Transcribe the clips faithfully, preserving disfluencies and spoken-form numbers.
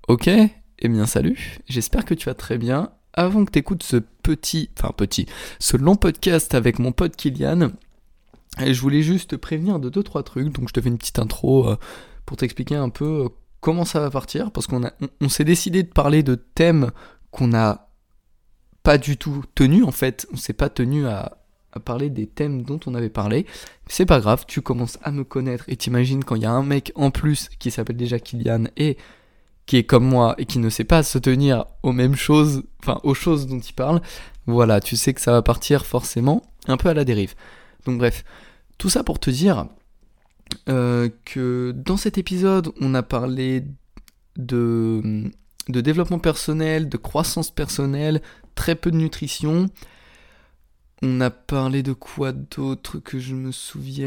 Ok, eh bien salut, j'espère que tu vas très bien. Avant que tu écoutes ce petit, enfin petit, ce long podcast avec mon pote Kylian, et je voulais juste te prévenir de deux trois trucs, donc je te fais une petite intro euh, pour t'expliquer un peu euh, comment ça va partir, parce qu'on a, on, on s'est décidé de parler de thèmes qu'on n'a pas du tout tenus, en fait, on s'est pas tenu à, à parler des thèmes dont on avait parlé. C'est pas grave, tu commences à me connaître, et t'imagines quand il y a un mec en plus qui s'appelle déjà Kylian, et qui est comme moi et qui ne sait pas se tenir aux mêmes choses, enfin aux choses dont il parle, voilà, tu sais que ça va partir forcément un peu à la dérive. Donc bref, tout ça pour te dire euh, que dans cet épisode, on a parlé de, de développement personnel, de croissance personnelle, très peu de nutrition. On a parlé de quoi d'autre que je me souvienne ?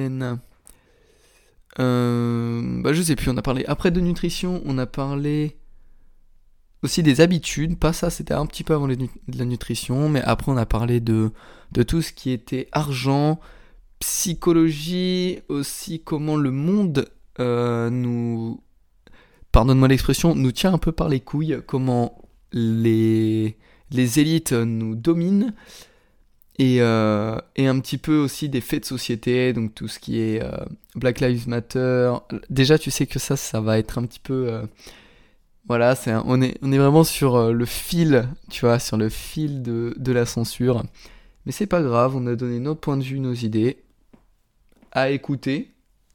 Euh, bah je sais plus, on a parlé après de nutrition, on a parlé aussi des habitudes, pas ça, c'était un petit peu avant les nu- de la nutrition, mais après on a parlé de, de tout ce qui était argent, psychologie, aussi comment le monde euh, nous, pardonne-moi l'expression, nous tient un peu par les couilles, comment les, les élites nous dominent, et, euh, et un petit peu aussi des faits de société, donc tout ce qui est euh, Black Lives Matter. Déjà, tu sais que ça, ça va être un petit peu... euh, voilà, c'est un- on, est, on est vraiment sur euh, le fil, tu vois, sur le fil de, de la censure. Mais c'est pas grave, on a donné notre point de vue, nos idées, à écouter,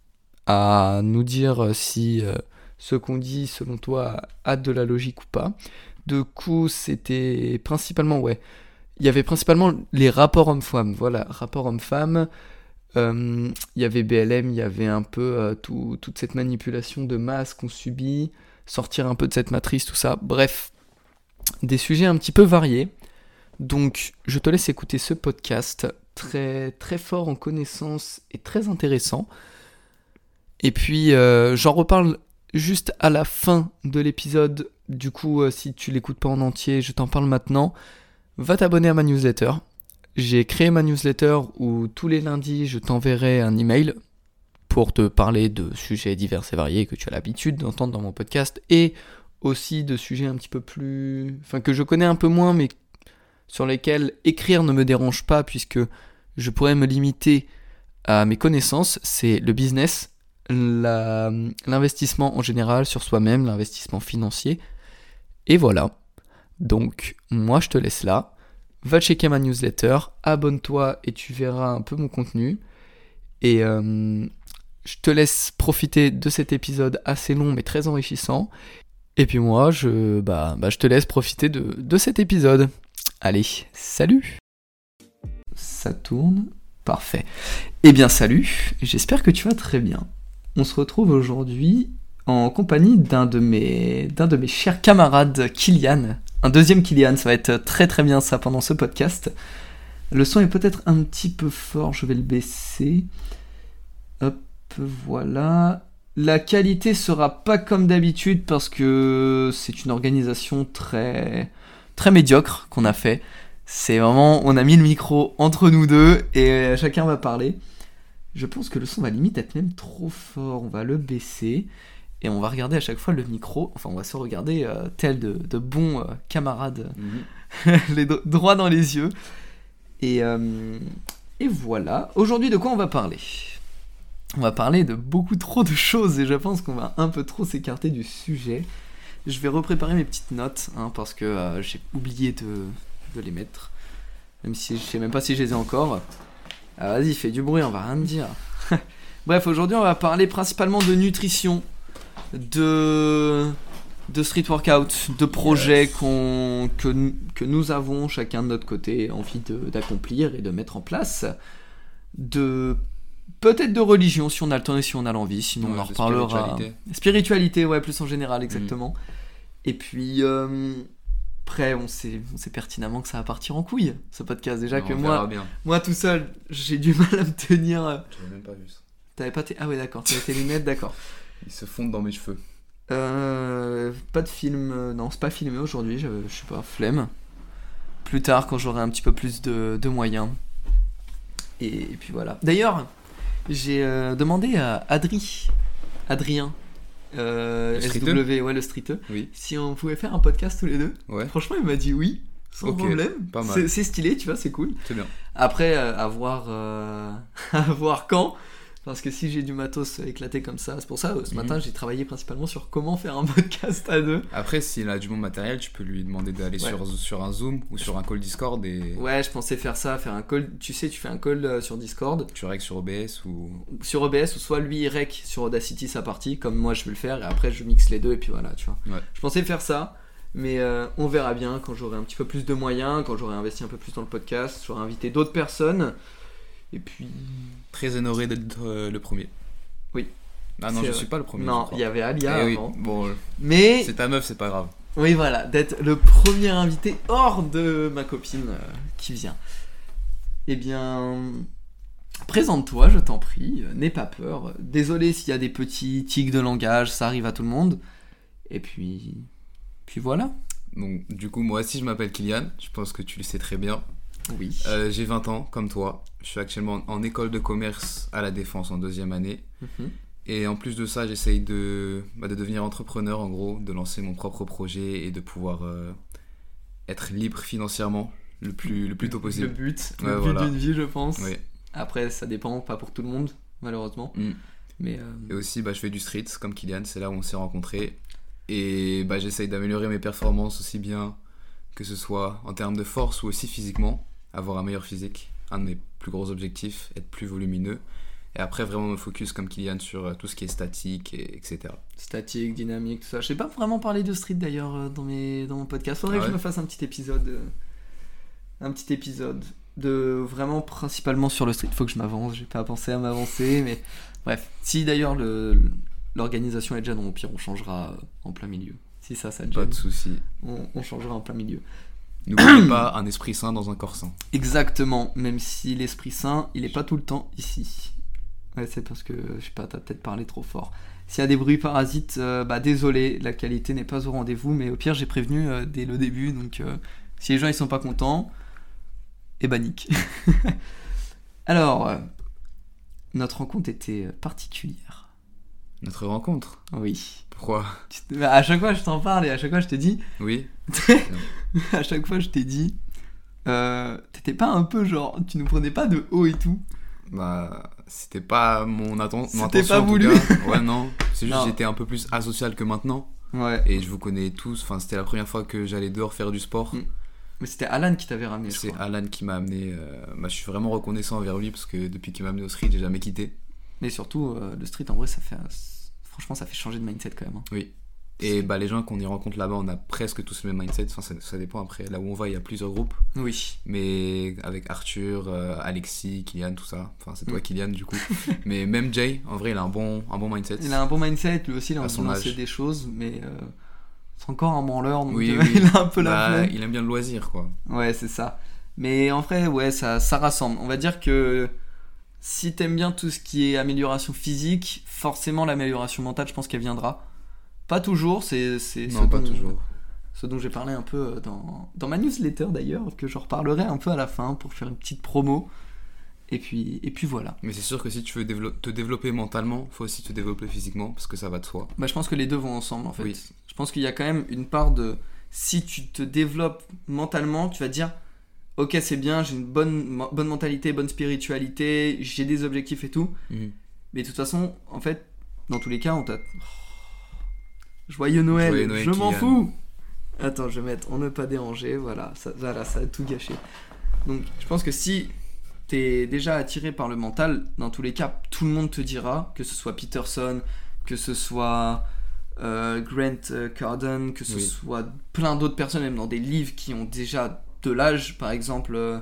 à nous dire euh, si euh, ce qu'on dit, selon toi, a de la logique ou pas. Du coup, c'était principalement, ouais, il y avait principalement les rapports hommes-femmes, voilà, rapports hommes-femmes. Euh, Il y avait B L M, il y avait un peu euh, tout- toute cette manipulation de masse qu'on subit, sortir un peu de cette matrice, tout ça. Bref, des sujets un petit peu variés. Donc, je te laisse écouter ce podcast, très, très fort en connaissances et très intéressant. Et puis, euh, j'en reparle juste à la fin de l'épisode. Du coup, euh, si tu l'écoutes pas en entier, je t'en parle maintenant. Va t'abonner à ma newsletter. J'ai créé ma newsletter où tous les lundis, je t'enverrai un email pour te parler de sujets divers et variés que tu as l'habitude d'entendre dans mon podcast et aussi de sujets un petit peu plus... enfin que je connais un peu moins mais sur lesquels écrire ne me dérange pas puisque je pourrais me limiter à mes connaissances, c'est le business, la- l'investissement en général sur soi-même, l'investissement financier, et voilà. Donc moi je te laisse là, va checker ma newsletter, abonne-toi et tu verras un peu mon contenu, et euh, je te laisse profiter de cet épisode assez long mais très enrichissant. Et puis moi, je, bah, bah, je te laisse profiter de, de cet épisode. Allez, salut. Ça tourne. Parfait. Eh bien salut, j'espère que tu vas très bien. On se retrouve aujourd'hui en compagnie d'un de mes, d'un de mes chers camarades, Kylian. Un deuxième Kylian, ça va être très très bien ça pendant ce podcast. Le son est peut-être un petit peu fort, je vais le baisser. Hop, voilà. La qualité sera pas comme d'habitude parce que c'est une organisation très très médiocre qu'on a fait. C'est vraiment, on a mis le micro entre nous deux et chacun va parler. Je pense que le son va limite être même trop fort. On va le baisser et on va regarder à chaque fois le micro. Enfin, on va se regarder euh, tel de, de bons euh, camarades, mm-hmm. les do- droit dans les yeux. Et, euh, et voilà. Aujourd'hui, de quoi on va parler ? On va parler de beaucoup trop de choses et je pense qu'on va un peu trop s'écarter du sujet. Je vais repréparer mes petites notes hein, parce que euh, j'ai oublié de, de les mettre. Même si je sais même pas si je les ai encore. Ah, vas-y, fais du bruit, on va rien te dire. Bref, aujourd'hui on va parler principalement de nutrition, de, de street workout, de projets yes. qu'on, que, que nous avons chacun de notre côté envie de, d'accomplir et de mettre en place. De... Peut-être de religion si on a le temps et si on a l'envie, sinon ouais, on en reparlera. Spiritualité. Spiritualité, ouais, plus en général, exactement. Mmh. Et puis, euh, après, on sait, on sait pertinemment que ça va partir en couille, ce podcast. Déjà non, que moi, bien. moi tout seul, j'ai du mal à me tenir. J'avais même pas vu ça. T'avais pas tes... Ah ouais, d'accord, t'avais tes lunettes, d'accord. Ils se fondent dans mes cheveux. Euh, pas de film, euh, non, c'est pas filmé aujourd'hui, je, je sais pas, flemme. Plus tard, quand j'aurai un petit peu plus de, de moyens. Et, et puis voilà. D'ailleurs... J'ai euh, demandé à Adri, Adrien, euh, Le S streeteux W, ouais, le streeteux, Oui. si on pouvait faire un podcast tous les deux. Ouais. Franchement, il m'a dit oui, sans Ok, problème. pas mal. C'est, c'est stylé, tu vois, c'est cool. C'est bien. Après, euh, à voir, euh, à voir quand. Parce que si j'ai du matos éclaté comme ça, c'est pour ça, euh, ce Mhm. matin, j'ai travaillé principalement sur comment faire un podcast à deux. Après, s'il a du bon matériel, tu peux lui demander d'aller Ouais. sur, sur un Zoom ou sur un call Discord et Ouais, je pensais faire ça, faire un call. Tu sais, tu fais un call euh, sur Discord, tu règles sur O B S ou. sur O B S, ou soit lui il rec sur Audacity sa partie, comme moi je vais le faire, et après je mixe les deux, et puis voilà, tu vois. Ouais. Je pensais faire ça, mais euh, on verra bien quand j'aurai un petit peu plus de moyens, quand j'aurai investi un peu plus dans le podcast, j'aurai invité d'autres personnes, et puis. Très honoré d'être euh, le premier. Oui. Ah non, C'est je vrai. suis pas le premier. je Non, crois. il y avait Alia Eh oui, avant. bon, Mais. c'est ta meuf, c'est pas grave. Oui, voilà, d'être le premier invité hors de ma copine euh, qui vient. Eh bien, présente-toi, je t'en prie, euh, n'aie pas peur. Désolé s'il y a des petits tics de langage, ça arrive à tout le monde. Et puis, puis voilà. Donc, du coup, moi aussi, je m'appelle Kylian. Je pense que tu le sais très bien. Oui. Euh, j'ai vingt ans, comme toi. Je suis actuellement en école de commerce à la Défense en deuxième année. Mhm. Et en plus de ça, j'essaye de, bah, de devenir entrepreneur, en gros, de lancer mon propre projet et de pouvoir euh, être libre financièrement le plus, le plus tôt Le possible. but, Ouais, le but voilà. d'une vie, je pense. Oui. Après, ça dépend, pas pour tout le monde, malheureusement. Mm. Mais euh, Et aussi, bah, je fais du street, comme Kylian, c'est là où on s'est rencontrés. Et bah, j'essaye d'améliorer mes performances aussi bien que ce soit en termes de force ou aussi physiquement, avoir un meilleur physique. Un de mes plus gros objectifs, être plus volumineux. Et après, vraiment me focus comme Kylian sur euh, tout ce qui est statique, et, etc. statique, dynamique, tout ça. Je sais pas vraiment parler de street d'ailleurs euh, dans, mes, dans mon podcast. Faudrait Ah que je ouais me fasse un petit épisode. euh, un petit épisode. De vraiment principalement sur le street. Faut que je m'avance, j'ai pas pensé à m'avancer. Mais bref. Si d'ailleurs le, l'organisation est déjà non, au pire on changera euh, en plein milieu. Si ça, ça te Pas gêne, de soucis. on, on changera en plein milieu. N'oubliez pas un esprit sain dans un corps sain. Exactement. Même si l'Esprit Saint, il est pas tout le temps ici. Ouais, c'est parce que, je sais pas, t'as peut-être parlé trop fort. S'il y a des bruits parasites, euh, bah désolé, la qualité n'est pas au rendez-vous, mais au pire, j'ai prévenu euh, dès le début, donc euh, si les gens ils sont pas contents, eh bah nique. Alors, euh, notre rencontre était particulière. Notre rencontre. Oui. Pourquoi? Tu te- bah, à chaque fois, je t'en parle et à chaque fois, je te dis, Oui. à chaque fois, je t'ai dit, euh, t'étais pas un peu genre, tu nous prenais pas de haut et tout. Bah, c'était pas mon, atten- mon C'était intention. pas en tout voulu. cas. Ouais, non. C'est juste Non. que j'étais un peu plus asocial que maintenant. Ouais. Et je vous connais tous. Enfin, c'était la première fois que j'allais dehors faire du sport. Mm. Mais c'était Alan qui t'avait ramené, je C'est crois. Alan qui m'a amené. euh, bah, je suis vraiment reconnaissant envers lui parce que depuis qu'il m'a amené au street, j'ai jamais quitté. Mais surtout, euh, le street, en vrai, ça fait. Franchement, ça fait changer de mindset quand même. hein. Oui. Et bah, les gens qu'on y rencontre là-bas, on a presque tous le même mindset. Enfin, ça, ça dépend après. Là où on va, il y a plusieurs groupes. Oui. Mais avec Arthur, euh, Alexis, Kylian, tout ça. Enfin, c'est toi, Mm. Kylian, du coup. Mais même Jay, en vrai, il a un bon, un bon mindset. Il a un bon mindset, lui aussi, il a À envie de son lancer âge. des choses, mais euh, c'est encore un branleur, donc Oui, euh, oui. il a un peu la Bah, flemme. il aime bien le loisir, quoi. Ouais, c'est ça. Mais en vrai, ouais, ça, ça rassemble. On va dire que si t'aimes bien tout ce qui est amélioration physique, forcément l'amélioration mentale, je pense qu'elle viendra. Pas toujours, c'est, c'est Non, ce pas dont- toujours. ce dont j'ai parlé un peu dans, dans ma newsletter d'ailleurs, que je reparlerai un peu à la fin pour faire une petite promo. Et puis, et puis voilà. Mais c'est sûr que si tu veux dévelop- te développer mentalement, faut aussi te développer physiquement parce que ça va de soi. Bah, je pense que les deux vont ensemble en fait. Oui. Je pense qu'il y a quand même une part de. Si tu te développes mentalement, tu vas te dire ok, c'est bien, j'ai une bonne, bonne mentalité, bonne spiritualité, j'ai des objectifs et tout. Mais de toute façon, en fait, dans tous les cas, on t'a. Joyeux Noël, Joyeux Noël, je m'en Kylian. fous. Attends, je vais mettre on ne pas déranger, voilà, ça, voilà, ça a tout gâché. Donc, je pense que si t'es déjà attiré par le mental, dans tous les cas, tout le monde te dira, que ce soit Peterson, que ce soit euh, Grant euh, Cardone, que ce Oui. soit plein d'autres personnes, même dans des livres qui ont déjà de l'âge, par exemple. Euh,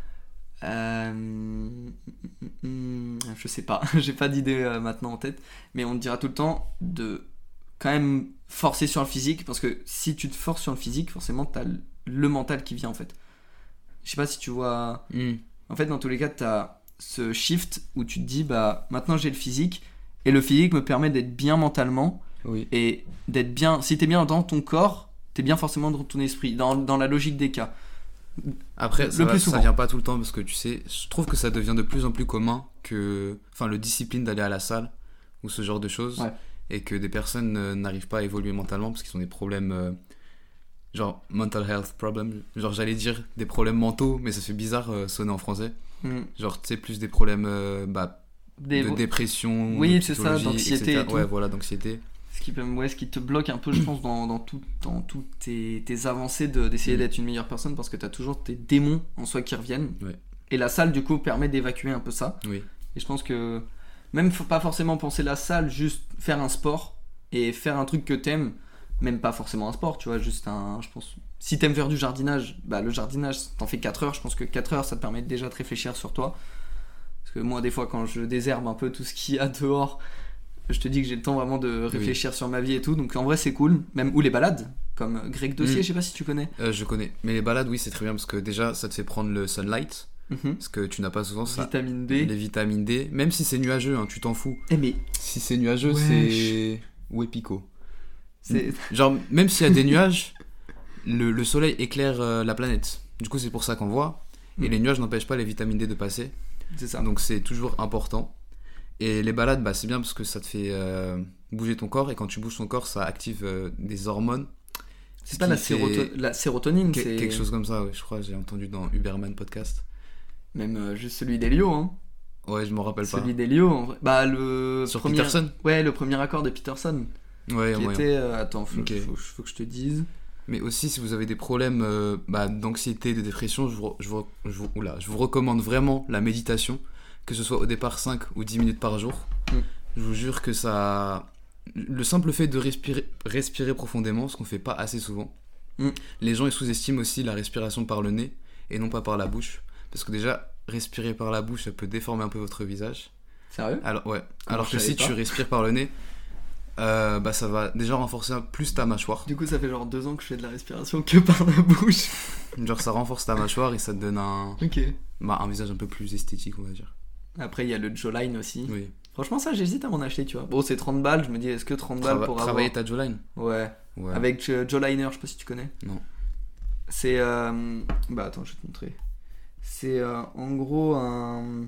euh, je sais pas, j'ai pas d'idée euh, maintenant en tête, mais on te dira tout le temps de quand même forcer sur le physique, parce que si tu te forces sur le physique, forcément t'as le- le mental qui vient en fait. Je sais pas si tu vois. En fait, dans tous les cas, t'as ce shift où tu te dis, bah maintenant j'ai le physique, et le physique me permet d'être bien mentalement, Oui. et d'être bien. Si t'es bien dans ton corps, t'es bien forcément dans ton esprit, dans, dans la logique des cas. Après, Le ça, va- plus ça souvent. vient pas tout le temps parce que tu sais, je trouve que ça devient de plus en plus commun que. Enfin, le discipline d'aller à la salle ou ce genre de choses. Ouais. et que des personnes euh, n'arrivent pas à évoluer mentalement parce qu'ils ont des problèmes, euh, genre mental health problem, genre j'allais dire des problèmes mentaux, mais ça fait bizarre euh, sonner en français. Mm. Genre, tu sais, plus des problèmes euh, bah, Des... de dépression, Oui, de c'est ça, psychologie, d'anxiété et cetera. et tout. Ouais, voilà, d'anxiété. Ce qui, peut, ouais, ce qui te bloque un peu, je pense, dans, dans, tout, dans toutes tes, tes avancées de, d'essayer Mm. d'être une meilleure personne parce que t'as toujours tes démons en soi qui reviennent. Ouais. Et la salle, du coup, permet d'évacuer un peu ça. Oui. Et je pense que même faut pas forcément penser la salle, juste faire un sport et faire un truc que t'aimes, même pas forcément un sport, tu vois, juste un, je pense, si t'aimes faire du jardinage, bah le jardinage, t'en fais quatre heures, je pense que quatre heures, ça te permet déjà de réfléchir sur toi. Parce que moi, des fois, quand je désherbe un peu tout ce qu'il y a dehors, je te dis que j'ai le temps vraiment de réfléchir oui. sur ma vie et tout, donc en vrai, c'est cool. Même, ou les balades, comme Greg Dossier, mmh. je sais pas si tu connais. Euh, je connais, mais les balades, oui, c'est très bien, parce que déjà, ça te fait prendre le sunlight, mmh. parce que tu n'as pas souvent ça. Vitamine D. Les vitamines D, même si c'est nuageux, hein, tu t'en fous. Eh mais... Si c'est nuageux, Wesh. c'est... Où est Pico ? C'est... Genre, même s'il y a des nuages, le, le soleil éclaire euh, la planète. Du coup, c'est pour ça qu'on voit. Et mmh. les nuages n'empêchent pas les vitamines D de passer. C'est ça. Donc, c'est toujours important. Et les balades, bah, c'est bien parce que ça te fait euh, bouger ton corps. Et quand tu bouges ton corps, ça active euh, des hormones. C'est pas la, séroto- la sérotonine, que- c'est... Quelque chose comme ça, ouais, je crois. J'ai entendu dans Uberman Podcast. Même euh, juste celui d'Elio, hein. Ouais, je m'en rappelle pas. Celui d'Elio, en vrai. Bah, le... Sur premier... Peterson ? Ouais, le premier accord de Peterson. Ouais, Qui moyen. était... euh, Attends, faut, Ok. faut, faut que je te dise... Mais aussi, si vous avez des problèmes euh, bah, d'anxiété, de dépression, je vous, je, vous, je, vous, oula, je vous recommande vraiment la méditation, que ce soit au départ cinq ou dix minutes par jour. Mm. Je vous jure que ça... Le simple fait de respirer, respirer profondément, ce qu'on fait pas assez souvent. Mm. Les gens ils sous-estiment aussi la respiration par le nez et non pas par la bouche. Parce que déjà, respirer par la bouche, ça peut déformer un peu votre visage. Sérieux ? Alors, ouais. Comment Alors je que savais si pas. tu respires par le nez, euh, bah, ça va déjà renforcer plus ta mâchoire. Du coup, ça fait genre deux ans que je fais de la respiration que par la bouche. Genre ça renforce ta mâchoire et ça te donne un, Ok. bah, un visage un peu plus esthétique, on va dire. Après, il y a le jawline aussi. Oui. Franchement, ça, j'hésite à m'en acheter, tu vois. Bon, c'est trente balles, je me dis, est-ce que trente balles Trava- pour travailler avoir... ta jawline. Ouais. Ouais. Avec euh, Jawliner, je sais pas si tu connais. Non. C'est... euh, Bah, attends, je vais te montrer. C'est euh, en gros un...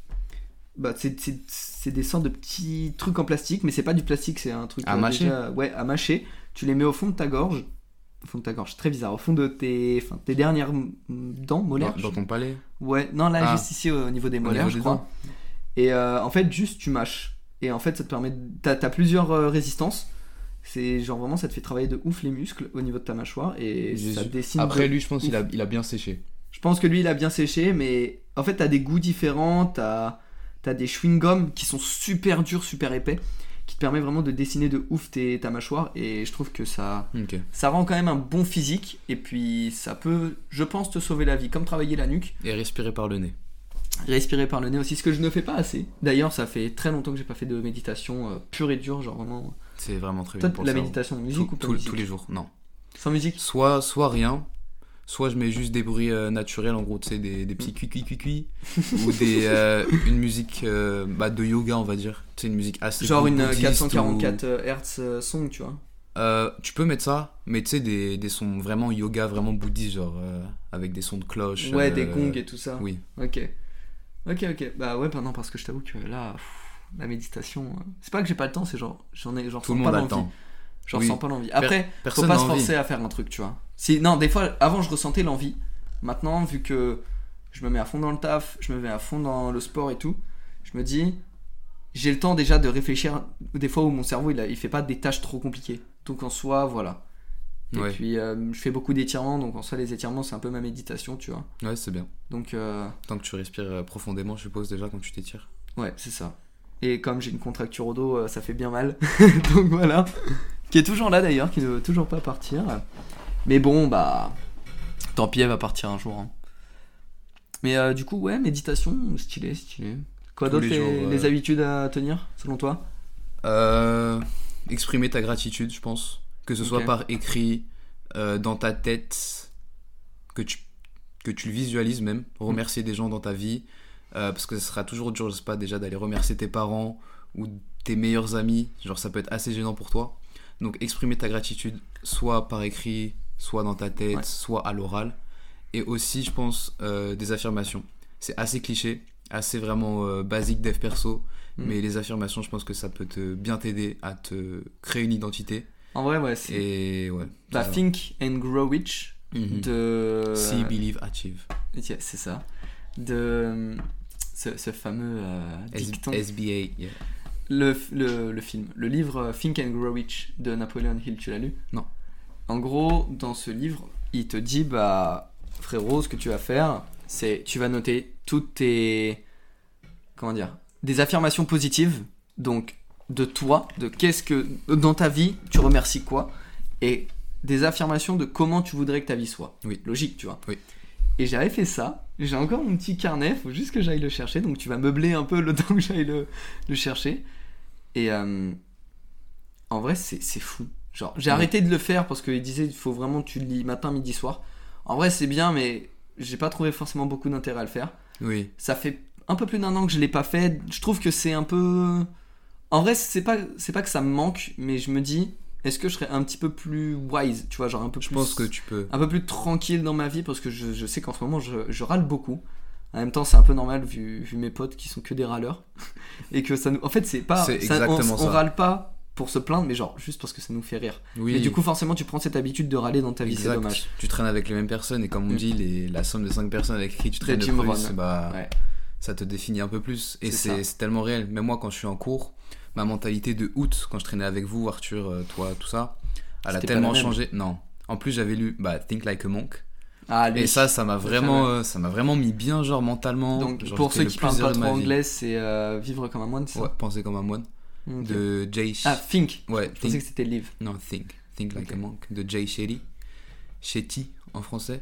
Bah, c'est, c'est, c'est des sortes de petits trucs en plastique, mais c'est pas du plastique, c'est un truc... À euh, mâcher déjà- Ouais, à mâcher. Tu les mets au fond de ta gorge. Au fond de ta gorge, c'est très bizarre. Au fond de tes, enfin, tes dernières m- dents, molaires. Dans, dans ton palais. Ouais, non, là, Ah. juste ici au niveau des Au molaires, niveau je des crois. dents. Et euh, en fait, juste tu mâches. Et en fait, ça te permet. de- T'as, t'as plusieurs euh, résistances. C'est genre vraiment, ça te fait travailler de ouf les muscles au niveau de ta mâchoire. Et Jésus. ça dessine. Après de- lui, je pense ouf. qu'il a, il a bien séché. Je pense que lui, il a bien séché, mais en fait, t'as des goûts différents. T'as, t'as des chewing-gums qui sont super durs, super épais, qui te permet vraiment de dessiner de ouf tes, ta mâchoire. Et je trouve que ça. Ok. Ça rend quand même un bon physique. Et puis, ça peut, je pense, te sauver la vie. Comme travailler la nuque. Et respirer par le nez. Respirer par le nez aussi, ce que je ne fais pas assez. D'ailleurs, ça fait très longtemps que j'ai pas fait de méditation euh, pure et dure, genre vraiment. C'est vraiment très Toi, bien pour la le cerveau. méditation, musique Tout- ou pas tout- musique tous les jours, non. Sans musique. Soit, soit rien, soit je mets juste des bruits euh, naturels, en gros, tu sais, des, des petits cui cui cui cui, ou des, euh, une musique euh, bah, de yoga, on va dire. Tu sais, une musique assez Genre une bouddhiste quatre cent quarante-quatre ou- Hz euh, song, tu vois. Euh, tu peux mettre ça, mais tu sais, des, des sons vraiment yoga, vraiment bouddhistes, genre euh, avec des sons de cloche. Ouais, euh, des gongs et tout ça. Oui. Ok. Ok, ok. Bah ouais, bah non, parce que je t'avoue que là, pff, la méditation. euh, C'est pas que j'ai pas le temps, c'est genre, j'en ai, genre, Tout le sens monde pas a le l'envie. temps. J'en Oui. sens pas l'envie. Après, faut personne pas n'a se envie. forcer à faire un truc, tu vois. Si, non, des fois, avant, je ressentais l'envie. Maintenant, vu que je me mets à fond dans le taf, je me mets à fond dans le sport et tout, je me dis, j'ai le temps déjà de réfléchir. Des fois où mon cerveau, il, a, il fait pas des tâches trop compliquées. Donc en soi, voilà. Et Ouais. puis, euh, je fais beaucoup d'étirements, donc en soi, les étirements, c'est un peu ma méditation, tu vois. Ouais, c'est bien. Donc, euh, Tant que tu respires euh, profondément, je suppose, déjà, quand tu t'étires. ouais, c'est ça. Et comme j'ai une contracture au dos, euh, ça fait bien mal. Donc voilà. Qui est toujours là d'ailleurs, qui ne veut toujours pas partir. Mais bon, bah. Tant pis, elle va partir un jour. hein. Mais euh, du coup, ouais, méditation, stylé, stylé. Quoi Tous d'autre, les les, jours, les euh. habitudes à tenir, selon toi Euh, exprimer ta gratitude, je pense. Que ce soit Ok. par écrit, euh, dans ta tête, que tu, que tu le visualises même. Remercier des gens dans ta vie. euh, parce que ce sera toujours dur, je sais pas, déjà d'aller remercier tes parents ou tes meilleurs amis. Genre, ça peut être assez gênant pour toi. Donc, exprimer ta gratitude, soit par écrit, soit dans ta tête, Ouais. soit à l'oral. Et aussi, je pense, euh, des affirmations. C'est assez cliché, assez vraiment euh, basique dev perso. Mm. Mais les affirmations, je pense que ça peut te bien t'aider à te créer une identité. En vrai, ouais. C'est... Et ouais. Bah, c'est ça. Think and Grow Rich Mhm. de. See, believe, achieve. Yeah, c'est ça. De ce, ce fameux euh, S- dicton. S B A, yeah. Le, le, le film, le livre Think and Grow Rich de Napoleon Hill, tu l'as lu ? Non. En gros, dans ce livre, il te dit, bah, frérot, ce que tu vas faire, c'est tu vas noter toutes tes. Comment dire ? Des affirmations positives, donc de toi, de qu'est-ce que. Dans ta vie, tu remercies quoi ? Et des affirmations de comment tu voudrais que ta vie soit. Oui. Logique, tu vois. Oui. Et j'avais fait ça. J'ai encore mon petit carnet, faut juste que j'aille le chercher. Donc tu vas meubler un peu le temps que j'aille le, le chercher. Et euh, en vrai, c'est, c'est fou. Genre, j'ai Ouais. arrêté de le faire parce qu'il disait il faut vraiment que tu le lis matin, midi, soir. En vrai, c'est bien, mais j'ai pas trouvé forcément beaucoup d'intérêt à le faire. Oui. Ça fait un peu plus d'un an que je l'ai pas fait. Je trouve que c'est un peu. En vrai, c'est pas, c'est pas que ça me manque, mais je me dis est-ce que je serais un petit peu plus wise, tu vois, genre un peu Je plus. pense que tu peux. Un peu plus tranquille dans ma vie parce que je, je sais qu'en ce moment je, je râle beaucoup. En même temps, c'est un peu normal vu, vu mes potes qui sont que des râleurs. Et que ça nous. En fait, c'est pas. C'est ça- exactement on, ça. on râle pas pour se plaindre, mais genre juste parce que ça nous fait rire. Oui. Mais du coup, forcément, tu prends cette habitude de râler dans ta vie, exact. c'est dommage. Tu traînes avec les mêmes personnes et comme on Mm. dit, les, la somme de cinq personnes avec qui tu traînes Jim le plus, Rohn. bah, Ouais. ça te définit un peu plus. Et C'est c'est, ça. c'est tellement réel. Même moi, quand je suis en cours, ma mentalité de août, quand je traînais avec vous, Arthur, euh, toi, tout ça, elle C'était a pas tellement la même. changé. Non. En plus, j'avais lu bah, Think Like a Monk. Ah, lui. Et ça, ça m'a C'est vraiment, ça, euh, ça m'a vraiment mis bien, genre mentalement. Donc, Genre, pour j'étais ceux le qui plus parlent pas heureux de trop ma vie. anglais, c'est euh, Vivre comme un moine, c'est Ouais, ça penser comme un moine. Ok. De Jay. Ah, Think. Ouais, Je pensais Think. que c'était Live. Non, Think. Think Like Ok. a Monk de Jay Shetty. Shetty en français.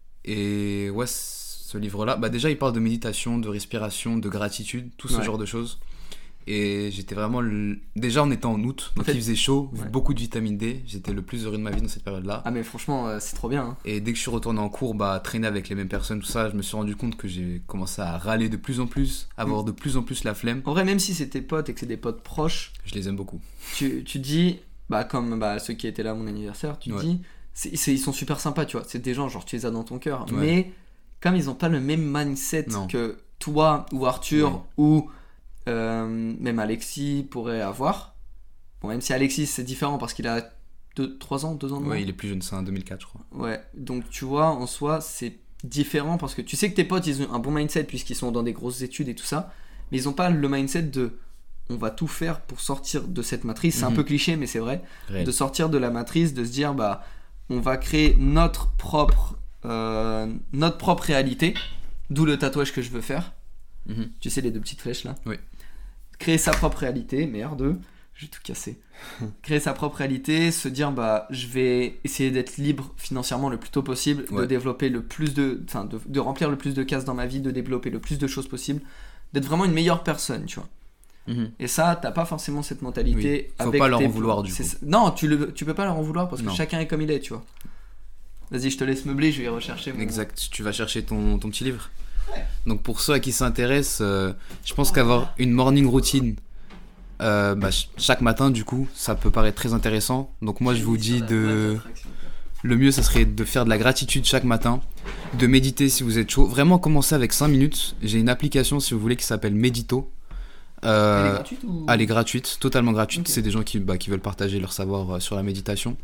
Et ouais, ce livre-là, bah déjà il parle de méditation, de respiration, de gratitude, tout ce Ouais. genre de choses. Et j'étais vraiment. le- Déjà on était en août, donc En fait, il faisait chaud, ouais. beaucoup de vitamine D. J'étais le plus heureux de ma vie dans cette période-là. Ah, mais franchement, euh, c'est trop bien. Hein. Et dès que je suis retourné en cours, bah, traîner avec les mêmes personnes, tout ça, je me suis rendu compte que j'ai commencé à râler de plus en plus, avoir de plus en plus la flemme. En vrai, même si c'est tes potes et que c'est des potes proches, Je les aime beaucoup. tu, tu dis, bah, comme bah, ceux qui étaient là à mon anniversaire, tu Ouais. dis, c'est, c'est- ils sont super sympas, tu vois. C'est des gens, genre, tu les as dans ton cœur. Ouais. Mais comme ils ont pas le même mindset Non. que toi ou Arthur Ouais. ou euh, même Alexis pourrait avoir. Bon, même si Alexis, c'est différent parce qu'il a trois ans, deux ans de moins. Ouais, il est plus jeune, c'est un deux mille quatre, je crois. Ouais, donc tu vois, en soi, c'est différent parce que tu sais que tes potes, ils ont un bon mindset puisqu'ils sont dans des grosses études et tout ça, mais ils ont pas le mindset de on va tout faire pour sortir de cette matrice. C'est un Mhm. peu cliché, mais c'est vrai. Réel. De sortir de la matrice, de se dire, bah, on va créer notre propre, euh, notre propre réalité, d'où le tatouage que je veux faire. Mhm. Tu sais, les deux petites flèches là. Oui. Créer sa propre réalité, merde, j'ai tout cassé. Créer sa propre réalité, se dire bah je vais essayer d'être libre financièrement le plus tôt possible, de Ouais. développer le plus de, enfin de, de remplir le plus de cases dans ma vie, de développer le plus de choses possible, d'être vraiment une meilleure personne, tu vois. Mhm. Et ça, t'as pas forcément cette mentalité. Oui. Faut avec pas leur tes- en vouloir, du c'est coup. ça. Non, tu le, tu peux pas leur en vouloir parce que Non. chacun est comme il est, tu vois. Vas-y, je te laisse meubler, je vais rechercher. Mon... Exact, tu vas chercher ton, ton petit livre. Donc pour ceux à qui s'intéressent, euh, je pense qu'avoir une morning routine euh, bah, ch- chaque matin, du coup, ça peut paraître très intéressant. Donc moi je vous dis de... Le mieux, ça serait de faire de la gratitude chaque matin, de méditer si vous êtes chaud. Vraiment commencer avec cinq minutes. J'ai une application, si vous voulez, qui s'appelle Medito. Euh, Elle est gratuite ou... Elle est gratuite, totalement gratuite. Ok. C'est des gens qui, bah, qui veulent partager leur savoir euh, sur la méditation.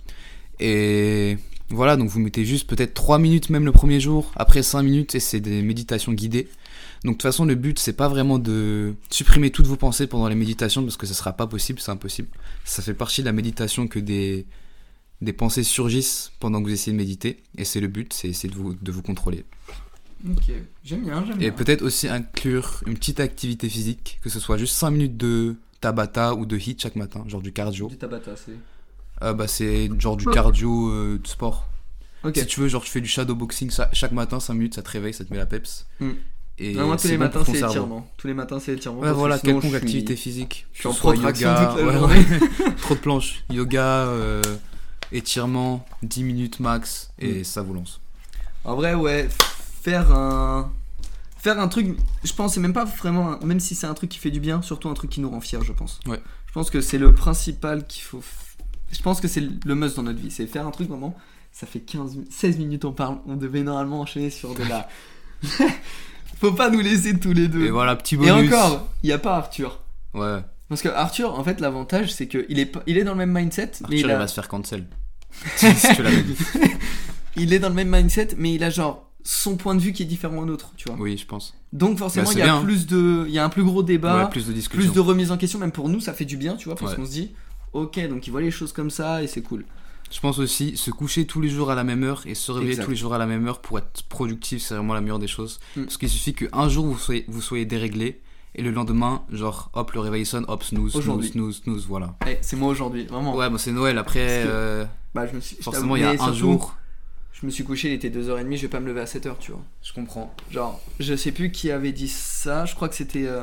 Et voilà, donc vous mettez juste peut-être trois minutes même le premier jour, après cinq minutes, et c'est des méditations guidées. Donc de toute façon, le but, c'est pas vraiment de supprimer toutes vos pensées pendant les méditations, parce que ce sera pas possible, c'est impossible. Ça fait partie de la méditation que des, des pensées surgissent pendant que vous essayez de méditer, et c'est le but, c'est essayer de vous, de vous contrôler. Ok, j'aime bien, j'aime Et bien. peut-être aussi inclure une petite activité physique, que ce soit juste cinq minutes de Tabata ou de H I I T chaque matin, genre du cardio. Du Tabata, c'est... Euh, bah, c'est genre du cardio euh, de sport. Ok. Si tu veux, genre tu fais du shadowboxing cha- chaque matin, cinq minutes, ça te réveille, ça te met la peps. Hmm. Et Non, moi, tous c'est les bon matins, pour ton c'est cerveau. étirement. Tous les matins, c'est étirement. Ouais, parce que voilà, sinon, quelconque je suis- activité physique. je suis en Que ce soit protraction yoga, toute la ouais, journée. ouais. Trop de planches. Yoga, euh, étirement, dix minutes max, et Mm. ça vous lance. En vrai, ouais, faire un... Faire un truc, je pense, c'est même pas vraiment... un- Même si c'est un truc qui fait du bien, surtout un truc qui nous rend fiers, je pense. Ouais. Je pense que c'est le principal qu'il faut... f- Je pense que c'est le must dans notre vie. C'est faire un truc, vraiment... Ça fait quinze, mi- seize minutes on parle. On devait normalement enchaîner sur de la... Faut pas nous laisser tous les deux. Et voilà, petit Et bonus. encore, il y a pas Arthur. Ouais. Parce que Arthur, en fait, l'avantage, c'est qu'il est, pas- il est dans le même mindset. Arthur, mais il, il a... va se faire cancel. si si tu l'avais dit. il est dans le même mindset, mais il a genre son point de vue qui est différent au nôtre, tu vois. Oui, je pense. Donc forcément, Bah, il c'est y a bien. plus de, il y a un plus gros débat, Ouais, plus de discussion. plus de remise en question, même pour nous, ça fait du bien, tu vois, parce Ouais. qu'on se dit, ok, donc il voit les choses comme ça et c'est cool. Je pense aussi, se coucher tous les jours à la même heure et se réveiller Exact. tous les jours à la même heure pour être productif, c'est vraiment la meilleure des choses. Mm. Parce qu'il suffit qu'un jour vous soyez, vous soyez déréglé et le lendemain, genre, hop, le réveil sonne, hop, snooze, Aujourd'hui. snooze, snooze, snooze, voilà. Eh, c'est moi aujourd'hui, vraiment. Ouais, bah c'est Noël, après, Parce que- euh, Bah, je me suis, je forcément, t'avoue, il y a mais un surtout, jour. Je me suis couché, il était deux heures trente, je vais pas me lever à sept heures, tu vois. Je comprends. Genre, je sais plus qui avait dit ça, je crois que c'était. euh,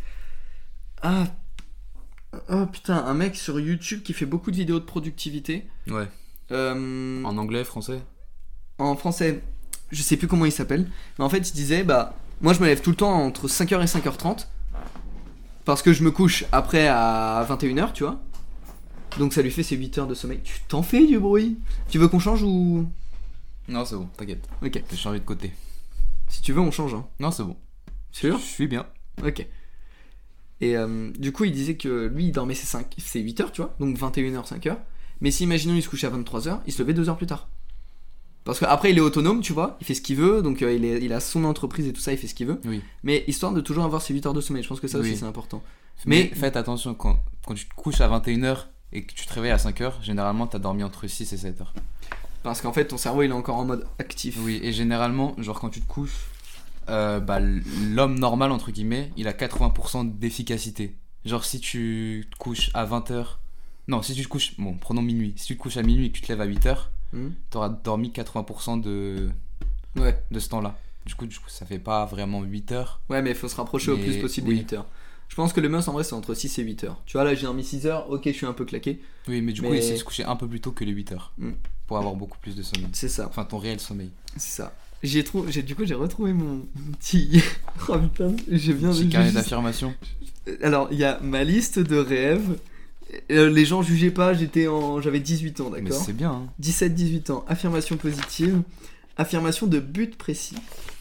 Ah. Oh putain, un mec sur YouTube qui fait beaucoup de vidéos de productivité. Ouais. Euh, En anglais, français. En français, je sais plus comment il s'appelle, mais en fait il disait bah moi je me lève tout le temps entre cinq heures et cinq heures trente parce que je me couche après à vingt et une heures, tu vois. Donc ça lui fait ses huit heures de sommeil. Tu t'en fais du bruit? Tu veux qu'on change ou Non, c'est bon, t'inquiète. OK. J'ai changé de côté. Si tu veux on change hein. Non, c'est bon. Sûr? Je suis bien. OK. Et euh, du coup il disait que lui il dormait ses, cinq, ses huit heures, tu vois, donc vingt et une heures, cinq heures. Mais si imaginons il se couchait à vingt-trois heures, il se levait deux heures plus tard. Parce qu'après il est autonome, tu vois, il fait ce qu'il veut, donc euh, il, est, il a son entreprise et tout ça, il fait ce qu'il veut. Oui. Mais histoire de toujours avoir ses huit heures de sommeil, je pense que ça aussi Oui. c'est important. Mais, Mais- faites attention, quand, quand tu te couches à vingt et une heures et que tu te réveilles à cinq heures, généralement t'as dormi entre six et sept heures. Parce qu'en fait ton cerveau il est encore en mode actif. Oui, et généralement, genre quand tu te couches, euh, bah, l'homme normal, entre guillemets, il a quatre-vingts pour cent d'efficacité. Genre si tu te couches à vingt heures, non, si tu te couches, bon, prenons minuit, si tu te couches à minuit et que tu te lèves à huit heures, Hmm. t'auras dormi quatre-vingts pour cent de, Ouais. de ce temps-là. Du coup, du coup, ça fait pas vraiment huit heures. Ouais, mais il faut se rapprocher au Mais plus possible oui. des huit heures. Je pense que le must en vrai c'est entre six et huit heures. Tu vois là j'ai dormi six heures, ok je suis un peu claqué. Oui, mais du coup, Mais- essayer de se coucher un peu plus tôt que les huit heures Mm. pour avoir beaucoup plus de sommeil. C'est ça, Enfin, ton réel sommeil. c'est ça. J'ai trouvé, j'ai, du coup j'ai retrouvé mon, mon petit... oh putain, j'ai bien... Petit j'ai carnet juste- d'affirmation. Alors il y a ma liste de rêves. Euh, les gens jugeaient pas, j'étais en... j'avais dix-huit ans, Mais d'accord. c'est bien, hein. dix-sept dix-huit ans, affirmation positive, affirmation de but précis.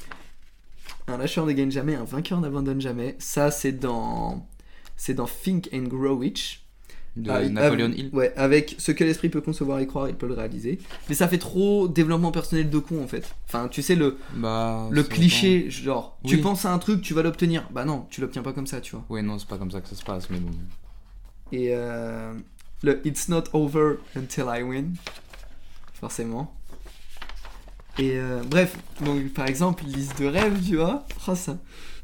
Un lâcheur ne gagne jamais, un vainqueur n'abandonne jamais. Ça, c'est dans, c'est dans Think and Grow Rich. De Ah, Napoleon ah, Hill. Ouais, avec ce que l'esprit peut concevoir et croire, il peut le réaliser. Mais ça fait trop développement personnel de con en fait. Enfin, tu sais, le, Bah, le ça cliché, genre, tu Oui. penses à un truc, tu vas l'obtenir. Bah non, tu l'obtiens pas comme ça, tu vois. dépend. Ouais, non, c'est pas comme ça que ça se passe, mais bon. Et euh, le It's not over until I win, forcément. Et euh, bref, donc par exemple, liste de rêves, tu vois. Oh ça.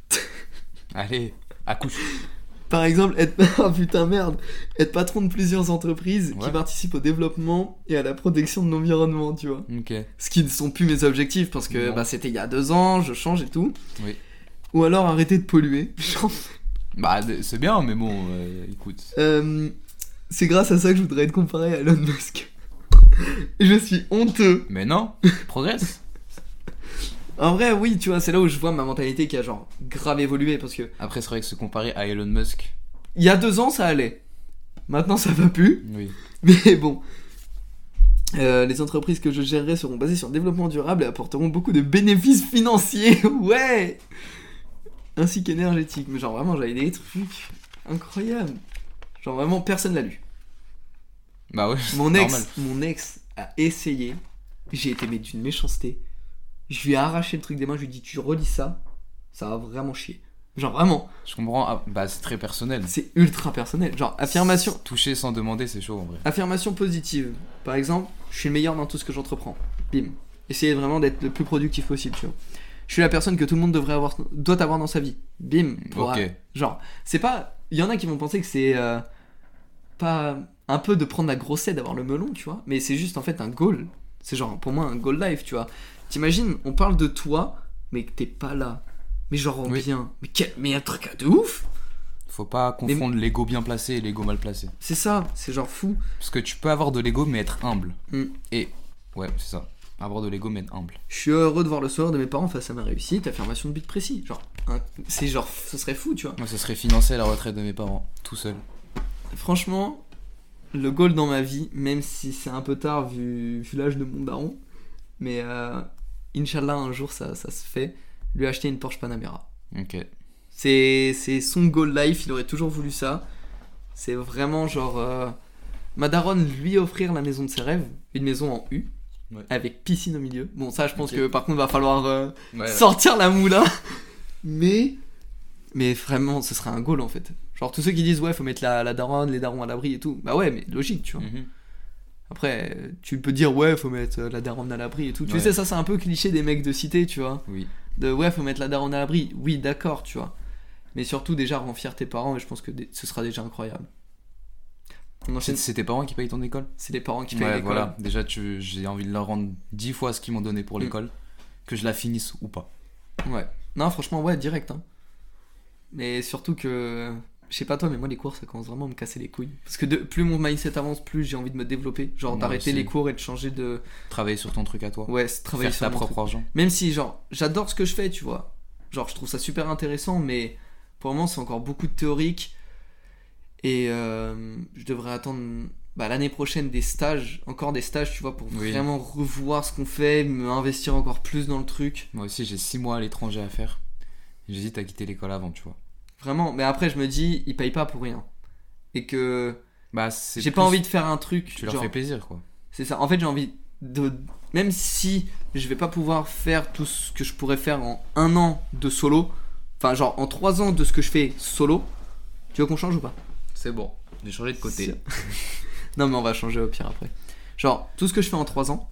Allez, accouche. Par exemple, être. Oh putain, merde. Être patron de plusieurs entreprises qui Ouais. participent au développement et à la protection de l'environnement, tu vois. Ok. Ce qui ne sont plus mes objectifs parce que Non. bah, c'était il y a deux ans, je change et tout. Oui. Ou alors arrêter de polluer. Genre, Bah, d- c'est bien, mais bon, euh, écoute. euh, c'est grâce à ça que je voudrais être comparé à Elon Musk. Je suis honteux. Mais non, progresse. En vrai, oui, tu vois, c'est là où je vois ma mentalité qui a genre grave évolué parce que Après, c'est vrai que se comparer à Elon Musk. il y a deux ans ça allait. Maintenant ça va plus. Oui. Mais bon. Euh, les entreprises que je gérerai seront basées sur le développement durable et apporteront beaucoup de bénéfices financiers. Ouais. Ainsi qu'énergétiques. Mais genre vraiment, j'avais des trucs incroyables. Genre vraiment, personne l'a lu. Bah ouais. Mon c'est ex, normal. mon ex a essayé. J'ai été mais d'une méchanceté. Je lui ai arraché le truc des mains. Je lui ai dit, tu relis ça, ça va vraiment chier. Genre vraiment, Je comprends. Ah, bah, c'est très personnel. c'est ultra personnel. Genre affirmation, Toucher sans demander, c'est chaud en vrai. affirmation positive. Par exemple, je suis le meilleur dans tout ce que j'entreprends. Bim. Essayez vraiment d'être le plus productif possible, tu vois. Je suis la personne que tout le monde devrait avoir, doit avoir dans sa vie. Bim. Pour- Ok. Genre, c'est pas. Il y en a qui vont penser que c'est euh, pas un peu de prendre la grossette, d'avoir le melon, tu vois. Mais c'est juste en fait un goal. C'est genre pour moi un goal life, tu vois. T'imagines, on parle de toi, mais que t'es pas là. Mais genre en Oui. bien. Mais quel mais un truc de ouf. Faut pas confondre l'ego bien placé et l'ego mal placé. C'est ça, c'est genre fou. Parce que tu peux avoir de l'ego mais être humble. Mm. Et ouais, c'est ça. Avoir de l'ego mais être humble. Je suis heureux de voir le sourire de mes parents face à ma réussite. Affirmation de but précis. Genre, un- c'est genre, ce serait fou, tu vois. Moi, ce serait financer la retraite de mes parents, tout seul. Franchement, le goal dans ma vie, même si c'est un peu tard vu, vu l'âge de mon daron, mais euh, Inch'Allah un jour ça, ça se fait. lui acheter une Porsche Panamera. Ok. C'est, c'est son goal life, il aurait toujours voulu ça. C'est vraiment genre... Euh, ma daronne lui offrir la maison de ses rêves, une maison en U, ouais. avec piscine au milieu. Bon, ça, je pense okay. que par contre, va falloir euh, ouais, sortir ouais. la moula. Mais, mais vraiment, ce serait un goal en fait. Genre, tous ceux qui disent, ouais, faut mettre la, la daronne, les darons à l'abri et tout. Bah ouais, mais logique, tu vois. Mm-hmm. Après, tu peux dire, ouais, faut mettre la daronne à l'abri et tout. Ouais. Tu sais, ça, c'est un peu cliché des mecs de cité, tu vois. Oui. De, ouais, faut mettre la daronne à l'abri. Oui, d'accord, tu vois. Mais surtout, déjà, rends fier tes parents et je pense que ce sera déjà incroyable. C'est, c'est tes parents qui payent ton école ? C'est les parents qui payent ouais, l'école. Voilà, déjà tu, j'ai envie de leur rendre dix fois ce qu'ils m'ont donné pour l'école, mm. que je la finisse ou pas. Ouais, non franchement ouais, direct. Hein. Mais surtout que, je sais pas toi, mais moi les cours ça commence vraiment à me casser les couilles. Parce que de, plus mon mindset avance, plus j'ai envie de me développer. Genre moi d'arrêter aussi. Les cours et de changer de... Travailler sur ton truc à toi. Ouais, travailler Faire sur ta mon propre truc. Argent. Même si genre, j'adore ce que je fais, tu vois. Genre je trouve ça super intéressant, mais pour le moment c'est encore beaucoup de théorique. Et euh, je devrais attendre... Bah, l'année prochaine des stages, encore des stages, tu vois, pour oui. vraiment revoir ce qu'on fait, me investir encore plus dans le truc. Moi aussi, j'ai six mois à l'étranger à faire. J'hésite à quitter l'école avant, tu vois. Vraiment, mais après, je me dis, ils payent pas pour rien. Et que bah, c'est j'ai plus... pas envie de faire un truc. Tu leur genre... fais plaisir, quoi. C'est ça. En fait, j'ai envie de. Même si je vais pas pouvoir faire tout ce que je pourrais faire en un an de solo, enfin, genre en trois ans de ce que je fais solo, tu veux qu'on change ou pas ? C'est bon, j'ai changé de côté. Non mais on va changer au pire après. Genre tout ce que je fais en trois ans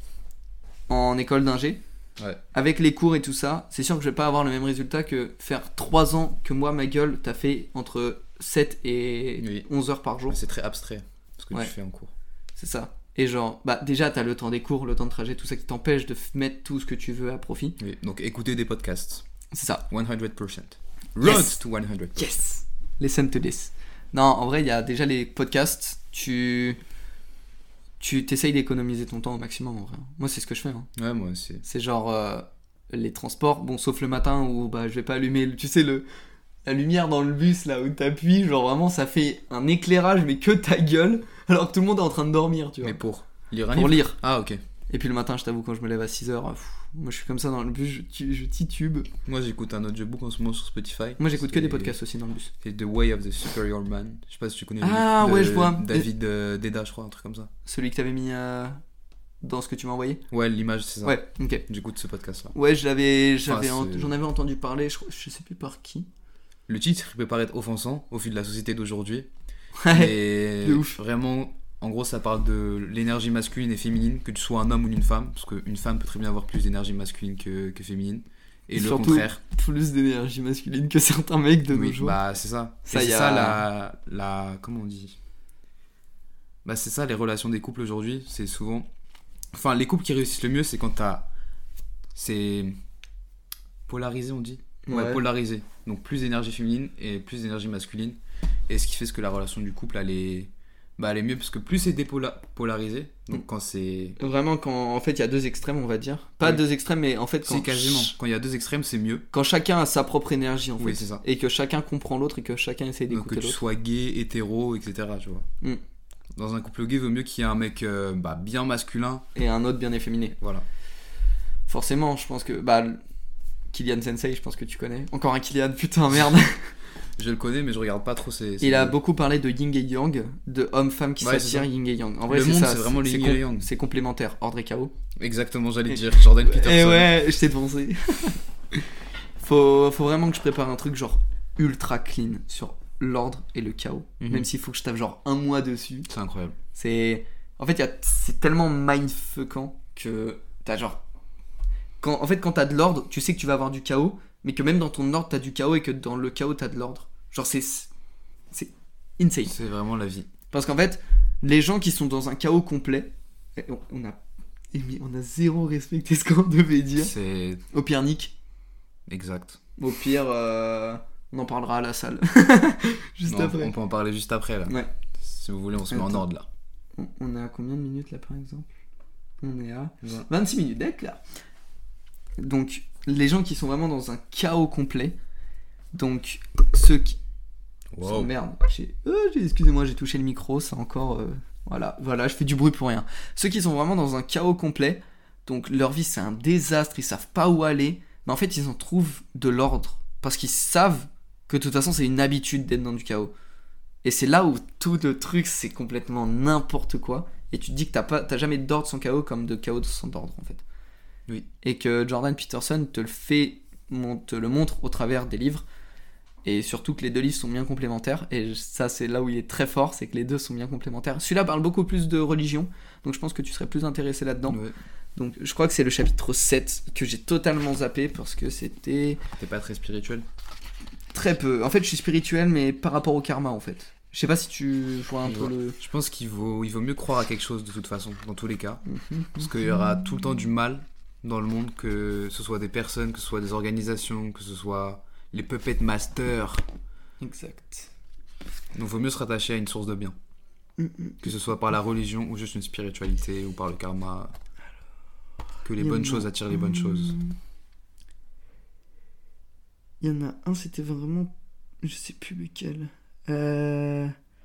en école d'ingé, ouais. avec les cours et tout ça, c'est sûr que je vais pas avoir le même résultat que faire trois ans que moi ma gueule t'as fait entre sept et oui. onze heures par jour. C'est très abstrait ce que ouais. tu fais en cours. C'est ça. Et genre bah déjà t'as le temps des cours, le temps de trajet, tout ça qui t'empêche de mettre tout ce que tu veux à profit. Oui. Donc écouter des podcasts. C'est ça. one hundred percent. Road yes. to one hundred percent. Yes. Listen to this. Non, en vrai, il y a déjà les podcasts. Tu, tu t'essayes d'économiser ton temps au maximum, en vrai. Moi, c'est ce que je fais. Hein. Ouais, moi aussi. C'est genre euh, les transports, bon, sauf le matin où bah, je vais pas allumer, tu sais, le, la lumière dans le bus, là, où t'appuies. Genre, vraiment, ça fait un éclairage, mais que ta gueule, alors que tout le monde est en train de dormir, tu vois. Mais pour lire un Pour livre. lire. Ah, ok. Et puis le matin, je t'avoue, quand je me lève à six heures, pff, moi je suis comme ça dans le bus, je, je titube. Moi j'écoute un audiobook en ce moment sur Spotify. Moi j'écoute que des podcasts aussi dans le bus. C'est The Way of the Superior Man. Je sais pas si tu connais. Ah le ouais, je vois. David euh, Déda, je crois, un truc comme ça. Celui que t'avais mis euh, dans ce que tu m'as envoyé. Ouais, l'image, c'est ça. Ouais, ok. J'écoute ce podcast là. Ouais, je l'avais, j'avais enfin, ent- j'en avais entendu parler, je, je sais plus par qui. Le titre il peut paraître offensant au fil de la société d'aujourd'hui. Ouais, et de ouf. Vraiment. En gros, ça parle de l'énergie masculine et féminine, que tu sois un homme ou une femme, parce qu'une femme peut très bien avoir plus d'énergie masculine que, que féminine, et, et le surtout, contraire. Plus d'énergie masculine que certains mecs de oui, nos jours. Bah, c'est ça. ça et c'est a... ça la, la. Comment on dit ? Bah, c'est ça les relations des couples aujourd'hui. C'est souvent. Enfin, les couples qui réussissent le mieux, c'est quand t'as. C'est. Polarisé, on dit ? Ouais, ouais, polarisé. Donc, plus d'énergie féminine et plus d'énergie masculine. Et ce qui fait que la relation du couple, elle est. Bah elle est mieux parce que plus c'est dépolarisé, donc quand c'est... Vraiment quand en fait il y a deux extrêmes on va dire. Pas oui. deux extrêmes mais en fait quand... C'est quasiment, quand il y a deux extrêmes c'est mieux. Quand chacun a sa propre énergie en fait. Oui c'est ça. Et que chacun comprend l'autre et que chacun essaie d'écouter l'autre. Donc que tu sois gay, hétéro, et cetera tu vois. Mm. Dans un couple gay il vaut mieux qu'il y ait un mec euh, bah, bien masculin. Et un autre bien efféminé. Voilà. Forcément je pense que... Bah Kylian Sensei je pense que tu connais. Encore un Kylian, putain merde. Je le connais, mais je regarde pas trop ses. ses il a vidéos. beaucoup parlé de yin et yang, de hommes-femmes qui ouais, s'attirent, yin et yang. En vrai, le c'est monde, ça. c'est vraiment le yin et yang. C'est complémentaire. Ordre et chaos. Exactement, j'allais et... dire. Jordan Peterson. Et ouais, je t'ai devancé. faut, faut vraiment que je prépare un truc genre ultra clean sur l'ordre et le chaos. Mm-hmm. Même s'il faut que je tape genre un mois dessus. C'est incroyable. C'est. En fait, y a... c'est tellement mindfuckant que t'as genre. Quand... En fait, quand t'as de l'ordre, tu sais que tu vas avoir du chaos. Mais que même dans ton ordre t'as du chaos et que dans le chaos t'as de l'ordre. Genre c'est c'est insane. C'est vraiment la vie. Parce qu'en fait les gens qui sont dans un chaos complet, on, on a on a zéro respecté ce qu'on devait dire. C'est au pire Nick. Exact. Au pire euh, on en parlera à la salle. Juste non, après. On peut en parler juste après là. Ouais. Si vous voulez on se Attends. met en ordre là. On, on est à combien de minutes là par exemple ? On est à ouais. vingt-six minutes d'accord. Donc les gens qui sont vraiment dans un chaos complet, donc ceux qui wow. oh, merde j'ai... Oh, j'ai... excusez-moi j'ai touché le micro ça encore euh... voilà voilà je fais du bruit pour rien. Ceux qui sont vraiment dans un chaos complet, donc leur vie c'est un désastre, ils savent pas où aller, mais en fait ils en trouvent de l'ordre parce qu'ils savent que de toute façon c'est une habitude d'être dans du chaos. Et c'est là où tout le truc c'est complètement n'importe quoi et tu te dis que t'as, pas, t'as jamais d'ordre sans chaos comme de chaos sans ordre en fait. Oui. Et que Jordan Peterson te le fait, te le montre au travers des livres et surtout que les deux livres sont bien complémentaires et ça c'est là où il est très fort, c'est que les deux sont bien complémentaires. Celui-là parle beaucoup plus de religion donc je pense que tu serais plus intéressé là-dedans. Ouais. Donc je crois que c'est le chapitre sept que j'ai totalement zappé parce que c'était... T'es pas très spirituel? Très peu. En fait, je suis spirituel, mais par rapport au karma, en fait. Je sais pas si tu vois un Je peu vois. le... Je pense qu'il vaut, il vaut mieux croire à quelque chose de toute façon, dans tous les cas. Mhm. Parce qu'il y aura tout le temps du mal dans le monde, que ce soit des personnes, que ce soit des organisations, que ce soit les puppet masters. Exact. Donc il vaut mieux se rattacher à une source de bien. Mhm. Que ce soit par la religion ou juste une spiritualité ou par le karma. Que les Il y en bonnes a choses attirent les bonnes choses. Il y en a un, c'était vraiment... Je sais plus lequel. Euh...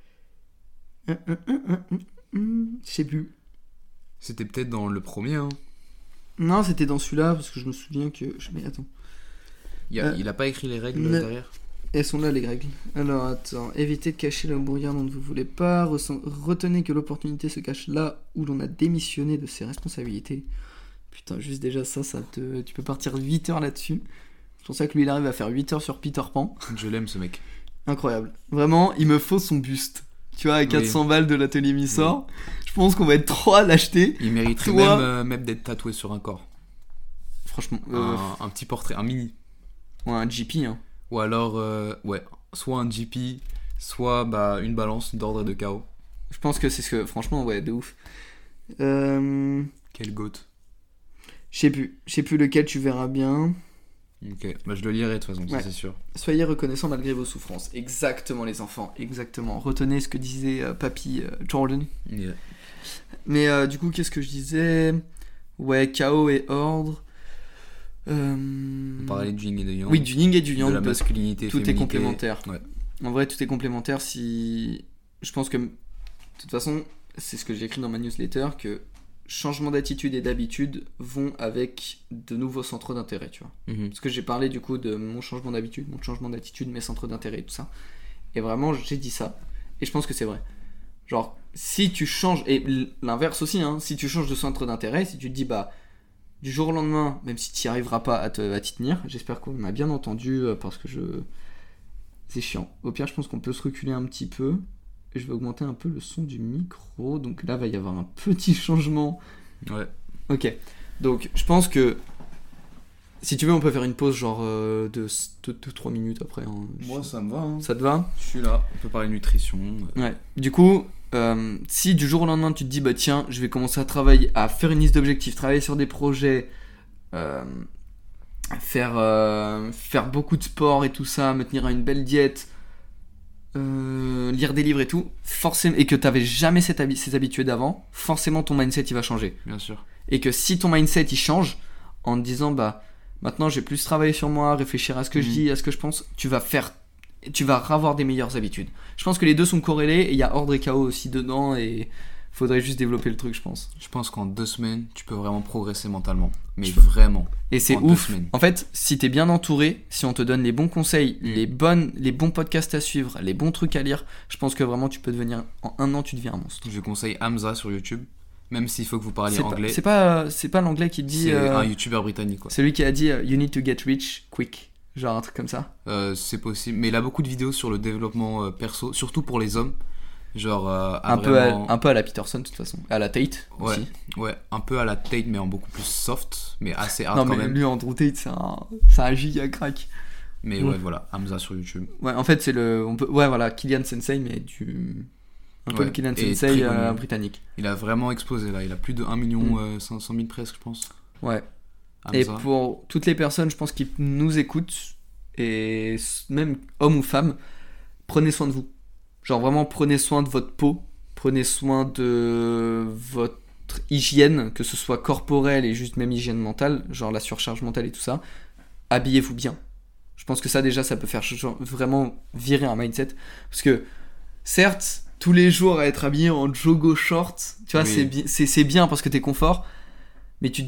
un, un, un, un, un, un, Je sais plus. C'était peut-être dans le premier. Hein. Non, c'était dans celui-là, parce que je me souviens que... Mais attends. Il, a, Euh, il a pas écrit les règles ne- derrière. Elles sont là, les règles. Alors, attends. Évitez de cacher le brouillard dont vous voulez pas. Ressent- Retenez que l'opportunité se cache là où l'on a démissionné de ses responsabilités. Putain, juste déjà ça, ça te... tu peux partir huit heures là-dessus. C'est pour ça que lui, il arrive à faire huit heures sur Peter Pan. Je l'aime ce mec. Incroyable. Vraiment, il me faut son buste. Tu vois, à quatre cents balles de l'atelier Missor. Je pense qu'on va être trois à l'acheter. Il mériterait Toi- même, euh, même d'être tatoué sur un corps. Franchement, euh, Un, un petit portrait, un mini. ouais, un G P, hein. Ou alors, euh, ouais, soit un G P, soit bah, une balance d'ordre et de chaos. Je pense que c'est ce que... Franchement, ouais, de ouf. Euh... Quel goat. Je sais plus. Je sais plus lequel, tu verras bien. Ok, bah je le lirai de toute façon, ça Ouais. c'est sûr. Soyez reconnaissants malgré vos souffrances. Exactement, les enfants. Exactement. Retenez ce que disait euh, Papy euh, Jordan. Yeah. Mais euh, du coup, qu'est-ce que je disais? Ouais, chaos et ordre. Euh... On parlait du yin et du yang. Oui, du yin et du de yang. la parce que masculinité, tout est féminité. complémentaire. Ouais. En vrai, tout est complémentaire. Si je pense que de toute façon, c'est ce que j'ai écrit dans ma newsletter, que changement d'attitude et d'habitude vont avec de nouveaux centres d'intérêt, tu vois. Mhm. Parce que j'ai parlé du coup de mon changement d'habitude, mon changement d'attitude, mes centres d'intérêt et tout ça. Et vraiment, j'ai dit ça. Et je pense que c'est vrai. Genre, si tu changes, et l'inverse aussi, hein, si tu changes de centre d'intérêt, si tu te dis, bah, du jour au lendemain, même si tu n'y arriveras pas à, te, à t'y tenir, j'espère qu'on m'a bien entendu, euh, parce que je... C'est chiant. Au pire, je pense qu'on peut se reculer un petit peu. Et je vais augmenter un peu le son du micro. Donc là, va y avoir un petit changement. Ouais. Ok. Donc, je pense que... Si tu veux, on peut faire une pause genre euh, de deux trois minutes après. Hein. Moi ça me va. Hein. Ça te va? Je suis là. On peut parler nutrition. euh. Ouais. Du coup, euh, si du jour au lendemain tu te dis bah tiens, je vais commencer à travailler, à faire une liste d'objectifs, travailler sur des projets, euh, faire euh, faire beaucoup de sport et tout ça, me tenir à une belle diète, euh, lire des livres et tout, forcément, et que t'avais jamais cette habi- ces habitudes avant, forcément ton mindset il va changer. Bien sûr. Et que si ton mindset il change en te disant bah maintenant je vais plus travailler sur moi, réfléchir à ce que je Mhm. dis, à ce que je pense, tu vas faire, tu vas avoir des meilleures habitudes. Je pense que les deux sont corrélés et il y a ordre et chaos aussi dedans et faudrait juste développer le truc, je pense. Je pense qu'en deux semaines, tu peux vraiment progresser mentalement. Mais Je- vraiment. Et c'est En deux ouf. semaines. En fait, si t'es bien entouré, si on te donne les bons conseils, Mm. les bonnes, les bons podcasts à suivre, les bons trucs à lire, je pense que vraiment tu peux devenir, en un an tu deviens un monstre. Je conseille Hamza sur YouTube. Même s'il faut que vous parliez C'est pas, anglais. c'est pas, c'est pas l'anglais qui dit. C'est euh, un YouTuber britannique quoi. c'est lui qui a dit euh, You need to get rich quick. Genre un truc comme ça. Euh, c'est possible. Mais il a beaucoup de vidéos sur le développement euh, perso, surtout pour les hommes. Genre euh, à Un peu, vraiment... à, un peu à la Peterson de toute façon. À la Tate Ouais. aussi. Ouais, un peu à la Tate, mais en beaucoup plus soft, mais assez hard Non quand mais même. lui Andrew Tate c'est un, c'est un giga crack. Mais Mm. ouais, voilà, Hamza sur YouTube. Ouais en fait c'est le, on peut, ouais voilà Kylian Sensei mais du, un peu Ouais, le Kylian et Sensei très euh, connu. britannique. Il a vraiment explosé là, il a plus de un million Mm. cinq cent mille presque, je pense. Ouais. Hamza. Et pour toutes les personnes, je pense, qui nous écoutent, et s- même hommes ou femmes, prenez soin de vous. Genre vraiment, prenez soin de votre peau, prenez soin de votre hygiène, que ce soit corporelle et juste même hygiène mentale, genre la surcharge mentale et tout ça. Habillez-vous bien. Je pense que ça déjà, ça peut faire genre, vraiment virer un mindset. Parce que, certes, tous les jours à être habillé en jogo short, tu vois, Oui. c'est, bi- c'est, c'est bien parce que t'es confort, mais tu te dis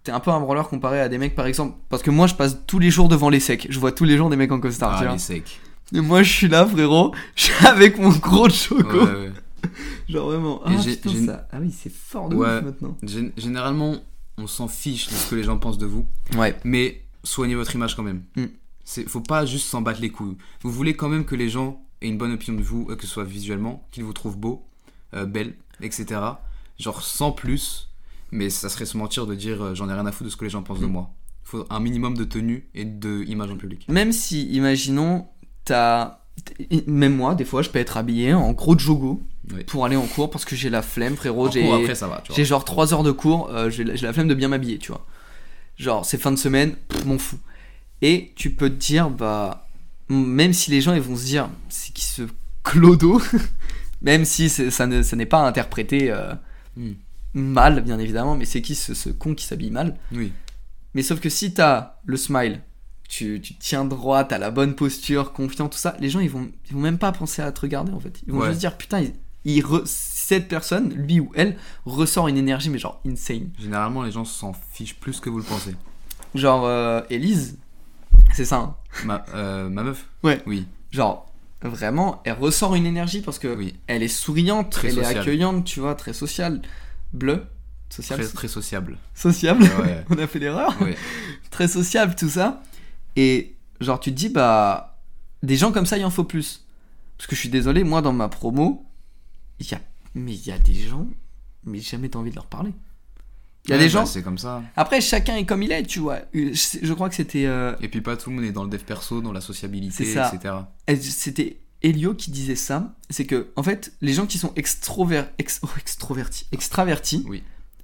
t'es un peu un branleur comparé à des mecs, par exemple. Parce que moi, je passe tous les jours devant les secs. Je vois tous les jours des mecs en costard. Ah, tu vois. les secs. Et moi, je suis là, frérot. Je suis avec mon gros choco. Ouais, ouais. Genre vraiment. Et Ah, j'ai- putain, j'ai- ça. Ah oui, c'est fort de Ouais. ouf maintenant. Gén- Généralement, on s'en fiche de ce que les gens pensent de vous, Ouais. mais soignez votre image quand même. Mm. C'est, faut pas juste s'en battre les couilles. Vous voulez quand même que les gens aient une bonne opinion de vous, euh, que ce soit visuellement, qu'ils vous trouvent beau, euh, belle, et cetera. Genre sans plus, mais ça serait se mentir de dire euh, j'en ai rien à foutre de ce que les gens pensent de Mm. moi. Faut un minimum de tenue et de image en public. Même si, imaginons, t'as. Même moi, des fois, je peux être habillé en gros jogo Oui. pour aller en cours parce que j'ai la flemme, frérot. En J'ai... cours, après ça va, tu vois. J'ai genre trois heures de cours, euh, j'ai, la, j'ai la flemme de bien m'habiller, tu vois. Genre, c'est fin de semaine, pff, m'en fous. Et tu peux te dire, bah, même si les gens ils vont se dire, c'est qui ce clodo, même si c'est- ça, ne, ça n'est pas interprété euh, Mm. mal, bien évidemment, mais c'est qui ce, ce con qui s'habille mal. Oui. Mais sauf que si t'as le smile, tu, tu tiens droit, t'as la bonne posture, confiant, tout ça, les gens ils vont, ils vont même pas penser à te regarder en fait. Ils vont Ouais. juste dire, putain, il, il re- cette personne, lui ou elle, ressort une énergie, mais genre insane. Généralement, les gens s'en fichent plus que vous le pensez. Genre, euh, Elise, c'est ça, hein. Ma, euh, ma meuf Ouais. Oui. Genre, vraiment, elle ressort une énergie parce que Oui. elle est souriante, Très elle sociale. est accueillante, tu vois, très sociale. Bleu, sociable, Très, très sociable. sociable, Ouais. on a fait l'erreur. Ouais. Très sociable, tout ça. Et genre, tu te dis, bah, des gens comme ça, il en faut plus. Parce que je suis désolé, moi, dans ma promo, il y a, mais il y a des gens, mais jamais t'as envie de leur parler. Il y a Ouais, des bah, gens. c'est comme ça. Après, chacun est comme il est, tu vois. Je, je crois que c'était. euh, Et puis pas tout le monde est dans le dev perso, dans la sociabilité, C'est ça. et cetera. Elle- C'était Elio qui disait ça, c'est que en fait les gens qui sont extrover, ex- oh, extrovertis, extravertis, Oui.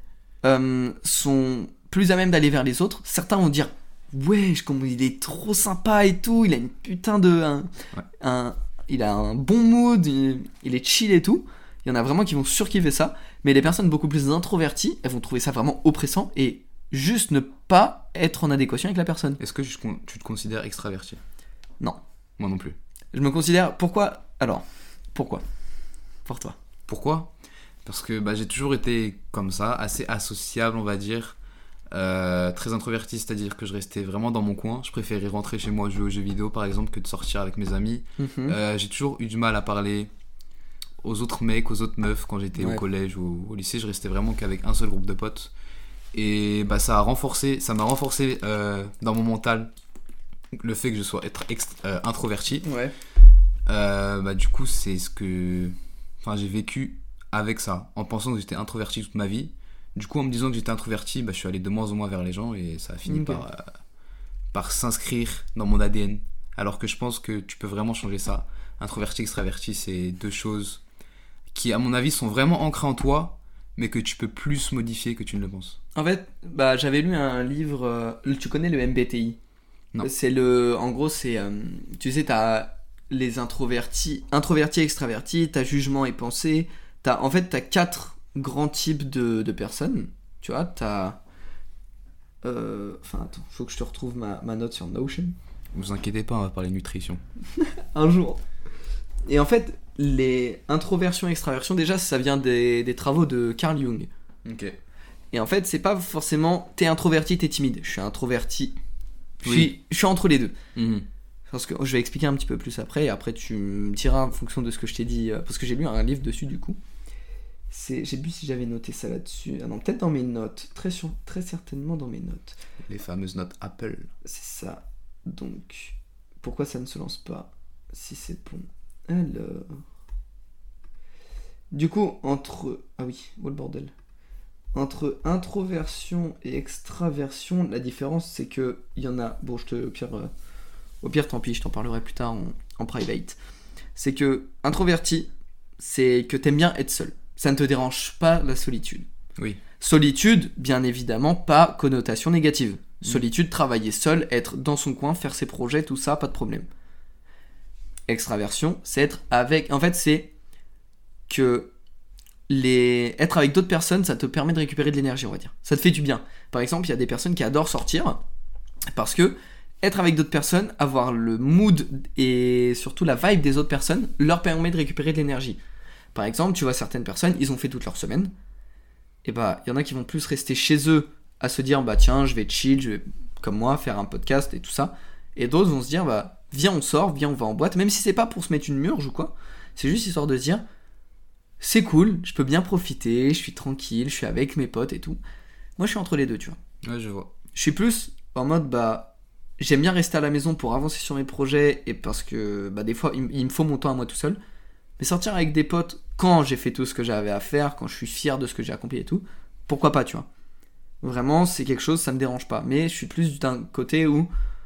euh, sont plus à même d'aller vers les autres. Certains vont dire wesh, comme il est trop sympa et tout, il a une putain de un, Ouais. un- il a un bon mood, il, il est chill et tout. Il y en a vraiment qui vont surkiffer ça, mais les personnes beaucoup plus introverties, elles vont trouver ça vraiment oppressant et juste ne pas être en adéquation avec la personne. Est-ce que tu, tu te considères extraverti? Non. Moi non plus. Je me considère pourquoi alors pourquoi pour toi. Pourquoi? Parce que bah, j'ai toujours été comme ça, assez associable, on va dire. Euh, très introverti, c'est-à-dire que je restais vraiment dans mon coin. Je préférais rentrer chez moi jouer aux jeux vidéo, par exemple, que de sortir avec mes amis. Mhm. Euh, j'ai toujours eu du mal à parler aux autres mecs, aux autres meufs quand j'étais Ouais. au collège ou au lycée. Je restais vraiment qu'avec un seul groupe de potes. Et bah, ça a renforcé, ça m'a renforcé euh, dans mon mental le fait que je sois être ext- euh, introverti. Ouais. Euh, bah, du coup, c'est ce que. Enfin, j'ai vécu avec ça, en pensant que j'étais introverti toute ma vie. Du coup, en me disant que j'étais introverti, bah, je suis allé de moins en moins vers les gens et ça a fini Ok. par, euh, par s'inscrire dans mon A D N. Alors que je pense que tu peux vraiment changer ça. Introverti, extraverti, c'est deux choses qui, à mon avis, sont vraiment ancrées en toi, mais que tu peux plus modifier que tu ne le penses. En fait, bah, j'avais lu un livre. euh, tu connais le M B T I? Non. C'est le. En gros, c'est. euh, tu sais, t'as les introvertis, introvertis, extravertis, t'as jugement et pensée. T'as, en fait, t'as quatre grands types de, de personnes. Tu vois, t'as. euh, Enfin, attends, faut que je te retrouve ma, ma note sur Notion. Vous inquiétez pas, on va parler nutrition. Un jour. Et en fait, les introversions et extraversions, déjà, ça vient des, des travaux de Carl Jung. Ok. Et en fait, c'est pas forcément t'es introverti, t'es timide. Je suis introverti. Je Oui. suis, je suis entre les deux. Mhm. Parce que je vais expliquer un petit peu plus après, et après tu me diras en fonction de ce que je t'ai dit, euh, parce que j'ai lu un livre dessus du coup. C'est, j'ai vu si j'avais noté ça là-dessus. Ah non, peut-être dans mes notes. Très, sur, très certainement dans mes notes. Les fameuses notes Apple. C'est ça. Donc, pourquoi ça ne se lance pas si c'est bon? Alors. Du coup, entre. Ah oui, oh le bordel. Entre introversion et extraversion, la différence c'est que il y en a. Bon, je te. Au pire, euh, au pire tant pis, je t'en parlerai plus tard en, en private. C'est que introverti, c'est que t'aimes bien être seul. Ça ne te dérange pas la solitude. Oui. Solitude, bien évidemment, pas connotation négative. Solitude, travailler seul, être dans son coin, faire ses projets, tout ça, pas de problème. Extraversion, c'est être avec. En fait, c'est que les être avec d'autres personnes, ça te permet de récupérer de l'énergie, on va dire. Ça te fait du bien. Par exemple, il y a des personnes qui adorent sortir parce que être avec d'autres personnes, avoir le mood et surtout la vibe des autres personnes, leur permet de récupérer de l'énergie. Par exemple, tu vois certaines personnes, ils ont fait toute leur semaine. Et bah, il y en a qui vont plus rester chez eux à se dire bah tiens, je vais chill, je vais comme moi faire un podcast et tout ça. Et d'autres vont se dire bah viens, on sort, viens, on va en boîte, même si c'est pas pour se mettre une murge ou quoi. C'est juste histoire de se dire c'est cool, je peux bien profiter, je suis tranquille, je suis avec mes potes et tout. Moi, je suis entre les deux, tu vois. Ouais, je vois. Je suis plus en mode bah j'aime bien rester à la maison pour avancer sur mes projets et parce que bah des fois il, il me faut mon temps à moi tout seul. Mais sortir avec des potes quand j'ai fait tout ce que j'avais à faire, quand je suis fier de ce que j'ai accompli et tout, pourquoi pas, tu vois. Vraiment, c'est quelque chose, ça me dérange pas. Mais je suis plus d'un côté où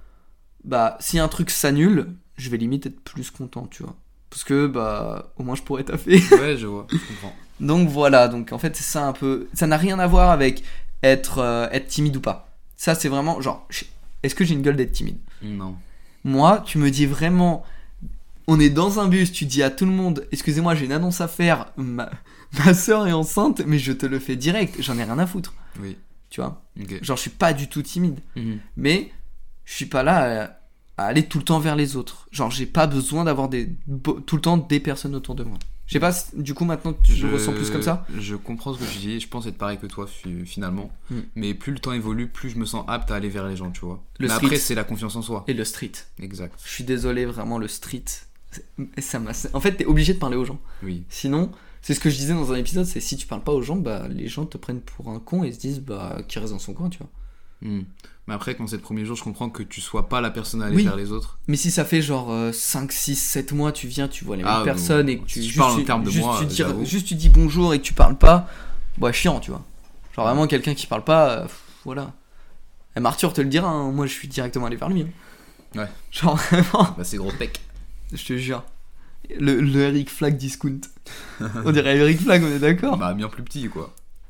bah si un truc s'annule, je vais limite être plus content, tu vois. Parce que bah au moins je pourrais taffer. Ouais, je vois, je comprends. Donc voilà, donc en fait c'est ça un peu, ça n'a rien à voir avec être euh, être timide ou pas. Ça c'est vraiment genre, est-ce que j'ai une gueule d'être timide ? Non. Moi, tu me dis vraiment, on est dans un bus, tu dis à tout le monde, excusez-moi, j'ai une annonce à faire, ma, ma soeur est enceinte, mais je te le fais direct, j'en ai rien à foutre. Oui. Tu vois ? Ok. Genre je suis pas du tout timide, Mhm. mais je suis pas là à, à aller tout le temps vers les autres. Genre j'ai pas besoin d'avoir des, tout le temps des personnes autour de moi. Je sais pas, du coup maintenant tu Je le ressens plus comme ça ? Je comprends ce que tu dis, je pense être pareil que toi fi- finalement. Mm. Mais plus le temps évolue, plus je me sens apte à aller vers les gens, tu vois. Le Mais street. après, c'est la confiance en soi. Et le street. Exact. Je suis désolé, vraiment, le street. c'est- Ça m'a... En fait, t'es obligé de parler aux gens. Oui. Sinon, c'est ce que je disais dans un épisode, c'est si tu parles pas aux gens, bah les gens te prennent pour un con et se disent bah qu'il reste dans son coin, tu vois. Mm. Mais après, quand c'est le premier jour, je comprends que tu sois pas la personne à aller Oui. vers les autres. Mais si ça fait genre euh, cinq, six, sept mois, tu viens, tu vois les mêmes Ah, personnes bon, et que tu, si je juste, parle en tu- termes de juste, moi, tu dis, j'avoue. juste tu dis bonjour et que tu parles pas, bah chiant, tu vois. Genre vraiment quelqu'un qui parle pas, euh, pff, voilà. Et Arthur te le dira, hein, moi je suis directement allé vers lui. hein. Ouais. Genre vraiment, Bah, c'est gros pec. je te jure. Le, le Eric Flag discount. On dirait Eric Flag, on est d'accord. Bah, bien plus petit, quoi.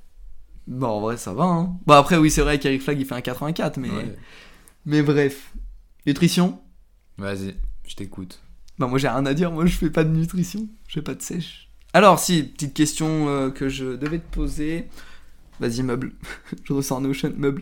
Bah en vrai ça va hein. Bah après oui c'est vrai qu'Eric Flag il fait un quatre-vingt-quatre mais... Ouais. Mais bref. Nutrition. Vas-y, je t'écoute. Bah moi j'ai rien à dire, moi je fais pas de nutrition. Je fais pas de sèche. Alors si, petite question euh, que je devais te poser. Vas-y meuble. Je ressens Notion meuble.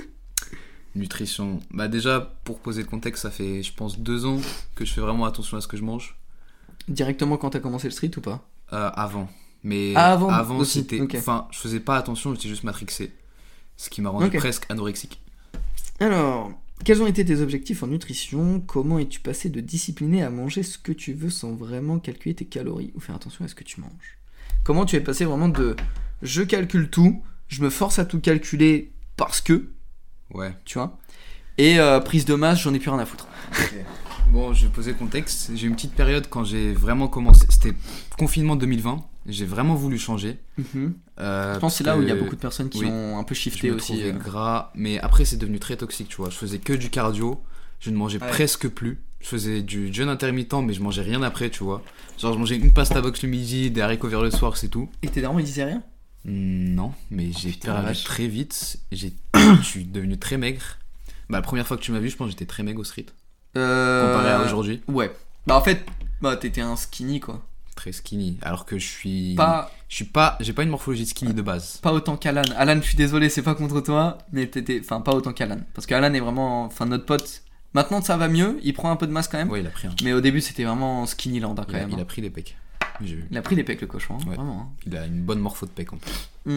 Nutrition. Bah, déjà, pour poser le contexte, ça fait, je pense, deux ans que je fais vraiment attention à ce que je mange. Directement quand t'as commencé le street ou pas ? Euh, avant. Mais Ah, avant aussi, c'était. ok. Enfin, je faisais pas attention, j'étais juste matrixé. Ce qui m'a rendu Ok. presque anorexique. Alors, quels ont été tes objectifs en nutrition ? Comment es-tu passé de discipliné à manger ce que tu veux sans vraiment calculer tes calories ou faire attention à ce que tu manges ? Comment tu es passé vraiment de je calcule tout, je me force à tout calculer parce que, Ouais. tu vois, et euh, prise de masse, j'en ai plus rien à foutre. Bon, je vais poser le contexte. J'ai eu une petite période quand j'ai vraiment commencé. C'était confinement deux mille vingt. J'ai vraiment voulu changer. Mhm. Euh, Je pense que c'est parce là où il y a que beaucoup de personnes qui oui, ont un peu je shifté me aussi. trouvais euh. gras. Mais après, c'est devenu très toxique, tu vois. Je faisais que du cardio. Je ne mangeais Ouais. presque plus. Je faisais du jeûne intermittent, mais je mangeais rien après, tu vois. Genre, je mangeais une pasta box le midi, des haricots verts le soir, c'est tout. Et tes darons ils disaient rien ? Hmm, Non, mais j'ai putain, la perdu vache. très vite. J'ai... je suis devenu très maigre. Bah, la première fois que tu m'as vu, je pense que j'étais très maigre au street. Euh... Comparé à aujourd'hui. Ouais. Bah en fait, bah t'étais un skinny quoi. Très skinny. Alors que je suis. Pas, Je suis pas. J'ai pas une morphologie de skinny de base. pas autant qu'Alan. Alan, je suis désolé, c'est pas contre toi, mais t'étais. Enfin, pas autant qu'Alan. Parce qu'Alan est vraiment. Enfin, notre pote. Maintenant ça va mieux, il prend un peu de masse quand même. Ouais, il a pris un. Mais au début c'était vraiment skinny land hein, quand Il a, même. il hein. a pris des pecs. J'ai vu. Il a pris les pecs le cochon, hein, Ouais. vraiment. hein. Il a une bonne morpho de pec en plus. Mm.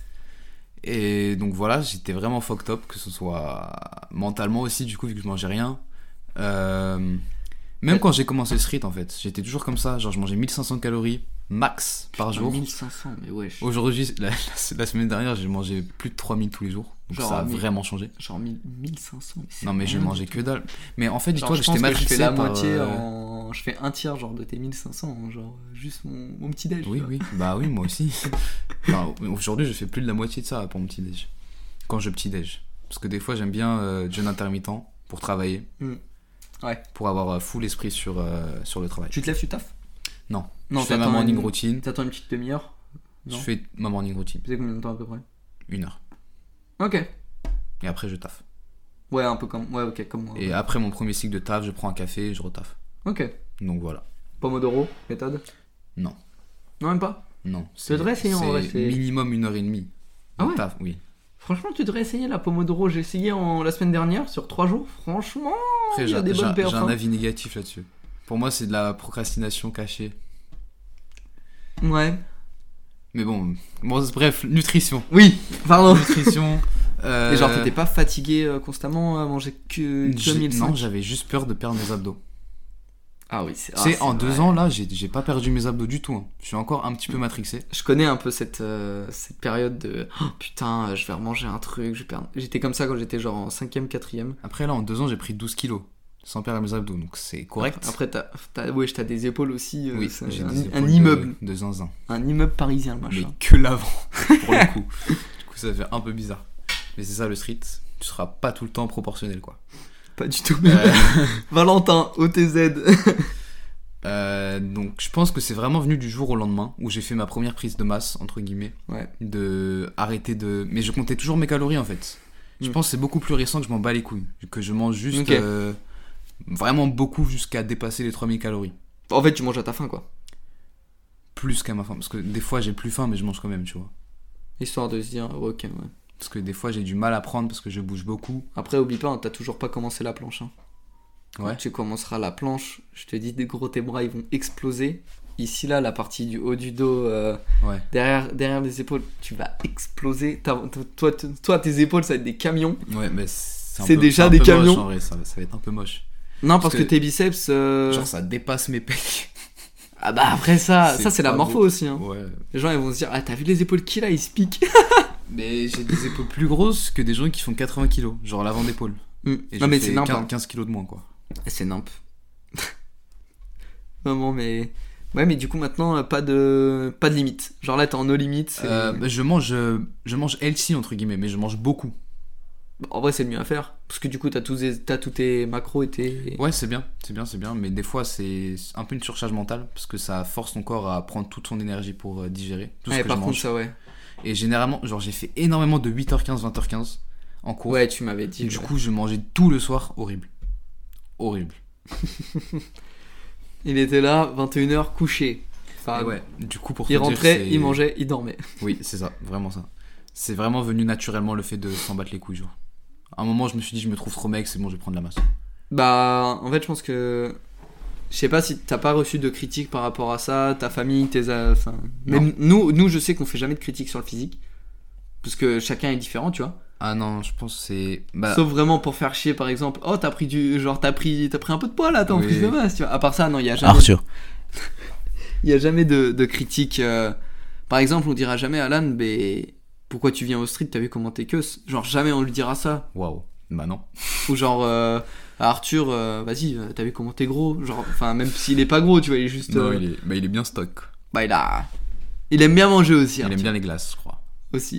Et donc voilà, j'étais vraiment fucked up, que ce soit mentalement aussi, du coup, vu que je mangeais rien. Euh, Même Ouais. quand j'ai commencé le street, en fait, j'étais toujours comme ça. Genre, je mangeais mille cinq cents calories max par Putain, jour. mille cinq cents, mais wesh. Aujourd'hui, la, la- la semaine dernière, j'ai mangé plus de trois mille tous les jours. Donc Genre ça a mille- vraiment changé. Genre mille mille cinq cents. mais c'est Non, mais je rien du mangeais tout. que dalle. Mais en fait, Genre, dis-toi je que pense j'étais que je matrixé fais la par, moitié euh, en. Je fais un tiers genre de tes mille cinq cents, hein, genre juste mon, mon petit déj. Oui, oui, bah oui, moi aussi. Enfin, aujourd'hui, je fais plus de la moitié de ça pour mon petit déj. Quand je petit déj. Parce que des fois, j'aime bien euh, jeûne intermittent pour travailler. Mm. Ouais. Pour avoir euh, full esprit sur, euh, sur le travail. Tu te lèves, tu taffes Non. Non, je fais ma t'attends morning une- routine. T'attends une petite demi-heure Je Non. fais ma morning routine. Tu sais combien de temps à peu près Une heure. Ok. Et après, je taffe. Ouais, un peu comme. Ouais, ok, comme moi. Et après mon premier cycle de taf, je prends un café et je retaffe. Ok. Donc voilà. Pomodoro, méthode Non. Non, même pas Non. Tu devrais essayer, en vrai, C'est c'est- minimum une heure et demie. Ah de ouais taf, oui. Franchement, tu devrais essayer la Pomodoro. J'ai essayé en... la semaine dernière sur trois jours. Franchement, Après, il y a j'ai des j'ai- bonnes j'ai perfs. un hein. avis négatif là-dessus. Pour moi, c'est de la procrastination cachée. Ouais. Mais bon, bon bref, nutrition. Oui, pardon. Nutrition. Euh, Et genre, t'étais pas fatigué euh, constamment à manger que j'ai- deux mille cinq? Non, j'avais juste peur de perdre mes abdos. Ah oui, c'est Tu sais, ah, en c'est deux vrai. ans, là, j'ai, j'ai pas perdu mes abdos du tout. hein. Je suis encore un petit peu matrixé. Je connais un peu cette, euh, cette période de oh, putain, euh, je vais remanger un truc, je vais perdre. J'étais comme ça quand j'étais genre en cinquième, quatrième. Après, là, en deux ans, j'ai pris douze kilos. Sans perdre mes abdos, donc c'est correct. Après, t'as, t'as, ouais, t'as des épaules aussi. euh, oui, c'est j'ai un, des un épaules immeuble. De, de zinzin. Un immeuble parisien, le machin. Mais que l'avant, pour le coup. Du coup, ça fait un peu bizarre. Mais c'est ça le street. Tu seras pas tout le temps proportionnel, quoi. Pas du tout. Euh, Valentin, O T Z. euh, donc, je pense que c'est vraiment venu du jour au lendemain où j'ai fait ma première prise de masse, entre guillemets. Ouais. De arrêter de. Mais je comptais toujours mes calories, en fait. Je Mm. pense que c'est beaucoup plus récent que je m'en bats les couilles. Que je mange juste. Ok. euh, vraiment beaucoup jusqu'à dépasser les trois mille calories. En fait, tu manges à ta faim, quoi. Plus qu'à ma faim. Parce que des fois, j'ai plus faim, mais je mange quand même, tu vois. Histoire de se dire, ok, ouais. Parce que des fois, j'ai du mal à prendre parce que je bouge beaucoup. Après, oublie pas, hein, t'as toujours pas commencé la planche. Hein. Quand Ouais. tu commenceras la planche, je te dis, des gros, tes bras, ils vont exploser. Ici, là, la partie du haut du dos, euh, Ouais. derrière, derrière les épaules, tu vas exploser. T'as- toi, t- toi, tes épaules, ça va être des camions. Ouais, mais c'est un C'est peu- déjà un des peu camions. moche, en vrai, ça, va- ça va être un peu moche. Non, parce, Parce que, que- tes biceps. euh, Genre, ça dépasse mes pecs. Ah bah après ça, C'est ça c'est la pas morpho beau. aussi. Hein. Ouais. Les gens ils vont se dire, ah t'as vu les épaules qu'il a, ils se piquent. Mais j'ai des épaules plus grosses que des gens qui font quatre-vingts kilos. Genre l'avant d'épaule. Mm. Et Non je mais fais c'est nimp. quinze, Hein. quinze kilos de moins, quoi. C'est nimp. Vraiment mais. Ouais mais du coup maintenant euh, pas de pas de limite. Genre là t'es en no limite. c'est- Euh, bah, je mange euh, je mange healthy, entre guillemets, mais je mange beaucoup. En vrai c'est le mieux à faire. Parce que du coup t'as tous, tes- t'as tous tes macros et tes. Ouais, c'est bien, c'est bien, c'est bien. Mais des fois, c'est un peu une surcharge mentale. Parce que ça force ton corps à prendre toute son énergie pour euh, digérer tout ce Ouais, que par je contre mange. ça ouais. Et généralement, genre j'ai fait énormément de huit heures quinze, vingt heures quinze en cours. Ouais tu m'avais dit. Du ouais. coup, je mangeais tout le soir, horrible. Horrible. Il était là, vingt et une heures couché. Enfin, Et ouais, du coup, pour il te dire, rentrait, c'est- il mangeait, il dormait. Oui, c'est ça, vraiment ça. C'est vraiment venu naturellement le fait de s'en battre les couilles, genre. À un moment, je me suis dit, je me trouve trop mec, c'est bon, je vais prendre la masse. Bah, en fait, je pense que. Je sais pas si t'as pas reçu de critiques par rapport à ça, ta famille, tes. a- Enfin. Même nous, nous, je sais qu'on fait jamais de critiques sur le physique. Parce que chacun est différent, tu vois. Ah non, je pense que c'est. Bah, Sauf vraiment pour faire chier, par exemple. Oh, t'as pris du. Genre, t'as pris, t'as pris un peu de poids là, t'es en Oui. prise de masse, tu vois. À part ça, non, il y a jamais. Arthur. Il y a jamais de, de critiques. euh, Par exemple, on dira jamais à Alan, mais. Pourquoi tu viens au street, t'as vu comment t'es que. Genre, jamais on lui dira ça. Waouh. Bah non. Ou genre. euh, à Arthur, euh, vas-y, euh, t'as vu comment t'es gros. Genre, enfin, même s'il est pas gros, tu vois, il est juste. Non, euh, il est... Bah, il est bien stock. Bah, il a. Il aime bien manger aussi, Il aime Arthur. bien les glaces, je crois. Aussi.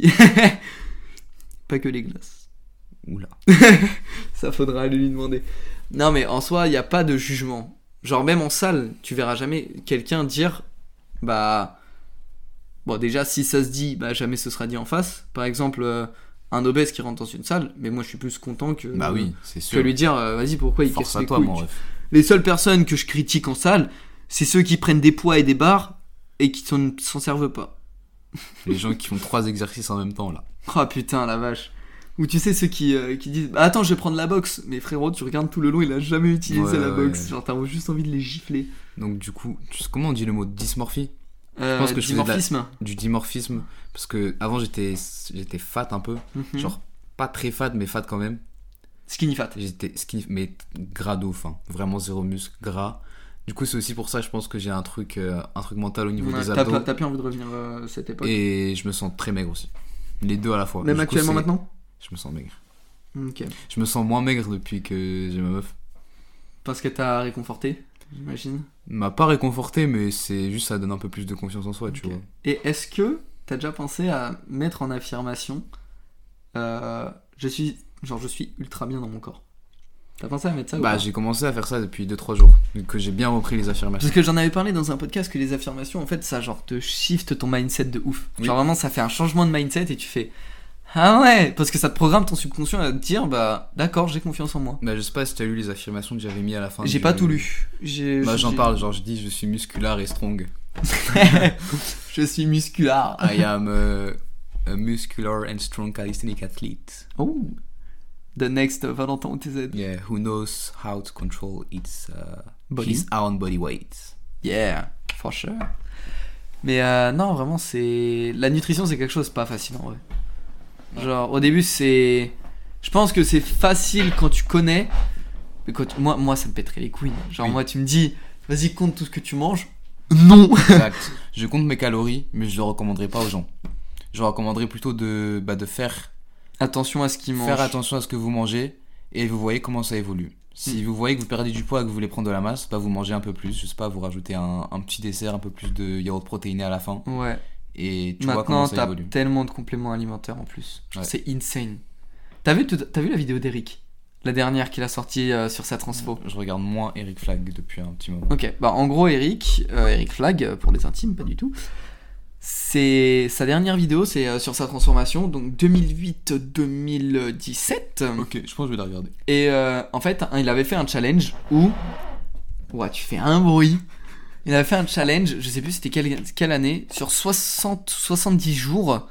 Pas que les glaces. Oula. Ça faudra aller lui demander. Non, mais en soi, il n'y a pas de jugement. Genre, même en salle, tu verras jamais quelqu'un dire, bah. Bon, déjà, si ça se dit, bah, jamais ce sera dit en face. Par exemple, euh, un obèse qui rentre dans une salle, mais moi, je suis plus content que. Bah oui, c'est Que sûr. lui dire, euh, vas-y, pourquoi il Force casse à les toi, couilles. mon ref. Les seules personnes que je critique en salle, c'est ceux qui prennent des poids et des barres et qui s'en s'en servent pas. Les gens qui font trois exercices en même temps, là. Oh putain, la vache. Ou tu sais ceux qui, euh, qui disent, bah, attends, je vais prendre la boxe. Mais frérot, tu regardes tout le long, il a jamais utilisé Ouais, la ouais, boxe. ouais. Genre, t'as juste envie de les gifler. Donc, du coup, tu sais comment on dit le mot dysmorphie? Euh, pense que je faisais de la- dimorphisme. Du dimorphisme. Parce que avant j'étais j'étais fat un peu. Mhm. Genre, pas très fat, mais fat quand même. Skinny fat. J'étais skinny, mais gras de ouf, hein. Vraiment zéro muscle, gras. Du coup, c'est aussi pour ça, je pense que j'ai un truc, euh, un truc mental au niveau Ouais, des t'as, abdos. pas- t'as plus envie de revenir euh, à cette époque. Et je me sens très maigre aussi. Les deux à la fois. Même Du coup, actuellement c'est- maintenant Je me sens maigre. Ok. Je me sens moins maigre depuis que j'ai ma meuf. Parce que t'as réconforté, j'imagine. M'a pas réconforté, mais c'est juste ça donne un peu plus de confiance en soi, tu Ok. vois. Et est-ce que t'as déjà pensé à mettre en affirmation euh, je suis genre je suis ultra bien dans mon corps. T'as pensé à mettre ça ou Bah, pas j'ai commencé à faire ça depuis deux trois jours. Que j'ai bien repris les affirmations. Parce que j'en avais parlé dans un podcast que les affirmations en fait ça genre te shift ton mindset de ouf. Oui. Genre vraiment ça fait un changement de mindset et tu fais ah ouais parce que ça te programme ton subconscient à te dire bah d'accord j'ai confiance en moi. Bah, je sais pas si t'as lu les affirmations que j'avais mis à la fin. J'ai du- pas tout lu. J'ai, Bah, j'en j'ai- parle, genre je dis je suis musculaire et strong. je suis musculard. I am a, a muscular and strong calisthenic athlete. Oh. The next uh, Valentin O T Z. Yeah, who knows how to control its uh, Body. his own body weight. Yeah, for sure. Mais euh, non, vraiment, c'est. La nutrition, c'est quelque chose de pas facile en vrai. ouais. Genre, au début, c'est. Je pense que c'est facile quand tu connais. Mais quand tu- moi, moi, ça me pèterait les couilles. Genre, Oui. moi, tu me dis, vas-y, compte tout ce que tu manges. Non. Exact. Je compte mes calories, mais je le recommanderais pas aux gens. Je recommanderais plutôt de, bah, de faire, Attention à ce qu'ils mangent. faire attention à ce que vous mangez et vous voyez comment ça évolue. Si Mm. vous voyez que vous perdez du poids et que vous voulez prendre de la masse, bah vous mangez un peu plus. Je sais pas, vous rajoutez un, un petit dessert, un peu plus de yaourt protéiné à la fin Ouais. et tu vois comment Maintenant, ça t'as évolue. tellement de compléments alimentaires en plus. Genre, Ouais. c'est insane. T'as vu, tout- t'as vu la vidéo d'Eric? La dernière qu'il a sortie euh, sur sa transfo. Je regarde moins Eric Flag depuis un petit moment. Ok, bah en gros, Eric, euh, Eric Flag, euh, pour les intimes, pas du tout. C'est sa dernière vidéo, c'est euh, sur sa transformation, donc deux mille huit deux mille dix-sept. Ok, je pense que je vais la regarder. Et euh, en fait, hein, il avait fait un challenge où. Ouah, tu fais un bruit. Il avait fait un challenge, je sais plus c'était quelle, quelle année, sur soixante soixante-dix jours,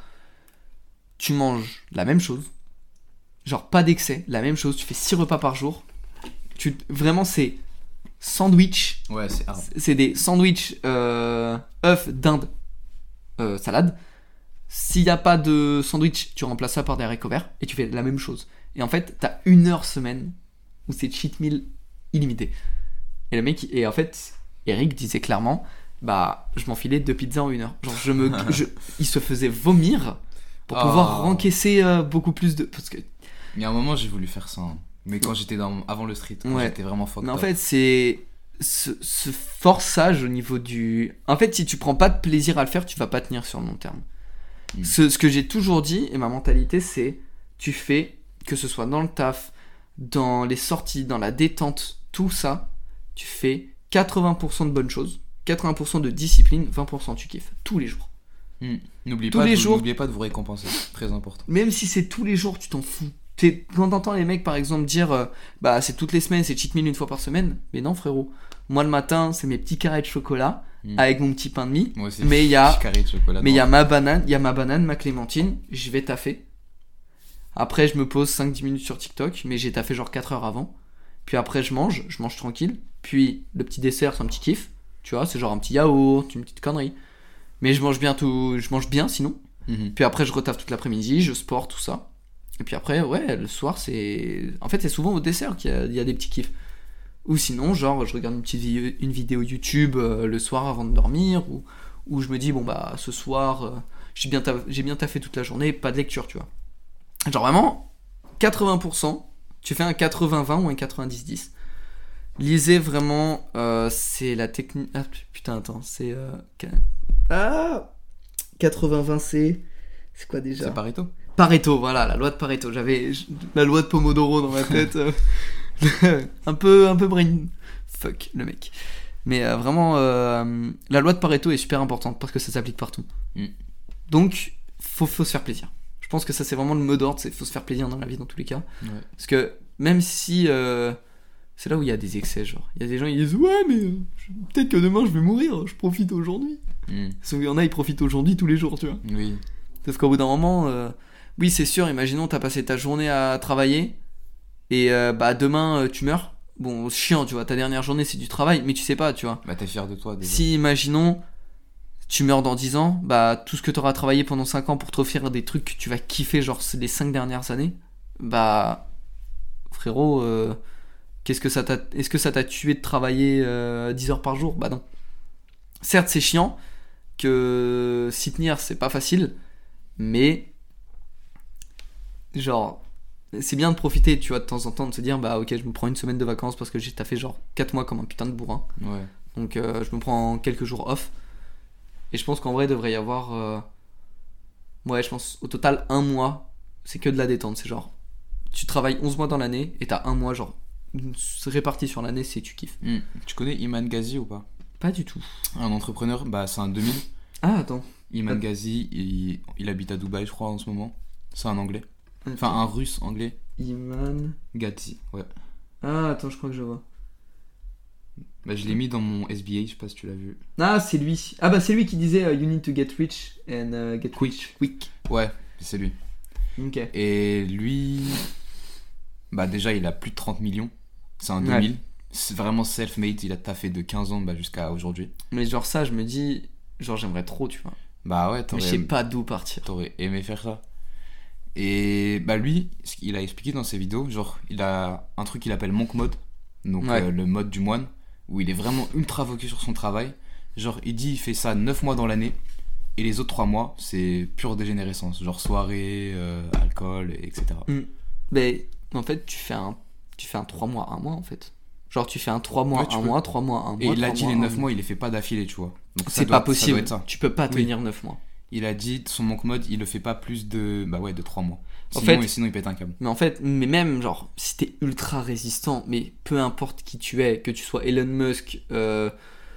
tu manges la même chose. Genre pas d'excès, la même chose, tu fais six repas par jour. Tu, vraiment, c'est sandwich. Ouais, c'est hard. C'est des sandwichs euh, œufs, dinde, euh, salade. S'il n'y a pas de sandwich, tu remplaces ça par des haricots verts et tu fais la même chose. Et en fait, t'as une heure semaine où c'est cheat meal illimité. Et le mec, et en fait, Eric disait clairement, bah, je m'enfilais deux pizzas en une heure. Genre, je me, je, il se faisait vomir pour pouvoir Oh. rencaisser euh, beaucoup plus de. Parce que, Il y a un moment, j'ai voulu faire ça. hein. Mais quand j'étais dans, avant le street, quand Ouais. j'étais vraiment fucked mais en up. fait, c'est ce, ce forçage au niveau du. En fait, si tu prends pas de plaisir à le faire, tu vas pas tenir sur le long terme. Mm. Ce, ce que j'ai toujours dit, et ma mentalité, c'est tu fais, que ce soit dans le taf, dans les sorties, dans la détente, tout ça, tu fais quatre-vingts pour cent de bonnes choses, quatre-vingts pour cent de discipline, vingt pour cent tu kiffes, tous les jours. Hmm. N'oubliez Tous pas, les de, jours. n'oubliez pas de vous récompenser. Très important. Même si c'est tous les jours, tu t'en fous. T'es- quand t'entends les mecs par exemple dire euh, bah c'est toutes les semaines, c'est cheat meal une fois par semaine, mais non frérot. Moi le matin, c'est mes petits carrés de chocolat Mm. avec mon petit pain de mie. Moi aussi. Mais il y a- Petit carré de chocolat. Mais il y a dedans. ma banane, il y a ma banane, ma clémentine, je vais taffer. Après, je me pose cinq dix minutes sur TikTok, mais j'ai taffé genre quatre heures avant. Puis après, je mange, je mange tranquille. Puis le petit dessert, c'est un petit kiff. Tu vois, c'est genre un petit yaourt, une petite connerie. Mais je mange bien tout, je mange bien sinon. Mhm. Puis après, je retaffe toute l'après-midi, je sport, tout ça. Et puis après, ouais, le soir, c'est. En fait, c'est souvent au dessert qu'il y a, il y a des petits kiffs. Ou sinon, genre, je regarde une petite vidéo, une vidéo YouTube euh, le soir avant de dormir. Ou, ou je me dis, bon, bah, ce soir, euh, j'ai bien, taff- j'ai bien taffé toute la journée, pas de lecture, tu vois. Genre vraiment, quatre-vingts pour cent, tu fais un quatre-vingts vingt ou un quatre-vingt-dix dix. Lisez vraiment, euh, c'est la technique. Ah putain, attends, c'est. Euh... qua- Ah quatre-vingts vingt, c'est. C'est quoi déjà C'est Pareto. Pareto, voilà, la loi de Pareto. J'avais j- la loi de Pomodoro dans ma tête. euh, un peu, un peu brain fuck le mec. Mais euh, vraiment, euh, la loi de Pareto est super importante parce que ça s'applique partout. Mm. Donc, faut, faut se faire plaisir. Je pense que ça c'est vraiment le mot d'ordre, c'est faut se faire plaisir dans la vie dans tous les cas. Ouais. Parce que même si euh, c'est là où il y a des excès, genre, il y a des gens ils disent ouais mais euh, je- peut-être que demain je vais mourir, je profite aujourd'hui. Mm. Sauf qu'il y en a ils profitent aujourd'hui tous les jours, tu vois. Oui. Sauf qu'au bout d'un moment, euh, oui, c'est sûr, imaginons, t'as passé ta journée à travailler, et euh, bah demain, euh, tu meurs. Bon, chiant, tu vois, ta dernière journée, c'est du travail, mais tu sais pas, tu vois. Bah t'es fier de toi déjà. Si, imaginons, tu meurs dans dix ans, bah tout ce que t'auras travaillé pendant cinq ans pour te offrir des trucs que tu vas kiffer, genre c'est les cinq dernières années, bah, frérot, euh, qu'est-ce que ça t'a... est-ce que ça t'a tué de travailler euh, dix heures par jour? Bah non. Certes, c'est chiant, que s'y tenir, c'est pas facile, mais genre c'est bien de profiter, tu vois, de temps en temps, de se dire bah ok, je me prends une semaine de vacances parce que j'ai taffé genre quatre mois comme un putain de bourrin, Ouais. donc euh, je me prends quelques jours off, et je pense qu'en vrai il devrait y avoir euh, ouais, je pense au total un mois, c'est que de la détente, c'est genre tu travailles onze mois dans l'année et t'as un mois genre réparti sur l'année, c'est tu kiffes. Mm. Tu connais Iman Ghazi ou pas? Pas du tout. Un entrepreneur, bah c'est un deux mille. Ah attends. Iman Ghazi, il, il habite à Dubaï, je crois, en ce moment. C'est un anglais. Enfin, un russe anglais. Iman. Ghazi, ouais. Ah attends, je crois que je vois. Bah je l'ai mis dans mon S B A, je sais pas si tu l'as vu. Ah, c'est lui. Ah bah c'est lui qui disait euh, you need to get rich and uh, get rich quick. Ouais, c'est lui. Ok. Et lui, bah déjà il a plus de trente millions. C'est un Ouais. deux mille. C'est vraiment self-made, il a taffé de quinze ans bah, jusqu'à aujourd'hui. Mais genre ça, je me dis, genre j'aimerais trop, tu vois. Bah ouais, Mais t'aurais, je sais pas d'où partir. t'aurais aimé faire ça. Et bah lui, ce qu'il a expliqué dans ses vidéos, genre il a un truc qu'il appelle monk mode, donc Ouais. euh, le mode du moine, où il est vraiment ultra focus sur son travail. Genre il dit il fait ça neuf mois dans l'année, et les autres trois mois c'est pure dégénérescence, genre soirée, euh, alcool, et cetera. Mm. Mais en fait, tu fais un, tu fais un trois mois, un mois en fait. Genre, tu fais un trois mois, Ouais, tu un peux. mois, trois mois, un mois. Et il a trois dit mois, les un neuf mois. mois il les fait pas d'affilée, tu vois. Donc ça C'est doit- pas possible. Ça doit être ça. Tu peux pas Oui. tenir neuf mois. Il a dit son monk mode il le fait pas plus de bah ouais de trois mois. En Sinon, fait- et sinon il pète un câble. Mais en fait, mais même genre, si t'es ultra résistant, mais peu importe qui tu es, que tu sois Elon Musk, euh,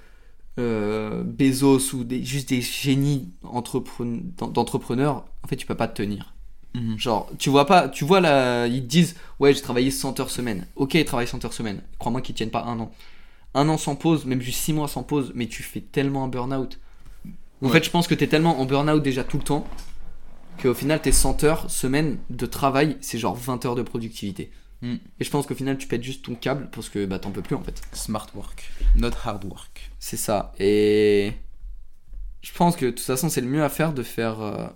euh, Bezos ou des, juste des génies entrepren- d'en- d'entrepreneurs, en fait, tu peux pas te tenir. Mhm. Genre, tu vois pas, tu vois là, ils te disent, ouais, j'ai travaillé cent heures semaine. Ok, ils travaillent cent heures semaine. Crois-moi qu'ils tiennent pas un an. Un an sans pause, même juste six mois sans pause, mais tu fais tellement un burn-out. En Ouais. fait, je pense que t'es tellement en burn-out déjà tout le temps qu'au final, tes cent heures semaine de travail, c'est genre vingt heures de productivité. Mm. Et je pense qu'au final, tu pètes juste ton câble parce que bah t'en peux plus en fait. Smart work, not hard work. C'est ça. Et je pense que de toute façon, c'est le mieux à faire de faire euh,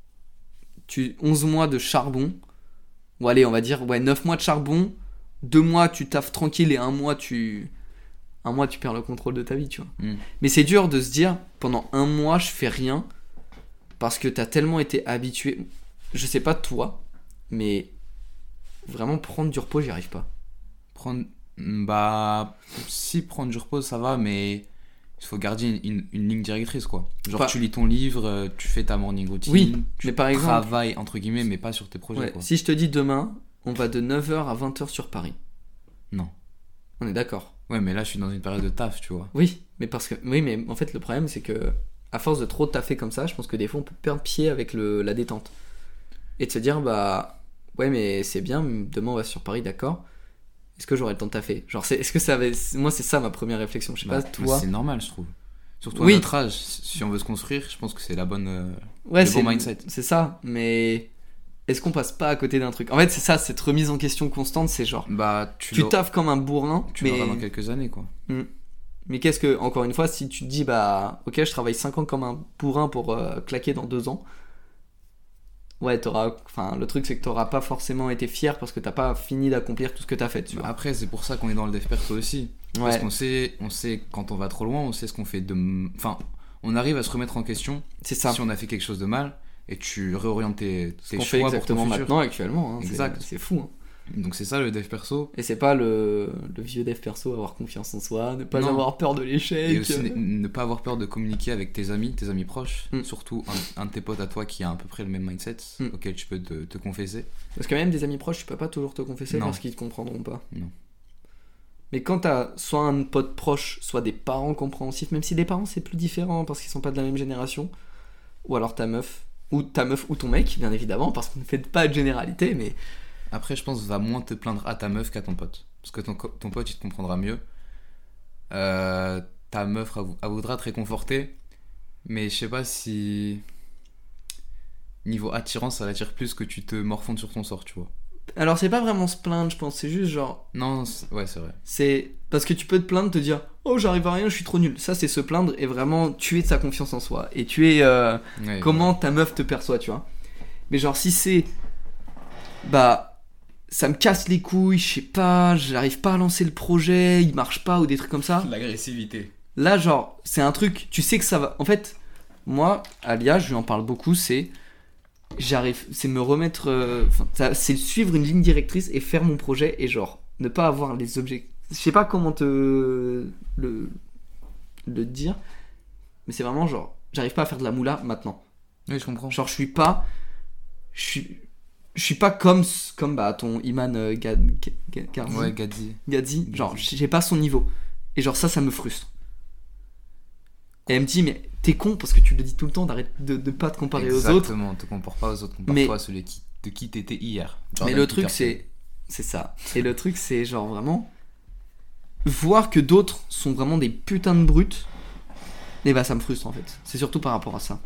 tu, onze mois de charbon. Ou allez, on va dire ouais, neuf mois de charbon, deux mois tu taffes tranquille et un mois tu un mois tu perds le contrôle de ta vie, tu vois. Mm. Mais c'est dur de se dire pendant un mois, je fais rien parce que t'as tellement été habitué. Je sais pas toi, mais vraiment prendre du repos, j'y arrive pas. Prendre. Bah. Si prendre du repos, ça va, mais. Il faut garder une, une- une ligne directrice, quoi. Genre, Pas- tu lis ton livre, euh, tu fais ta morning routine. Oui, tu mais par exemple- travailles, entre guillemets, mais pas sur tes projets, Ouais, quoi. si je te dis demain, on va de neuf heures à vingt heures sur Paris. Non. On est d'accord. Ouais, mais là, je suis dans une période de taf, tu vois. Oui, mais parce que oui, mais en fait le problème c'est que à force de trop taffer comme ça, je pense que des fois on peut perdre pied avec le, la détente et de se dire bah ouais mais c'est bien, demain on va sur Paris, d'accord. Est-ce que j'aurai le temps de taffer? Genre c'est, est-ce que ça va... moi c'est ça ma première réflexion. Je sais Bah, pas mais toi. c'est normal, je trouve. Surtout Oui. à notre âge, si on veut se construire, je pense que c'est la bonne. euh, Ouais, le c'est bon mindset. c'est ça. Mais est-ce qu'on passe pas à côté d'un truc? En fait c'est ça, cette remise en question constante, c'est genre Bah, tu, tu l'auras- taffes comme un bourrin, tu mais l'auras dans quelques années, quoi. mais qu'est-ce que, encore une fois, si tu te dis, bah, ok, je travaille cinq ans comme un bourrin pour euh, claquer dans deux ans, ouais, t'auras, enfin, le truc c'est que t'auras pas forcément été fier parce que t'as pas fini d'accomplir tout ce que t'as fait, tu Bah, vois. après, c'est pour ça qu'on est dans le dev perso aussi. Parce Ouais, qu'on sait, on sait quand on va trop loin, on sait ce qu'on fait de. Enfin, on arrive à se remettre en question c'est ça. si on a fait quelque chose de mal et tu réorientes tes, Ce tes qu'on fait choix pour ton exactement futur. maintenant, actuellement, hein, c'est- Exact. c'est fou. Hein. Donc c'est ça le dev perso. Et c'est pas le, le vieux dev perso, avoir confiance en soi, ne pas Non. avoir peur de l'échec. Et aussi ne, ne pas avoir peur de communiquer avec tes amis, tes amis proches, Mm. surtout un, un de tes potes à toi qui a à peu près le même mindset Mm. auquel tu peux te, te confesser. Parce que même des amis proches, tu peux pas toujours te confesser Non. parce qu'ils te comprendront pas. Non. Mais quand t'as soit un pote proche, soit des parents compréhensifs, même si des parents c'est plus différent parce qu'ils sont pas de la même génération, ou alors ta meuf, ou ta meuf ou ton mec, bien évidemment, parce qu'on ne fait pas de généralité, mais Après, je pense va moins te plaindre à ta meuf qu'à ton pote. Parce que ton, co- ton pote, il te comprendra mieux. Euh, ta meuf, elle, vou- elle voudra te réconforter. Mais je sais pas si. Niveau attirance, ça l'attire plus que tu te morfondes sur ton sort, tu vois. alors c'est pas vraiment se plaindre, je pense, c'est juste genre, Non, c'est- ouais, c'est vrai. c'est parce que tu peux te plaindre, te dire, oh j'arrive à rien, je suis trop nul. Ça c'est se plaindre et vraiment tuer de sa confiance en soi et tuer euh, Ouais, comment ta meuf te perçoit, tu vois. Mais genre si c'est, bah ça me casse les couilles, je sais pas, j'arrive pas à lancer le projet, il marche pas ou des trucs comme ça. L'agressivité. Là, genre, c'est un truc, tu sais que ça va. En fait, moi, Alia, je lui en parle beaucoup, c'est. J'arrive, c'est me remettre. euh, enfin, ça- c'est suivre une ligne directrice et faire mon projet et, genre, ne pas avoir les objectifs. Je sais pas comment te. le. le dire, mais c'est vraiment genre, j'arrive pas à faire de la moula maintenant. Oui, je comprends. Genre, je suis pas. Je suis. Je suis pas comme, comme bah, ton Iman euh, Gad, Gad- Garzi. Ouais, Gadzi. Gadzi, genre Gadzi. j'ai pas son niveau. Et genre ça, ça me frustre. Et elle me dit, mais t'es con parce que tu le dis tout le temps, d'arrêter de, de pas te comparer aux autres. Exactement, te compare pas aux autres, compare-toi Mais- à celui qui, de qui t'étais hier. Mais Jordan le truc Peterson. c'est, c'est ça. Et le truc c'est genre vraiment voir que d'autres sont vraiment des putains de brutes. Et bah ça me frustre en fait. C'est surtout par rapport à ça.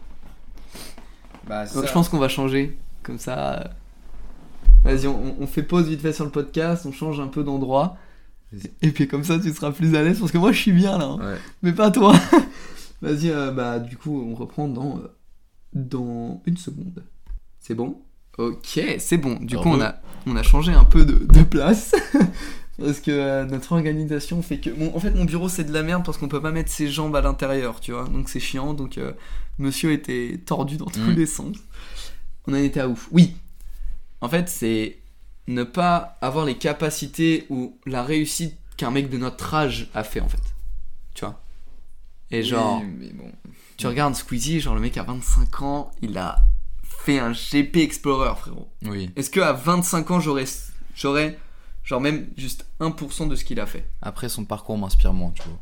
Bah, c'est Donc, ça. je pense qu'on va changer comme ça. euh. Vas-y, on, on fait pause vite fait sur le podcast, on change un peu d'endroit. Vas-y. Et puis comme ça tu seras plus à l'aise parce que moi je suis bien là. hein. Ouais. Mais pas toi. Vas-y, euh, bah du coup on reprend dans, euh, dans une seconde. C'est bon? Ok, c'est bon. Du Alors, coup, on eux- a, on a changé un peu de, de place. Parce que euh, notre organisation fait que... Bon, en fait, mon bureau, c'est de la merde parce qu'on peut pas mettre ses jambes à l'intérieur, tu vois. Donc, c'est chiant. Donc, euh, monsieur était tordu dans tous Mm. les sens. On en était à ouf. Oui. En fait, c'est ne pas avoir les capacités ou la réussite qu'un mec de notre âge a fait, en fait. Tu vois. Et genre... Oui, mais bon. Tu regardes Squeezie, genre le mec a vingt-cinq ans, il a fait un G P Explorer, frérot. Oui. Est-ce qu'à vingt-cinq ans, j'aurais, j'aurais, genre même juste un pour cent de ce qu'il a fait? Après, son parcours m'inspire moins, tu vois.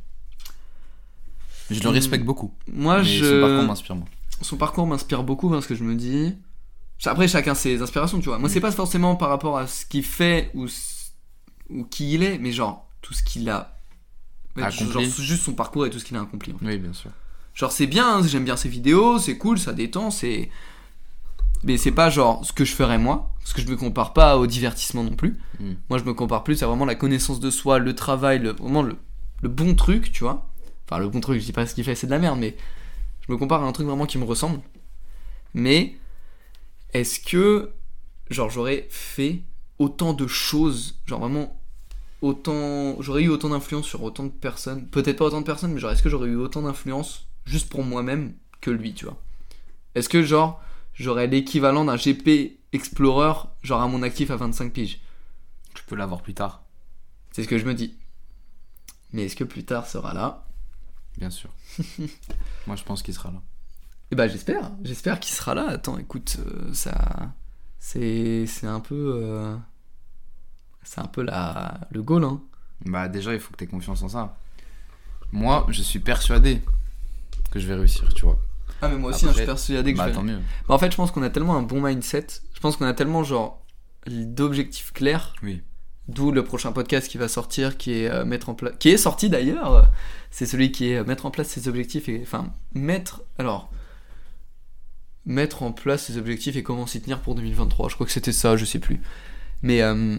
Je le Hmm. respecte beaucoup. Moi, mais je... son parcours m'inspire moins. Son parcours m'inspire beaucoup parce que je me dis... Après, chacun ses inspirations, tu vois. Moi, Mm. c'est pas forcément par rapport à ce qu'il fait ou, s- ou qui il est, mais genre tout ce qu'il a... en fait, Accompli. genre juste son parcours et tout ce qu'il a accompli. En fait. Oui, bien sûr. Genre c'est bien, hein, j'aime bien ses vidéos, c'est cool, ça détend, c'est... Mais c'est pas genre ce que je ferais moi, parce que je me compare pas au divertissement non plus. Mm. Moi je me compare plus à vraiment la connaissance de soi, le travail, le, vraiment le, le bon truc, tu vois. Enfin le bon truc, je dis pas ce qu'il fait c'est de la merde, mais je me compare à un truc vraiment qui me ressemble. Mais est-ce que genre j'aurais fait autant de choses, genre vraiment autant... J'aurais eu autant d'influence sur autant de personnes, peut-être pas autant de personnes, mais genre est-ce que j'aurais eu autant d'influence juste pour moi-même que lui, tu vois. Est-ce que genre j'aurais l'équivalent d'un G P Explorer genre à mon actif à vingt-cinq piges? Tu peux l'avoir plus tard, C'est ce que je me dis. Mais est-ce que plus tard sera là? bien sûr. Moi, je pense qu'il sera là. Eh bah j'espère, j'espère qu'il sera là. Attends, écoute, euh, ça... C'est, c'est un peu... euh, C'est un peu la... le goal, hein. Bah, déjà, il faut que tu aies confiance en ça. Moi, je suis persuadé que je vais réussir, tu vois. Ah mais moi aussi, Après, hein, je suis persuadé que Bah, je vais... tant mieux. Bah, en fait, je pense qu'on a tellement un bon mindset. Je pense qu'on a tellement, genre, d'objectifs clairs. Oui. D'où le prochain podcast qui va sortir, qui est euh, mettre en place... Qui est sorti d'ailleurs. euh, C'est celui qui est euh, mettre en place ses objectifs et... Enfin, mettre... Alors... Mettre en place ses objectifs et comment s'y tenir pour deux mille vingt-trois. Je crois que c'était ça, je sais plus. Mais... euh,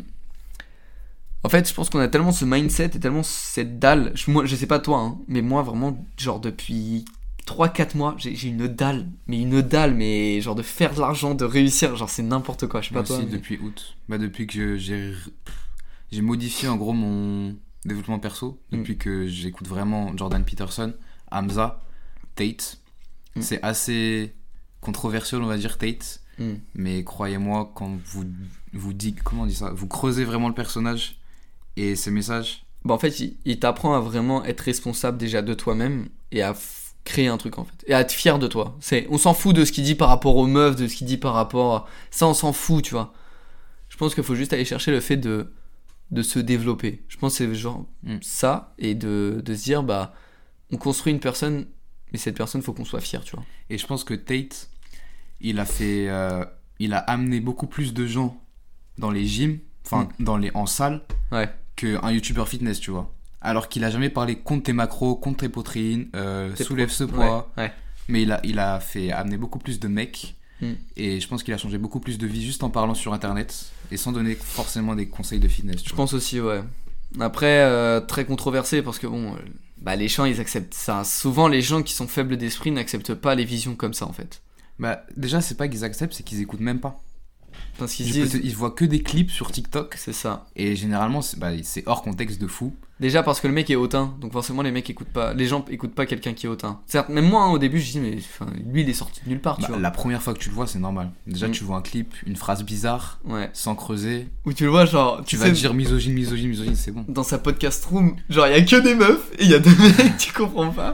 En fait, je pense qu'on a tellement ce mindset et tellement cette dalle. Je, moi, je sais pas toi, hein, mais moi, vraiment, genre, depuis trois quatre mois, j'ai, j'ai une dalle. Mais une dalle, mais genre de faire de l'argent, de réussir. Genre, c'est n'importe quoi. Je sais pas Moi toi. aussi, mais- depuis août. Bah, depuis que je- j'ai... J'ai modifié, en gros, mon développement perso. Mm. Depuis que j'écoute vraiment Jordan Peterson, Hamza, Tate. Mm. C'est assez controversial, on va dire, Tate. Hmm. Mais croyez-moi, quand vous, vous dites... Comment on dit ça? Vous creusez vraiment le personnage et ses messages. Bah, en fait, il, il t'apprend à vraiment être responsable déjà de toi-même et à f- créer un truc, en fait. Et à être fier de toi. C'est, on s'en fout de ce qu'il dit par rapport aux meufs, de ce qu'il dit par rapport... à- Ça, on s'en fout, tu vois. Je pense qu'il faut juste aller chercher le fait de, de se développer. Je pense que c'est genre Mm. ça, et de, de se dire, bah, on construit une personne, mais cette personne, faut qu'on soit fier, tu vois. Et je pense que Tate, il a fait... euh, il a amené beaucoup plus de gens dans les gyms, enfin, dans les, en salle, Ouais. qu'un youtubeur fitness, tu vois. Alors qu'il a jamais parlé contre tes macros, contre tes poitrines, euh, Tes soulève pro- ce poids. Ouais, ouais. Mais il a, il a fait amener beaucoup plus de mecs. Mm. Et je pense qu'il a changé beaucoup plus de vie juste en parlant sur internet et sans donner forcément des conseils de fitness. Tu Je vois. pense aussi, ouais. Après, euh, très controversé, parce que bon, euh, bah, les gens, ils acceptent ça. Souvent, les gens qui sont faibles d'esprit n'acceptent pas les visions comme ça, en fait. Bah, déjà, c'est pas qu'ils acceptent, c'est qu'ils écoutent même pas. Parce qu'ils Je se peux disent, te- ils voient que des clips sur TikTok c'est ça. et généralement, c'est, bah, c'est hors contexte de fou. Déjà parce que le mec est hautain, donc forcément les mecs écoutent pas, les gens écoutent pas quelqu'un qui est hautain. Certes, même moi hein, au début je dis mais enfin, lui il est sorti de nulle part, Bah, tu vois. la première fois que tu le vois, c'est normal. Déjà, Mm. tu vois un clip, une phrase bizarre, Ouais. sans creuser. Où tu le vois genre, Tu tu vas sais, dire misogyne, misogyne, misogyne, c'est bon. dans sa podcast room, genre il y a que des meufs et il y a deux mecs, tu comprends pas.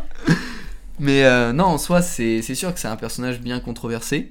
Mais euh, non, en soi c'est c'est sûr que c'est un personnage bien controversé,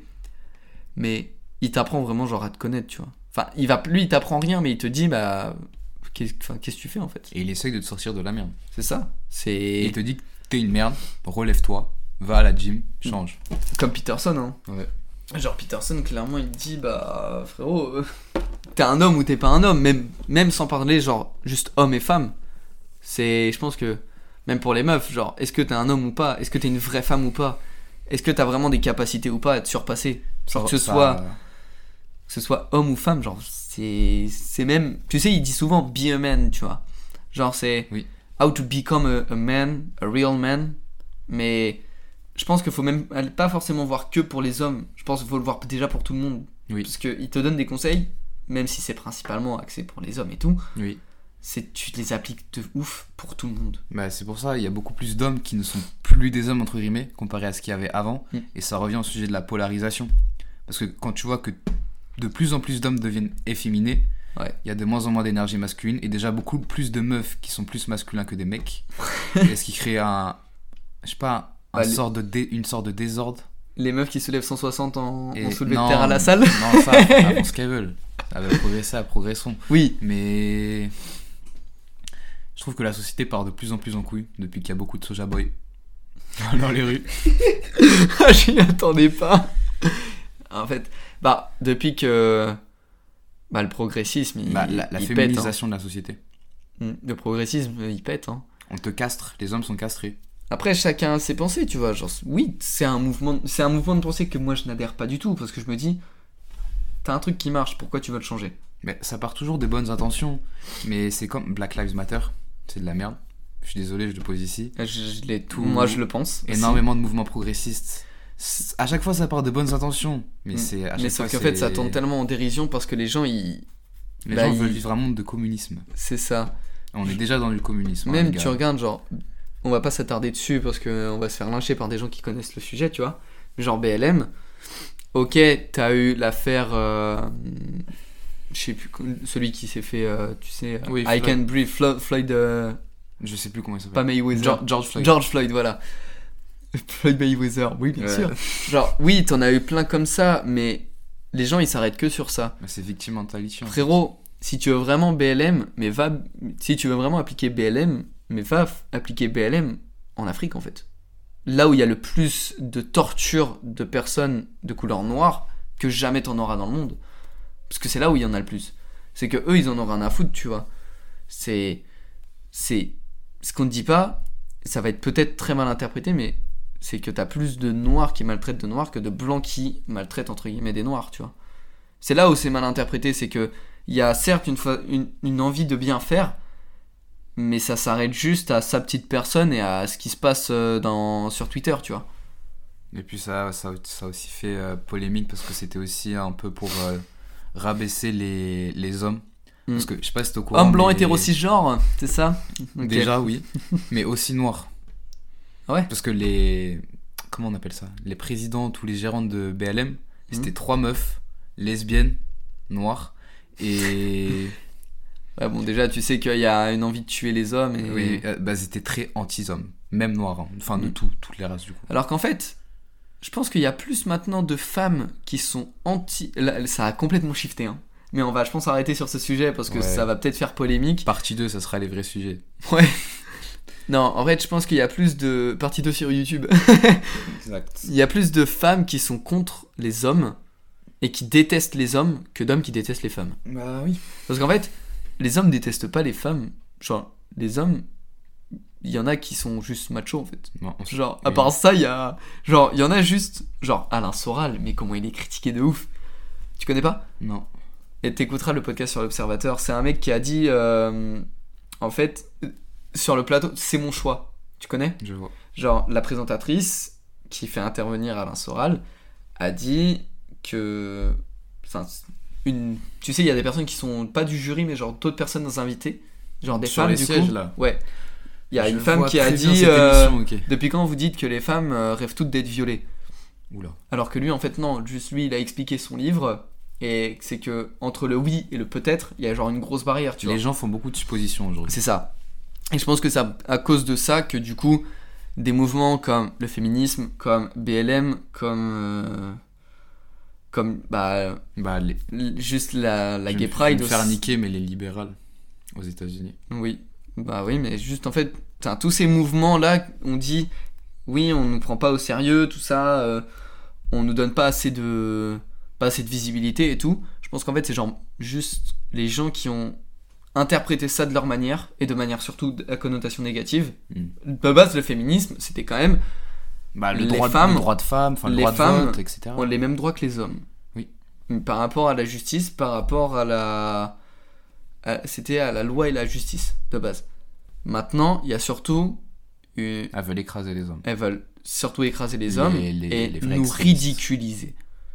mais il t'apprend vraiment genre à te connaître, tu vois. Enfin, il va, lui il t'apprend rien, mais il te dit bah qu'est-ce, enfin, qu'est-ce que tu fais en fait. Et il essaye de te sortir de la merde. C'est ça. Et C'est il te dit que t'es une merde, relève-toi, va à la gym, change. comme Peterson, hein. Ouais. Genre Peterson, clairement, il dit, bah, frérot, euh, t'es un homme ou t'es pas un homme, même, même sans parler, genre, juste homme et femme. C'est, je pense que, même pour les meufs, genre, est-ce que t'es un homme ou pas? Est-ce que t'es une vraie femme ou pas? Est-ce que t'as vraiment des capacités ou pas à te surpasser? Genre, que ce Ça- soit, que ce soit homme ou femme, genre, c'est, c'est même, tu sais, il dit souvent be a man, tu vois. Genre, c'est Oui. how to become a, a man, a real man. Mais je pense qu'il faut même pas forcément voir que pour les hommes. Je pense qu'il faut le voir déjà pour tout le monde. Oui. Parce qu'ils te donnent des conseils, même si c'est principalement axé pour les hommes et tout, Oui. c'est, tu les appliques de ouf pour tout le monde. Bah, c'est pour ça, il y a beaucoup plus d'hommes qui ne sont plus des hommes, entre guillemets, comparé à ce qu'il y avait avant. Mm. Et ça revient au sujet de la polarisation. Parce que quand tu vois que de plus en plus d'hommes deviennent efféminés, Ouais. il y a de moins en moins d'énergie masculine et déjà beaucoup plus de meufs qui sont plus masculins que des mecs. Et ce qui crée un, je sais pas, un Bah, les- sort de dé- une sorte de désordre. Les meufs qui soulèvent cent soixante en, Et en soulevé non, de terre à la salle. Non, ça, elles font ce qu'elles veulent. Elles veulent progresser, elles progresseront. Oui. Mais je trouve que la société part de plus en plus en couille depuis qu'il y a beaucoup de Soulja Boy dans les rues. Je m'y attendais pas. En fait, bah, depuis que bah, le progressisme, il, Bah, la la il féminisation de la société. pète. Hein. Le progressisme, il pète. Hein. On te castre, les hommes sont castrés. Après, chacun a ses pensées, tu vois. Genre, oui, c'est un mouvement, c'est un mouvement de pensée que moi je n'adhère pas du tout parce que je me dis, t'as un truc qui marche, pourquoi tu veux le changer? Mais ça part toujours des bonnes intentions. Mais c'est comme Black Lives Matter, c'est de la merde. Je suis désolé, je le pose ici. Je, je l'ai tout. Tout- Moi, je le pense. aussi. Énormément de mouvements progressistes. C'est- À chaque fois, ça part de bonnes intentions. Mais Mm. c'est à chaque Mais fois, sauf qu'en c'est- fait, ça tourne tellement en dérision parce que les gens, ils, Les bah, gens ils- veulent vivre un monde de communisme. c'est ça. On est déjà dans le communisme. hein, Même les gars. tu regardes, genre, on va pas s'attarder dessus parce qu'on va se faire lyncher par des gens qui connaissent le sujet, tu vois. Mais genre B L M, ok, t'as eu l'affaire, euh, je sais plus, celui qui s'est fait, euh, tu sais, Oui, I Floyd. Can Breathe, Floyd, Floyd euh, Je sais plus comment il s'appelle. pas Mayweather. George, George Floyd. George Floyd, voilà. Floyd Mayweather, oui, bien Ouais. sûr. Genre, oui, t'en as eu plein comme ça, mais les gens ils s'arrêtent que sur ça. Mais c'est victim mentality. en fait. Frérot, si tu veux vraiment B L M, mais va, si tu veux vraiment appliquer B L M, mais va f- appliquer B L M en Afrique en fait. Là où il y a le plus de torture de personnes de couleur noire que jamais t'en auras dans le monde. Parce que c'est là où il y en a le plus. C'est que eux ils en ont rien à foutre, tu vois. C'est, c'est, ce qu'on ne dit pas, ça va être peut-être très mal interprété, mais c'est que t'as plus de noirs qui maltraitent de noirs que de blancs qui maltraitent entre guillemets des noirs, tu vois. C'est là où c'est mal interprété, c'est que il y a certes une, fois, une, une envie de bien faire, mais ça s'arrête juste à sa petite personne et à ce qui se passe euh, dans, sur Twitter, tu vois. Et puis ça, ça, ça a aussi fait euh, polémique parce que c'était aussi un peu pour euh, rabaisser les, les hommes. Mm. Parce que je sais pas si t'es au courant. Homme blanc, mais- hétéro, cisgenre, c'est ça? Ok. Déjà, oui. Mais aussi noir. Ah ouais. Parce que les. Comment on appelle ça? Les présidentes ou les gérantes de B L M, c'était trois meufs, lesbiennes, noires. Et. Ouais, bon, déjà, tu sais qu'il y a une envie de tuer les hommes. Et... Oui, euh, bah, c'était très anti-hommes. Même noirs. hein. Enfin, de Mm. tout, toutes les races, du coup. Alors qu'en fait, je pense qu'il y a plus maintenant de femmes qui sont anti... Là, ça a complètement shifté, hein. Mais on va, je pense, arrêter sur ce sujet parce que Ouais. ça va peut-être faire polémique. Partie deux, ça sera les vrais sujets. Ouais. Non, en fait, je pense qu'il y a plus de... Partie deux sur YouTube. Exact. Il y a plus de femmes qui sont contre les hommes et qui détestent les hommes que d'hommes qui détestent les femmes. Bah oui. Parce qu'en fait, les hommes détestent pas les femmes. Genre, les hommes, il y en a qui sont juste machos en fait. Non, on- Genre, à oui. part ça, il y a. Genre, il y en a juste. Genre, Alain Soral, mais comment il est critiqué de ouf. Tu connais pas? Non. Et t'écouteras le podcast sur l'Observateur. C'est un mec qui a dit. euh, en fait, euh, sur le plateau, c'est mon choix. Tu connais? Je vois. Genre, la présentatrice qui fait intervenir Alain Soral a dit que. Enfin, une. Tu sais, il y a des personnes qui sont pas du jury, mais genre d'autres personnes invitées. Genre des Sur femmes, les du sièges, coup. là. Ouais. Il y a Je une femme vois qui a très bien dit. cette euh, émission, ok. Depuis quand vous dites que les femmes euh, rêvent toutes d'être violées? Oula. Alors que lui, en fait, non. Juste lui, il a expliqué son livre. Et c'est que entre le oui et le peut-être, il y a genre une grosse barrière, tu Les vois. gens font beaucoup de suppositions aujourd'hui. C'est ça. Et je pense que c'est à cause de ça que du coup, des mouvements comme le féminisme, comme B L M, comme. euh, comme. Bah. Bah, les... l- juste la, la je gay vais- pride je vais me faire aussi. niquer, mais les libérales aux États-Unis. Oui. Bah oui, mais juste en fait, putain, tous ces mouvements-là, on dit. Oui, on nous prend pas au sérieux, tout ça. euh, on nous donne pas assez de. Pas assez de visibilité et tout. Je pense qu'en fait, c'est genre juste les gens qui ont interprété ça de leur manière, et de manière surtout à connotation négative. Mm. De base, le féminisme, c'était quand même Bah, le Les droit, de- femmes- le droit de femme, enfin, le les droit de femmes vote, et cetera. ont les mêmes droits que les hommes. Oui. Par rapport à la justice, par rapport à la... à- c'était à la loi et la justice, de base. Maintenant, il y a surtout... une- Elles veulent écraser les hommes. Elles veulent surtout écraser les Les- hommes les- et les vrais nous extrémistes. ridiculiser.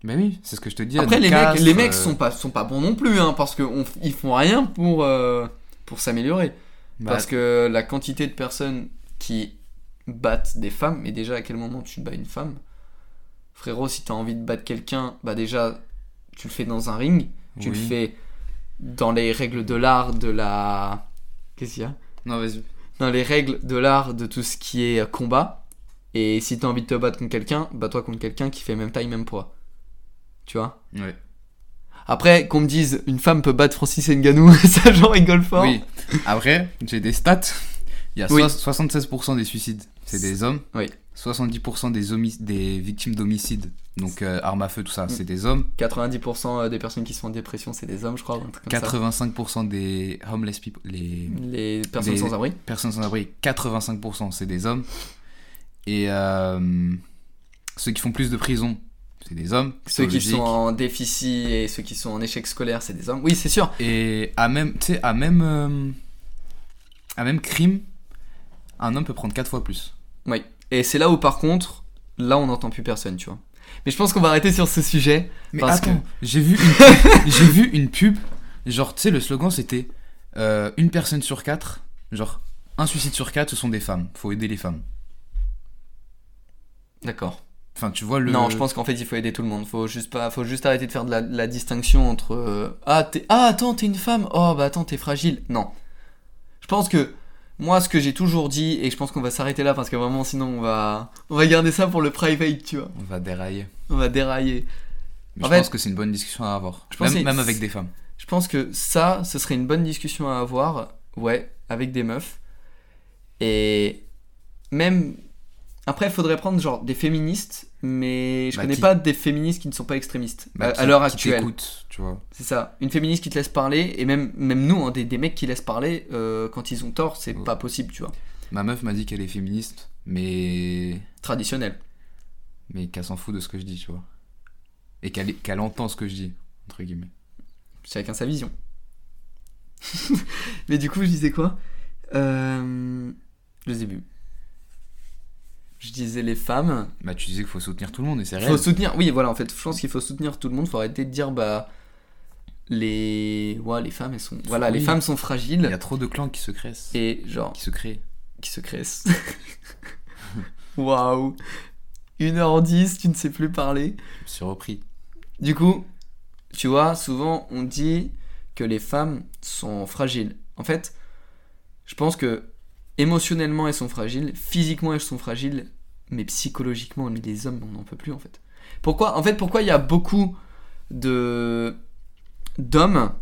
Mais oui, c'est ce que je te dis. Après, les castres, mecs, les mecs euh... sont pas, sont pas bons non plus, hein, parce qu'ils font rien pour, euh, pour s'améliorer. Bah, Parce que la quantité de personnes qui battent des femmes, mais déjà à quel moment tu bats une femme? Frérot, si t'as envie de battre quelqu'un, bah déjà, tu le fais dans un ring, tu oui. le fais dans les règles de l'art, de la... Qu'est-ce qu'il y a? Non, vas-y. Dans les règles de l'art, de tout ce qui est combat. Et si t'as envie de te battre contre quelqu'un, bats-toi contre quelqu'un qui fait même taille, même poids. Tu vois? Ouais. Après, qu'on me dise, une femme peut battre Francis Ngannou, ça j'en rigole fort. Oui. Après, j'ai des stats. Il y a Oui. soixante-seize pour cent des suicides, c'est des hommes. Oui. soixante-dix pour cent des, homi- des victimes d'homicide, donc euh, armes à feu, tout ça, Mm. c'est des hommes. quatre-vingt-dix pour cent des personnes qui sont en dépression, c'est des hommes, je crois. Un truc comme quatre-vingt-cinq pour cent des homeless people, les ça. Les personnes des sans abri. personnes sans abri, quatre-vingt-cinq pour cent c'est des hommes. Et euh, ceux qui font plus de prison, c'est des hommes. Ceux qui logique. sont en déficit et ceux qui sont en échec scolaire, c'est des hommes. Oui, c'est sûr. Et à même, tu sais, à même, euh, à même crime, un homme peut prendre quatre fois plus. Oui. Et c'est là où, par contre, là, on n'entend plus personne, tu vois. Mais je pense qu'on va arrêter sur ce sujet. Mais parce attends, que... j'ai vu une pub, j'ai vu une pub, genre, tu sais, le slogan c'était euh, une personne sur quatre, genre, un suicide sur quatre, ce sont des femmes. Faut aider les femmes. D'accord. Enfin, tu vois le. Non, je pense qu'en fait, il faut aider tout le monde. Faut juste pas, faut juste arrêter de faire de la, de la distinction entre euh, ah t'es, ah attends t'es une femme, oh bah attends t'es fragile. Non. Je pense que moi, ce que j'ai toujours dit, et je pense qu'on va s'arrêter là parce que vraiment, sinon on va, on va garder ça pour le private, tu vois. On va dérailler. On va dérailler. Mais En je fait, pense que c'est une bonne discussion à avoir. je pense Même, que- même avec des femmes. Je pense que ça, ce serait une bonne discussion à avoir, ouais, avec des meufs. Et même après, il faudrait prendre genre des féministes, mais je Bah, connais qui- pas des féministes qui ne sont pas extrémistes Bah, à, qui- à l'heure qui actuelle. t'écoutent, tu vois. C'est ça, une féministe qui te laisse parler, et même, même nous, hein, des, des mecs qui laissent parler euh, quand ils ont tort, c'est Ouais. pas possible, tu vois. Ma meuf m'a dit qu'elle est féministe, mais Traditionnel. mais qu'elle s'en fout de ce que je dis, tu vois. Et qu'elle qu'elle entend ce que je dis, entre guillemets. Chacun sa vision. Mais du coup, je disais quoi euh... Je sais plus. Je disais les femmes. Bah, tu disais qu'il faut soutenir tout le monde, et c'est Il réel. faut soutenir. Oui, voilà, en fait, je pense qu'il faut soutenir tout le monde. Faut arrêter de dire, bah. Les. Ouais, les femmes, elles sont. Voilà, Oui. les femmes sont Il y fragiles. a trop de clans qui se créent. Et genre. Qui se créent. Qui se créent. Waouh une heure dix, tu ne sais plus parler. Je me suis repris. Du coup, tu vois, souvent on dit que les femmes sont fragiles. En fait, je pense que émotionnellement elles sont fragiles, physiquement elles sont fragiles, mais psychologiquement, mais les hommes on n'en peut plus en fait. Pourquoi En fait, pourquoi il y a beaucoup de d'hommes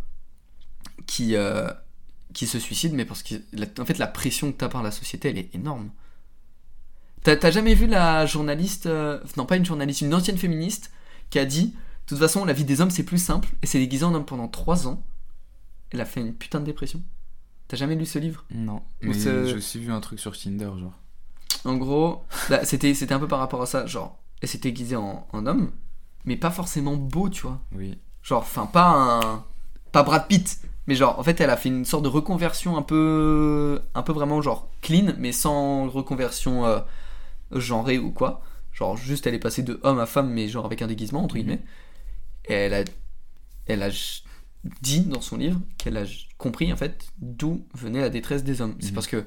qui euh, qui se suicident, mais parce que la- en fait la pression que t'as par la société elle est énorme. T'as, t'as jamais vu la journaliste, euh, non pas une journaliste, une ancienne féministe qui a dit, de toute façon la vie des hommes c'est plus simple, et s'est déguisée en homme pendant trois ans, elle a fait une putain de dépression. T'as jamais lu ce livre? Non. Ou Mais ce- j'ai aussi vu un truc sur Tinder, genre. En gros, bah, c'était, c'était un peu par rapport à ça, genre, elle s'est déguisée en, en homme, mais pas forcément beau, tu vois. Oui. Genre, enfin, pas un. Pas Brad Pitt, mais genre, en fait, elle a fait une sorte de reconversion un peu. Un peu vraiment, genre, clean, mais sans reconversion euh, genrée ou quoi. Genre, juste, elle est passée de homme à femme, mais genre avec un déguisement, entre guillemets. Et elle a. Elle a j- dit dans son livre qu'elle a j- compris, en fait, d'où venait la détresse des hommes. C'est Mhm. parce que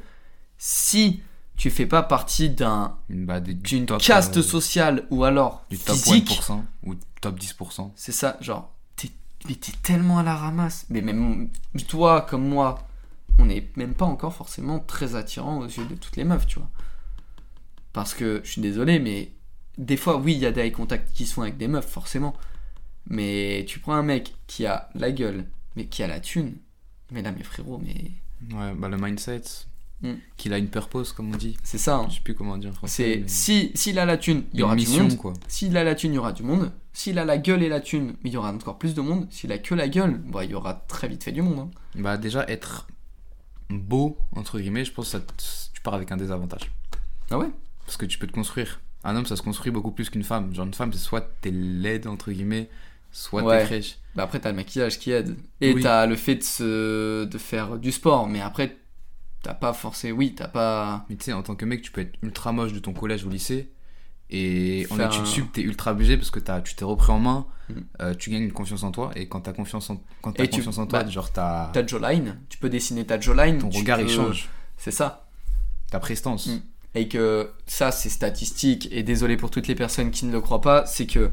si tu fais pas partie d'un. Une, bah, des, du d'une top, caste euh, sociale ou alors du top physique. un pour cent ou top dix pour cent. C'est ça, genre, t'es, mais t'es tellement à la ramasse. Mais même toi, comme moi, on n'est même pas encore forcément très attirant aux yeux de toutes les meufs, tu vois. Parce que, je suis désolé, mais des fois, oui, il y a des eye contact qui se font avec des meufs, forcément. Mais tu prends un mec qui a la gueule, mais qui a la thune. Mais là, mes frérots, mais Ouais, bah le mindset, Mm. qu'il a une purpose, comme on dit. c'est ça, hein. Je sais plus comment dire en français. C'est, mais- si, s'il a la thune, il y une aura du mission, monde. quoi. S'il a la thune, il y aura du monde. S'il a la gueule et la thune, il y aura encore plus de monde. S'il a que la gueule, bah, il y aura très vite fait du monde, hein. Bah déjà, être beau, entre guillemets, je pense que ça te- tu pars avec un désavantage. Ah ouais? Parce que tu peux te construire. Un homme, ça se construit beaucoup plus qu'une femme. Genre une femme, c'est soit t'es laide, entre guillemets, soit Ouais. t'es fraîche. Bah après, t'as le maquillage qui aide. Et Oui. t'as le fait de, se... de faire du sport. Mais après, t'as pas forcément. Oui, t'as pas. Mais tu sais, en tant que mec, tu peux être ultra moche de ton collège au lycée Et en Faire études un- sup, t'es ultra obligé parce que t'as, tu t'es repris en main, Mm. euh, tu gagnes une confiance en toi. Et quand t'as confiance en, quand t'as Et tu- confiance en toi, bah, genre t'as, Ta jawline, tu peux dessiner ta jawline. ton tu regard il peux- change, C'est ça. ta prestance. Mm. Et que ça, c'est statistique. Et désolé pour toutes les personnes qui ne le croient pas, c'est que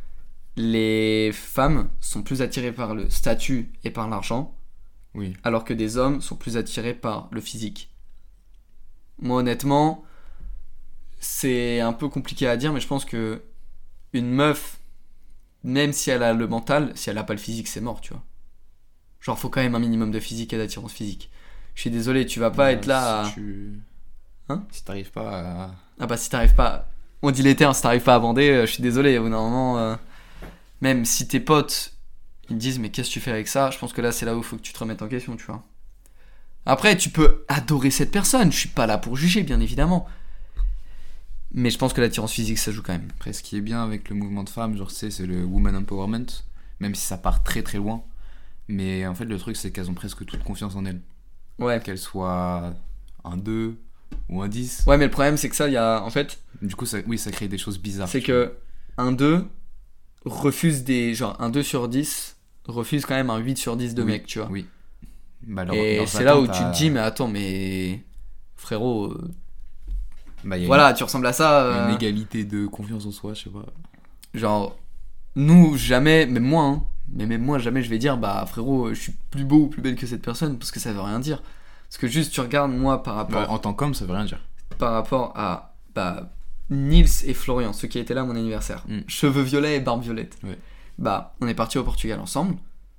les femmes sont plus attirées par le statut et par l'argent, Oui. alors que des hommes sont plus attirés par le physique. Moi, honnêtement, c'est un peu compliqué à dire, mais je pense que une meuf, même si elle a le mental, si elle a pas le physique, c'est mort, tu vois. Genre, faut quand même un minimum de physique et d'attirance physique. Je suis désolé, tu vas pas Euh, être là si à... tu... Hein Si t'arrives pas à... Ah bah si t'arrives pas... On dit les termes, si t'arrives pas à bander, euh, je suis désolé, au bout d'un moment... euh, Même si tes potes, ils te disent mais qu'est-ce que tu fais avec ça, je pense que là c'est là où il faut que tu te remettes en question, tu vois. Après, tu peux adorer cette personne, je suis pas là pour juger, bien évidemment. Mais je pense que l'attirance physique, ça joue quand même. Après, ce qui est bien avec le mouvement de femmes, genre, c'est, c'est le woman empowerment, même si ça part très très loin. Mais en fait, le truc, c'est qu'elles ont presque toute confiance en elles. Ouais. Qu'elles soient un deux ou un dix. Ouais, mais le problème, c'est que ça, il y a... En fait, Du coup, ça, oui, ça crée des choses bizarres. c'est tu vois. que un deux refuse des... Genre, un deux sur dix refuse quand même un huit sur dix de Oui, mecs, tu vois. Oui. Bah, leur- Et leurs c'est là où attentes tu à- te dis, mais attends, mais... Frérot, euh, Bah, y a voilà, tu ressembles à ça... une, euh, une égalité de confiance en soi, je sais pas. Genre, nous, jamais, même moi, hein, mais même moi, jamais je vais dire, bah frérot, je suis plus beau ou plus belle que cette personne, parce que ça veut rien dire. Parce que juste, tu regardes, moi, par rapport, Bah, en tant qu'homme, ça veut rien dire. par rapport à bah, Nils et Florian, ceux qui étaient là à mon anniversaire, Mm. cheveux violets et barbe violette. Ouais. Bah, on est parti au Portugal ensemble,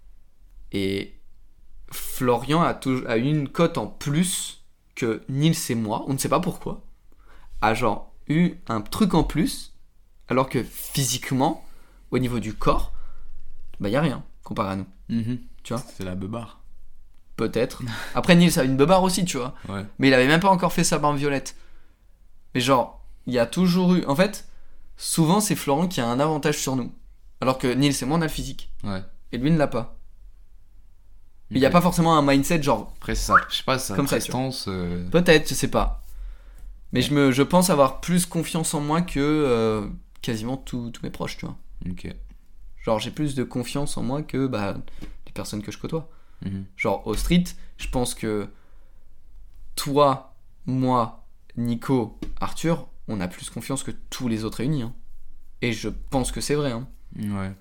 et Florian a, tou- a eu une cote en plus que Nils et moi, on ne sait pas pourquoi, a genre eu un truc en plus, alors que physiquement, au niveau du corps, bah y a rien comparé à nous, tu vois. C'est la beubare. Peut-être. Après Nils a une beubare aussi, tu vois. Ouais. Mais il avait même pas encore fait sa barbe violette. Mais genre, il y a toujours eu... En fait, souvent c'est Florent qui a un avantage sur nous. Alors que Nils et moi on a le physique. Ouais. Et lui ne l'a pas. Il n'y a Ok. pas forcément un mindset genre... Après, c'est ça, je sais pas, sa Comme ça, tu prestance. euh, Peut-être, je sais pas. Mais je, me, je pense avoir plus confiance en moi que euh, quasiment tous tous mes proches, tu vois. Ok. Genre j'ai plus de confiance en moi que bah, les personnes que je côtoie. Mhm. Genre au street, je pense que toi, moi, Nico, Arthur, on a plus confiance que tous les autres réunis. Hein. Et je pense que c'est vrai. Hein. Ouais.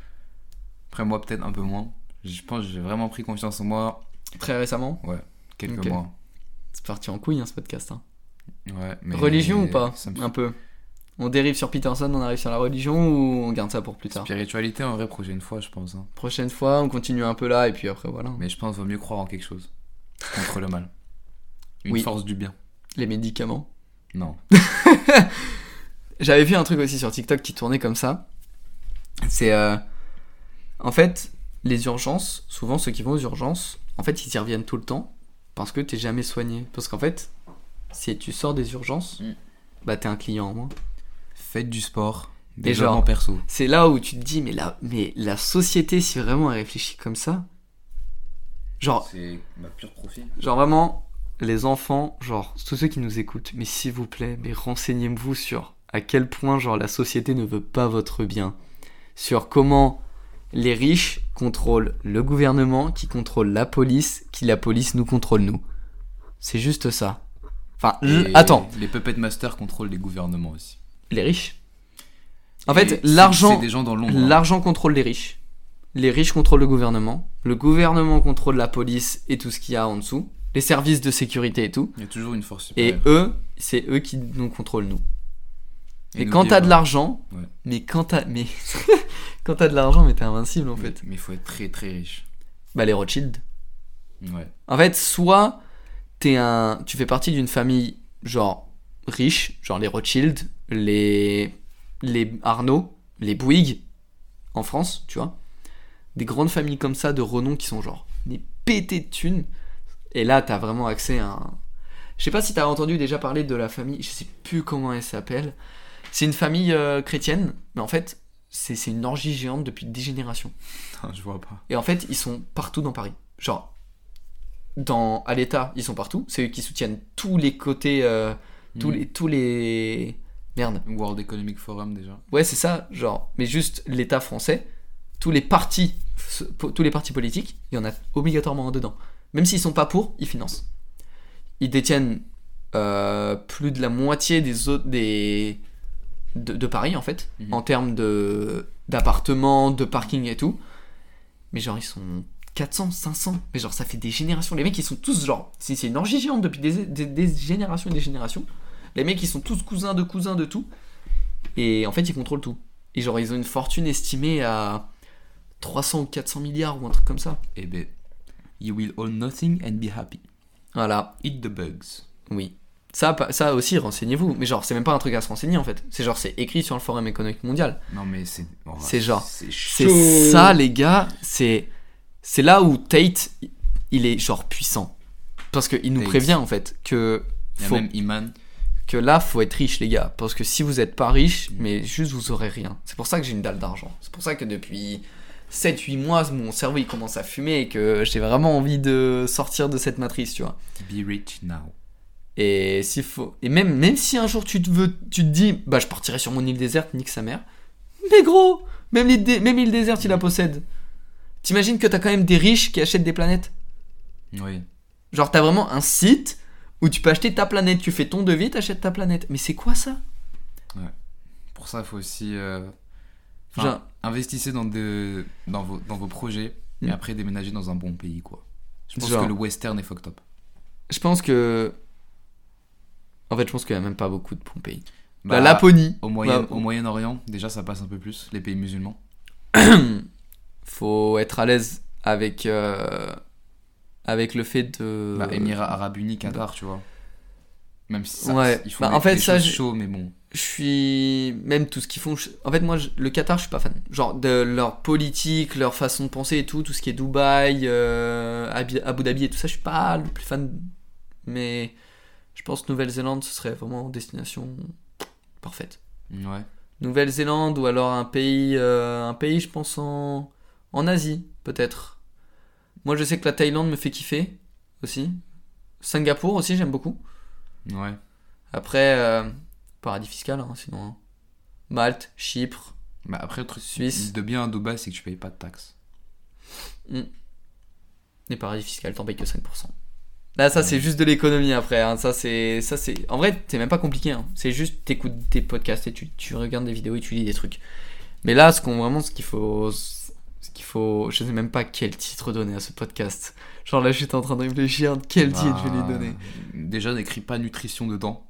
Après, moi, peut-être un peu moins. Je pense que j'ai vraiment pris confiance en moi Très récemment, quelques Ok. mois. c'est parti en couille hein, ce podcast. Hein. Ouais, mais Religion ou pas ça me- Un peu. On dérive sur Peterson, on arrive sur la religion ou on garde ça pour plus tard. Spiritualité, en vrai, prochaine fois, je pense. hein. Prochaine fois, on continue un peu là et puis après voilà. Mais je pense qu'il vaut mieux croire en quelque chose. Contre le mal. Une Oui. force du bien. Les médicaments. Non. J'avais vu un truc aussi sur TikTok qui tournait comme ça. C'est euh, en fait les urgences, souvent ceux qui vont aux urgences, en fait ils y reviennent tout le temps parce que t'es jamais soigné. Parce qu'en fait, si tu sors des urgences, Mm. bah t'es un client en moins. Faites du sport. Et Développement genre- perso. C'est là où tu te dis mais la, mais la société si vraiment elle réfléchit comme ça, genre C'est ma pure profit. Genre vraiment, les enfants, genre tous ceux qui nous écoutent, mais s'il vous plaît, mais renseignez-vous sur à quel point genre la société ne veut pas votre bien, sur comment les riches contrôlent le gouvernement, qui contrôle la police, qui la police nous contrôle nous. C'est juste ça. Enfin, l- Et attends, Les puppet masters contrôlent les gouvernements aussi. les riches. En Et fait, c'est- l'argent, C'est des gens dans l'ombre. hein. l'argent contrôle les riches. Les riches contrôlent le gouvernement. Le gouvernement contrôle la police et tout ce qu'il y a en dessous. Les services de sécurité et tout. Il y a toujours une force Et supérieure. eux, c'est eux qui nous contrôlent nous. Et, Et quand n'oubliez t'as de pas- l'argent, Ouais. mais quand t'as, mais quand t'as de l'argent, mais t'es invincible en Mais fait. il faut être très très riche. Bah les Rothschild. Ouais. En fait, soit t'es un, tu fais partie d'une famille genre riche, genre les Rothschild, les les Arnaud, les Bouygues en France, tu vois, des grandes familles comme ça de renom qui sont genre des pétés de thunes. Et là, t'as vraiment accès à un... Je sais pas si t'as entendu déjà parler de la famille, je sais plus comment elle s'appelle. C'est une famille euh, chrétienne, mais en fait, c'est c'est une orgie géante depuis des générations. Non, je vois pas. Et en fait, ils sont partout dans Paris. Genre, dans, à l'État, ils sont partout. C'est eux qui soutiennent tous les côtés, euh, tous, Mm. les, tous les, Merde. World Economic Forum déjà. Ouais, c'est ça, genre, mais juste l'État français, tous les partis, tous les partis politiques, il y en a obligatoirement un dedans. Même s'ils sont pas pour, ils financent. Ils détiennent euh, plus de la moitié des autres des de, de Paris en fait, mm-hmm. en termes de d'appartements, de parking et tout. Mais genre ils sont quatre cents, cinq cents. Mais genre ça fait des générations. Les mecs ils sont tous genre, c'est, c'est une orgie géante depuis des, des, des générations et des générations. Les mecs ils sont tous cousins de cousins de tout. Et en fait ils contrôlent tout. Et genre ils ont une fortune estimée à trois cents ou quatre cents milliards ou un truc comme ça. Et ben, you will own nothing and be happy. Voilà. Eat the bugs. Oui. Ça, ça aussi, renseignez-vous. Mais genre, c'est même pas un truc à se renseigner en fait. C'est genre, c'est écrit sur le Forum économique mondial. Non mais c'est... Oh, c'est genre... C'est, c'est ça les gars. C'est... C'est là où Tate, il est genre puissant. Parce qu'il nous Tate. prévient en fait que... Il y a faut... même Iman. Que là, faut être riche les gars. Parce que si vous êtes pas riche, mmh. mais juste vous aurez rien. C'est pour ça que j'ai une dalle d'argent. C'est pour ça que depuis... sept huit mois, mon cerveau il commence à fumer et que j'ai vraiment envie de sortir de cette matrice, tu vois. Be rich now. Et s'il faut, et même même si un jour tu te veux, tu te dis, bah je partirai sur mon île déserte, nique sa mère. Mais gros, même l'île, dé... même île déserte, il la possède. T'imagines que t'as quand même des riches qui achètent des planètes. Oui. Genre t'as vraiment un site où tu peux acheter ta planète, tu fais ton devis, t'achètes ta planète. Mais c'est quoi ça ? Ouais. Pour ça, il faut aussi. Euh... Enfin, Genre... investissez dans, de, dans, vos, dans vos projets et mmh. après déménagez dans un bon pays, quoi. Je pense Genre... que le western est fucked up. Je pense que... En fait, je pense qu'il n'y a même pas beaucoup de bons pays. Bah, La Laponie. Au, moyen, bah, au Moyen-Orient, déjà, ça passe un peu plus, les pays musulmans. Faut être à l'aise avec, euh, avec le fait de... Bah, Émirats Arabes Unis, Qatar, tu vois. Même si ça, ouais. il faut bah, en fait, des ça, choses chaudes, mais bon... Je suis... Même tout ce qu'ils font... En fait, moi, je... le Qatar, je suis pas fan. Genre, de leur politique, leur façon de penser et tout, tout ce qui est Dubaï, euh, Abu Dhabi et tout ça, je suis pas le plus fan. Mais je pense que Nouvelle-Zélande, ce serait vraiment une destination parfaite. Ouais. Nouvelle-Zélande ou alors un pays, euh, un pays, je pense, en, en Asie, peut-être. Moi, je sais que la Thaïlande me fait kiffer, aussi. Singapour aussi, j'aime beaucoup. Ouais. Après... Euh... paradis fiscal, hein, sinon. Hein. Malte, Chypre. Bah après, le truc Suisse. De bien à Dubaï, c'est que tu payes pas de taxes. Mm. Les paradis fiscaux, t'en payes que cinq pour cent. Là, ça, ouais. c'est juste de l'économie après. Hein. Ça, c'est, ça, c'est... En vrai, c'est même pas compliqué. Hein. C'est juste t'écoutes des podcasts et tu, tu regardes des vidéos et tu lis des trucs. Mais là, ce qu'on vraiment, ce qu'il faut. Ce qu'il faut. Je sais même pas quel titre donner à ce podcast. Genre là, j'étais en train de réfléchir quel bah, titre je vais lui donner. Déjà, n'écris pas nutrition dedans.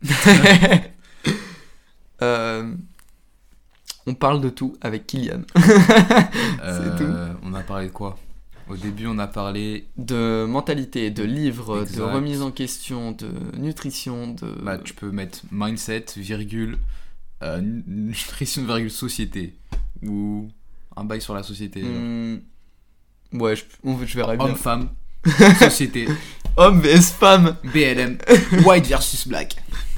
Euh, on parle de tout avec Kylian. euh, c'est tout. On a parlé de quoi ? Au début, on a parlé de mentalité, de livres, exact. De remise en question, de nutrition, de. Bah, tu peux mettre mindset, virgule, euh, nutrition, virgule, société. Ou un bail sur la société. Mmh. Ouais, je, je verrai bien. Homme-femme, société. Homme vs femme. B L M. White versus black.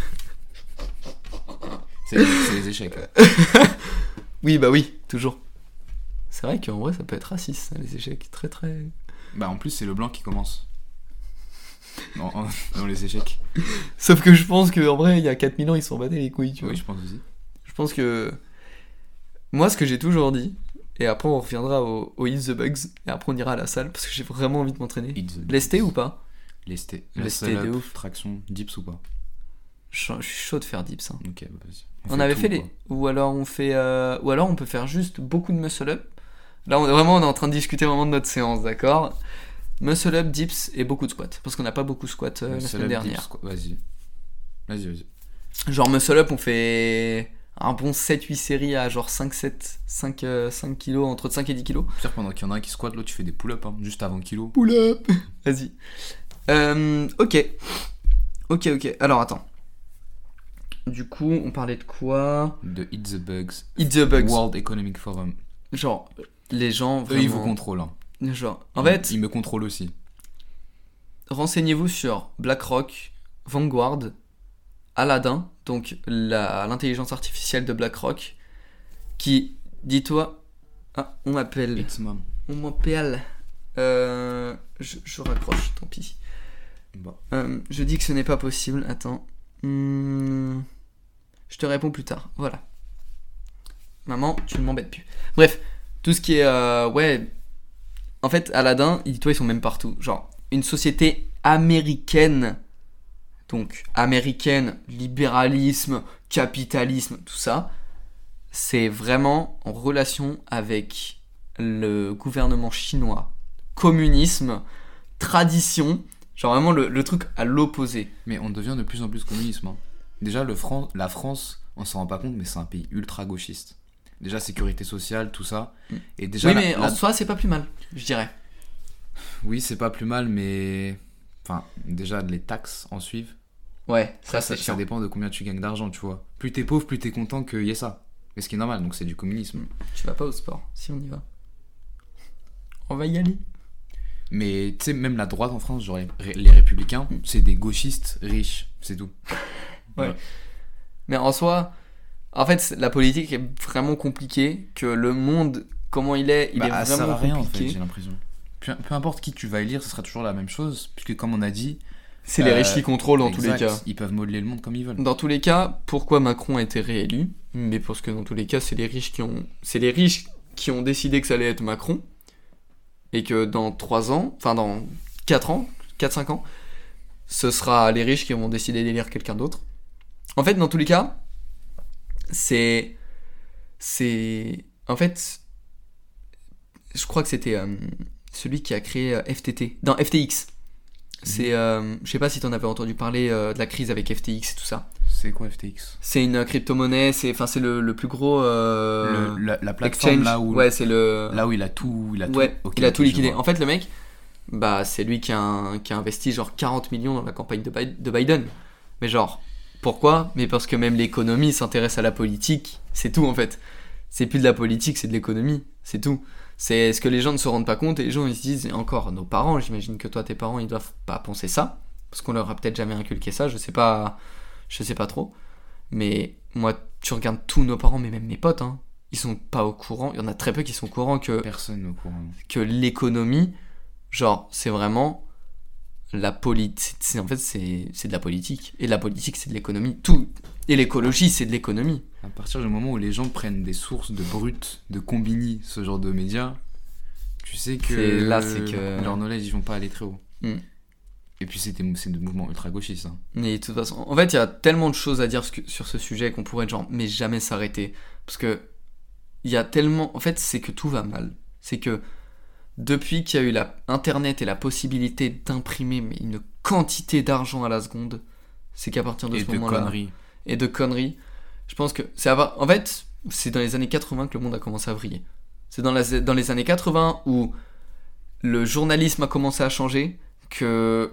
C'est, c'est les échecs. Oui, bah oui, toujours. C'est vrai qu'en vrai, ça peut être raciste, ça, les échecs. Très, très... Bah, en plus, c'est le blanc qui commence. Non, dans les échecs. Sauf que je pense qu'en vrai, il y a quatre mille ans, ils s'en battaient les couilles, tu vois. Oui, je pense aussi. Je pense que... Moi, ce que j'ai toujours dit, et après, on reviendra au, au Eat the Bugs, et après, on ira à la salle, parce que j'ai vraiment envie de m'entraîner. Lesté ou pas ? Lesté. Lesté de ouf. Traction, dips ou pas ? Je, je suis chaud de faire dips. Hein. Ok, bah vas-y. On, on fait avait tout, fait les. Quoi. Ou alors on fait. Euh... Ou alors on peut faire juste beaucoup de muscle up. Là, on est vraiment on est en train de discuter vraiment de notre séance, d'accord ? Muscle up, dips et beaucoup de squats. Parce qu'on n'a pas beaucoup de squats euh, la semaine dernière. Dips, vas-y. Vas-y, vas-y. Genre muscle up, on fait un bon sept huit séries à genre cinq sept, cinq, euh, cinq kilos, entre cinq et dix kilos. Pire, pendant qu'il y en a un qui squatte, l'autre tu fais des pull-up, hein, juste avant kilo. Pull-up. Vas-y. Euh, ok. Ok, ok. Alors attends. Du coup, on parlait de quoi ? De Eat the Bugs. Eat the Bugs. World Economic Forum. Genre, les gens vraiment... Eux, ils vous contrôlent. Hein. Genre, en ils, fait... Ils me contrôlent aussi. Renseignez-vous sur BlackRock, Vanguard, Aladdin, donc la, l'intelligence artificielle de BlackRock, qui, dis-toi... Ah, on m'appelle. It's mom. On m'appelle. Euh, je, je raccroche, tant pis. Bon. Euh, je dis que ce n'est pas possible. Attends. Hmm... Je te réponds plus tard. Voilà. Maman, tu ne m'embêtes plus. Bref, tout ce qui est... Euh, ouais... En fait, Aladdin, dis-toi, ils sont même partout. Genre, une société américaine... Donc, américaine, libéralisme, capitalisme, tout ça, c'est vraiment en relation avec le gouvernement chinois. Communisme, tradition, genre vraiment le, le truc à l'opposé. Mais on devient de plus en plus communisme. Hein. Déjà, le Fran- la France, on s'en rend pas compte, mais c'est un pays ultra gauchiste. Déjà, sécurité sociale, tout ça. Et déjà, oui, la- mais la- en soi, c'est pas plus mal, je dirais. Oui, c'est pas plus mal, mais... Enfin, déjà, les taxes en suivent. Ouais, Ça, ça, ça, c'est ça chiant. dépend de combien tu gagnes d'argent, tu vois. Plus t'es pauvre, plus t'es content qu'il y ait ça. Mais ce qui est normal, donc c'est du communisme. Tu vas pas au sport, si on y va. On va y aller. Mais tu sais, même la droite en France, genre les, les républicains, c'est des gauchistes riches, c'est tout. Ouais. Ouais. Mais en soi, en fait, c'est- la politique est vraiment compliquée, que le monde, comment il est, il Bah, est ça sert vraiment à rien, en compliqué. fait, j'ai l'impression. Peu, peu importe qui tu vas élire, ce sera toujours la même chose, puisque comme on a dit... C'est les euh, riches qui contrôlent dans tous les exact, cas. Ils peuvent modeler le monde comme ils veulent. Dans tous les cas, pourquoi Macron a été réélu? Mais parce que dans tous les cas, c'est les riches qui ont, c'est les riches qui ont décidé que ça allait être Macron, et que dans trois ans, enfin dans quatre ans, quatre cinq ans, ce sera les riches qui vont décider d'élire quelqu'un d'autre. En fait, dans tous les cas, c'est, c'est, en fait, je crois que c'était euh, celui qui a créé euh, F T T, dans F T X. C'est, euh, je sais pas si t'en avais entendu parler euh, de la crise avec F T X et tout ça. C'est quoi F T X? C'est une crypto-monnaie, c'est, enfin, c'est le, le plus gros euh, Le- la, la plateforme exchange. là où, Ouais, c'est le. là où il a tout... Il a tout, Ouais, ok, il a ok, tout je liquidé. vois. En fait, le mec, bah, c'est lui qui a, un- qui a investi genre quarante millions dans la campagne de, Bi- de Biden. Mais genre, pourquoi? Mais parce que même l'économie s'intéresse à la politique. C'est tout en fait. C'est plus de la politique, c'est de l'économie. C'est tout. C'est ce que les gens ne se rendent pas compte et les gens ils se disent, et encore nos parents, j'imagine que toi tes parents ils doivent pas penser ça parce qu'on leur a peut-être jamais inculqué ça, je sais pas, je sais pas trop. Mais moi, tu regardes tous nos parents, mais même mes potes, hein, ils sont pas au courant. Il y en a très peu qui sont au courant que Personne au courant. que l'économie, genre, c'est vraiment la politique. C'est, en fait, c'est, c'est de la politique. Et la politique, c'est de l'économie. Tout. Et l'écologie, c'est de l'économie. À partir du moment où les gens prennent des sources de brut, de combini, ce genre de médias, tu sais que C'est- là, c'est que- leur knowledge, ils vont pas aller très haut. Mm. Et puis c'est des, c'est des mouvements ultra gauchistes. Hein. Mais de toute façon, en fait, il y a tellement de choses à dire sc- sur ce sujet qu'on pourrait, genre, mais jamais s'arrêter. Parce que, il y a tellement. En fait, c'est que tout va mal. C'est que, depuis qu'il y a eu la Internet et la possibilité d'imprimer mais une quantité d'argent à la seconde, c'est qu'à partir de Et ce de moment-là. conneries. Et de conneries. Je pense que c'est avoir... En fait, c'est dans les années quatre-vingts que le monde a commencé à vriller. C'est dans, la... dans les années quatre-vingts où le journalisme a commencé à changer, que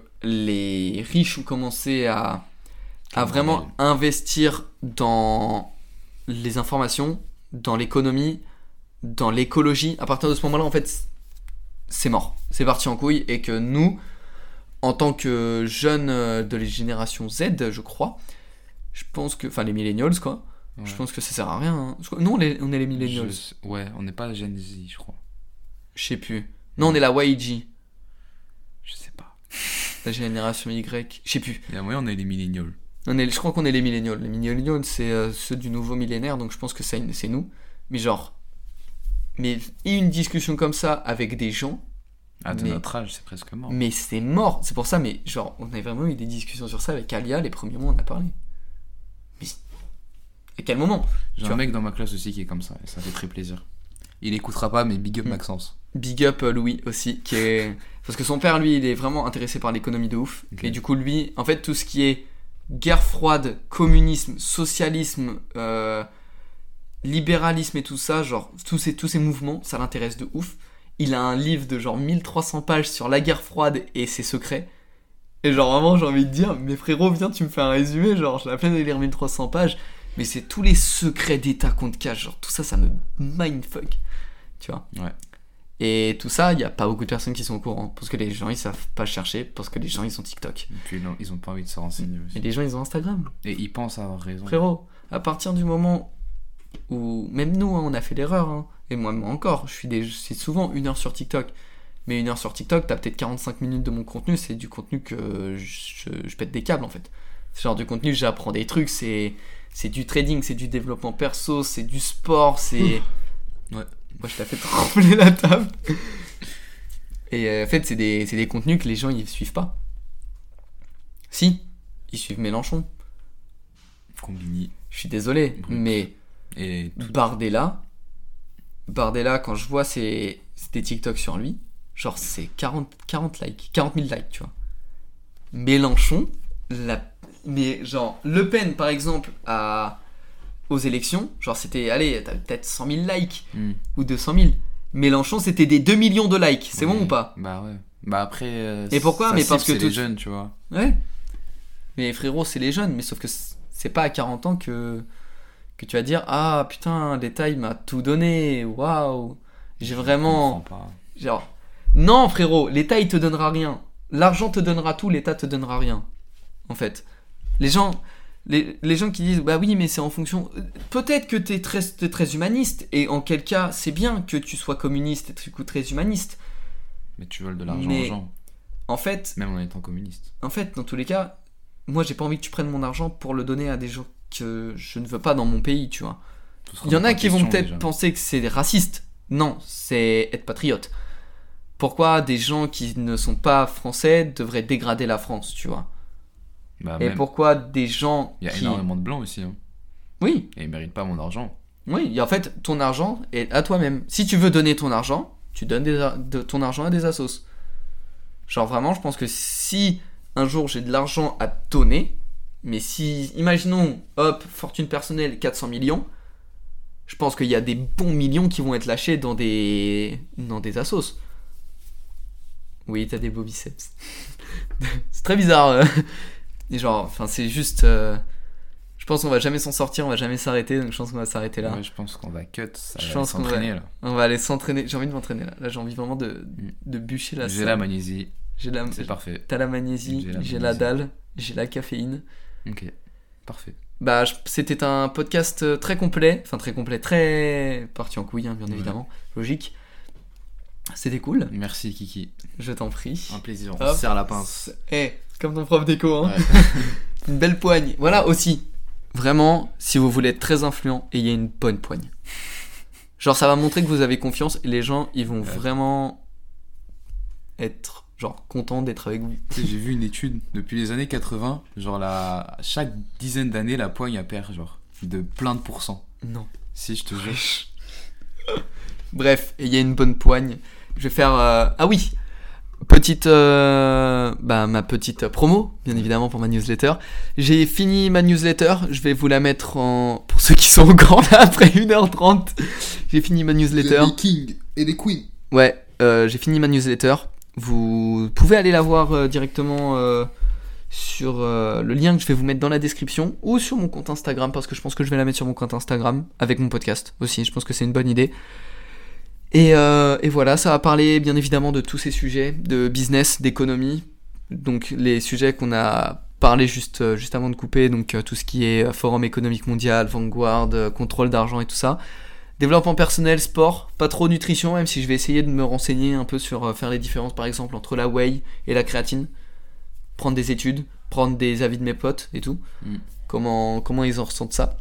les riches ont commencé à, à vraiment investir dans les informations, dans l'économie, dans l'écologie. À partir de ce moment-là, en fait, c'est mort. C'est parti en couille. Et que nous, en tant que jeunes euh, de la génération Z, je crois, je pense que... Enfin, les millennials, quoi. Ouais. Je pense que ça sert à rien. Hein. Je crois- Nous, on est, on est les millennials. Je- Ouais, on n'est pas Gen Z, je crois. Je sais plus. Non, on est la Y G. Je sais pas. La génération Y. Je sais plus. Et à moi, on est les millennials. On est, je crois qu'on est les millennials. Les millennials, c'est euh, ceux du nouveau millénaire, donc je pense que c'est, c'est nous. Mais genre... Mais une discussion comme ça avec des gens, À de Mais- notre âge, c'est presque mort. mais c'est mort. C'est pour ça, mais genre, on a vraiment eu des discussions sur ça avec Alia, les premiers mois on a parlé. Mais à quel moment? J'ai tu un vois. mec dans ma classe aussi qui est comme ça, et ça fait très plaisir. Il écoutera pas, mais big up Mm. Maxence. Big up euh, Louis aussi, qui est... Parce que son père, lui, il est vraiment intéressé par l'économie de ouf. Ok. Et du coup, lui, en fait, tout ce qui est guerre froide, communisme, socialisme, euh, libéralisme et tout ça, genre, tous ces, tous ces mouvements, ça l'intéresse de ouf. Il a un livre de genre mille trois cents pages sur la guerre froide et ses secrets. Et genre, vraiment, j'ai envie de dire, mais frérot, viens, tu me fais un résumé, genre, j'ai la peine de lire mille trois cents pages. Mais c'est tous les secrets d'État qu'on te cache, genre, tout ça, ça me mindfuck. Tu vois? Ouais. Et tout ça, il n'y a pas beaucoup de personnes qui sont au courant. Parce que les gens, ils savent pas chercher. Parce que les gens, ils sont TikTok. Et puis non, ils ont pas envie de se renseigner aussi. Et les gens, ils ont Instagram. Et ils pensent avoir raison. Frérot, à partir du moment où... Même nous, hein, on a fait l'erreur. Hein, et moi, moi encore, je suis des... c'est souvent une heure sur TikTok. Mais une heure sur TikTok, t'as peut-être quarante-cinq minutes de mon contenu. C'est du contenu que je, je pète des câbles, en fait. C'est genre du contenu, j'apprends des trucs. C'est, c'est du trading, c'est du développement perso, c'est du sport, c'est... Ouais. Moi, je t'ai fait trembler la table. Et euh, en fait, c'est des, c'est des contenus que les gens, ils suivent pas. Si, ils suivent Mélenchon. Combini. Je suis désolé, Brut. mais Et tout. Bardella, Bardella, quand je vois ses, des TikTok sur lui, genre c'est quarante, quarante likes, quarante mille likes, tu vois. Mélenchon, la, mais genre Le Pen, par exemple, à, aux élections, genre c'était, allez, t'as peut-être cent mille likes Mm. ou deux cent mille. Mélenchon, c'était des deux millions de likes, c'est Oui. bon ou pas? Bah ouais. Bah après. euh, Et pourquoi sa Mais cible, parce que c'est tout- les jeunes, tu vois. Ouais. Mais frérot, c'est les jeunes, mais sauf que c'est pas à quarante ans que, que tu vas dire ah putain, l'État il m'a tout donné, waouh, j'ai Je vraiment. comprends pas. Genre, non frérot, l'État il te donnera rien. L'argent te donnera tout, l'État te donnera rien. En fait. Les gens, les, les gens qui disent bah oui, mais c'est en fonction. Peut-être que t'es très, t'es très humaniste, et en quel cas c'est bien que tu sois communiste et du coup très humaniste. Mais tu voles de l'argent Mais- aux gens, En fait, même en étant communiste. En fait, dans tous les cas, moi j'ai pas envie que tu prennes mon argent pour le donner à des gens que je ne veux pas dans mon pays, tu vois. Tout sera Il y en pas a qui vont question, peut-être déjà. penser que c'est raciste. Non, c'est être patriote. Pourquoi des gens qui ne sont pas français devraient dégrader la France, tu vois. Bah, Et même, pourquoi des gens il y a qui... énormément de blancs aussi. Hein. Oui, Et ils méritent pas mon argent. oui, et en fait, ton argent est à toi-même. Si tu veux donner ton argent, tu donnes des a- de ton argent à des assos. Genre vraiment, je pense que si un jour j'ai de l'argent à te donner, mais si, imaginons, hop, fortune personnelle, quatre cents millions, je pense qu'il y a des bons millions qui vont être lâchés dans des, dans des assos. Oui, t'as des beaux biceps. C'est très bizarre. euh. Et genre, enfin, c'est juste... euh, Je pense qu'on va jamais s'en sortir, on va jamais s'arrêter, donc je pense qu'on va s'arrêter là. Ouais, je pense qu'on va cut. Ça Je va pense qu'on s'entraîner là. On va aller s'entraîner. J'ai envie de m'entraîner là. Là, j'ai envie vraiment de, de bûcher la J'ai salle. la magnésie. J'ai la, C'est parfait. T'as la magnésie, J'ai la j'ai la magnésie. dalle, j'ai la caféine. Ok. Parfait. Bah, je- c'était un podcast euh, très complet, enfin très complet, très parti en couille, hein, bien Ouais. évidemment, logique. C'était cool, Merci Kiki. je t'en prie. Un plaisir. On Hop. se serre la pince. Eh, comme ton prof d'éco, hein. Ouais. Une belle poigne. Voilà aussi. Vraiment, si vous voulez être très influent, ayez une bonne poigne. Genre, ça va montrer que vous avez confiance et les gens, ils vont Ouais. vraiment être, genre, contents d'être avec vous. Tu sais, j'ai vu une étude depuis les années quatre-vingts. Genre, la... chaque dizaine d'années, la poigne elle perd, genre, de plein de pourcents. Non. Si, je te jure. Bref, ayez une bonne poigne. Je vais faire... euh, Ah oui, petite... euh, Bah, ma petite promo, bien évidemment, pour ma newsletter. J'ai fini ma newsletter. Je vais vous la mettre en... Pour ceux qui sont encore là, après une heure trente. J'ai fini ma newsletter. Les kings et les queens. Ouais, euh, j'ai fini ma newsletter. Vous pouvez aller la voir euh, directement euh, sur euh, le lien que je vais vous mettre dans la description ou sur mon compte Instagram, parce que je pense que je vais la mettre sur mon compte Instagram avec mon podcast aussi. Je pense que c'est une bonne idée. Et, euh, et voilà, ça va parler bien évidemment de tous ces sujets, de business, d'économie. Donc les sujets qu'on a parlé juste, euh, juste avant de couper, donc euh, tout ce qui est euh, Forum économique mondial, Vanguard, euh, contrôle d'argent et tout ça. Développement personnel, sport, pas trop nutrition, même si je vais essayer de me renseigner un peu sur euh, faire les différences par exemple entre la whey et la créatine. Prendre des études, prendre des avis de mes potes et tout. Mm. Comment, comment ils en ressentent ça.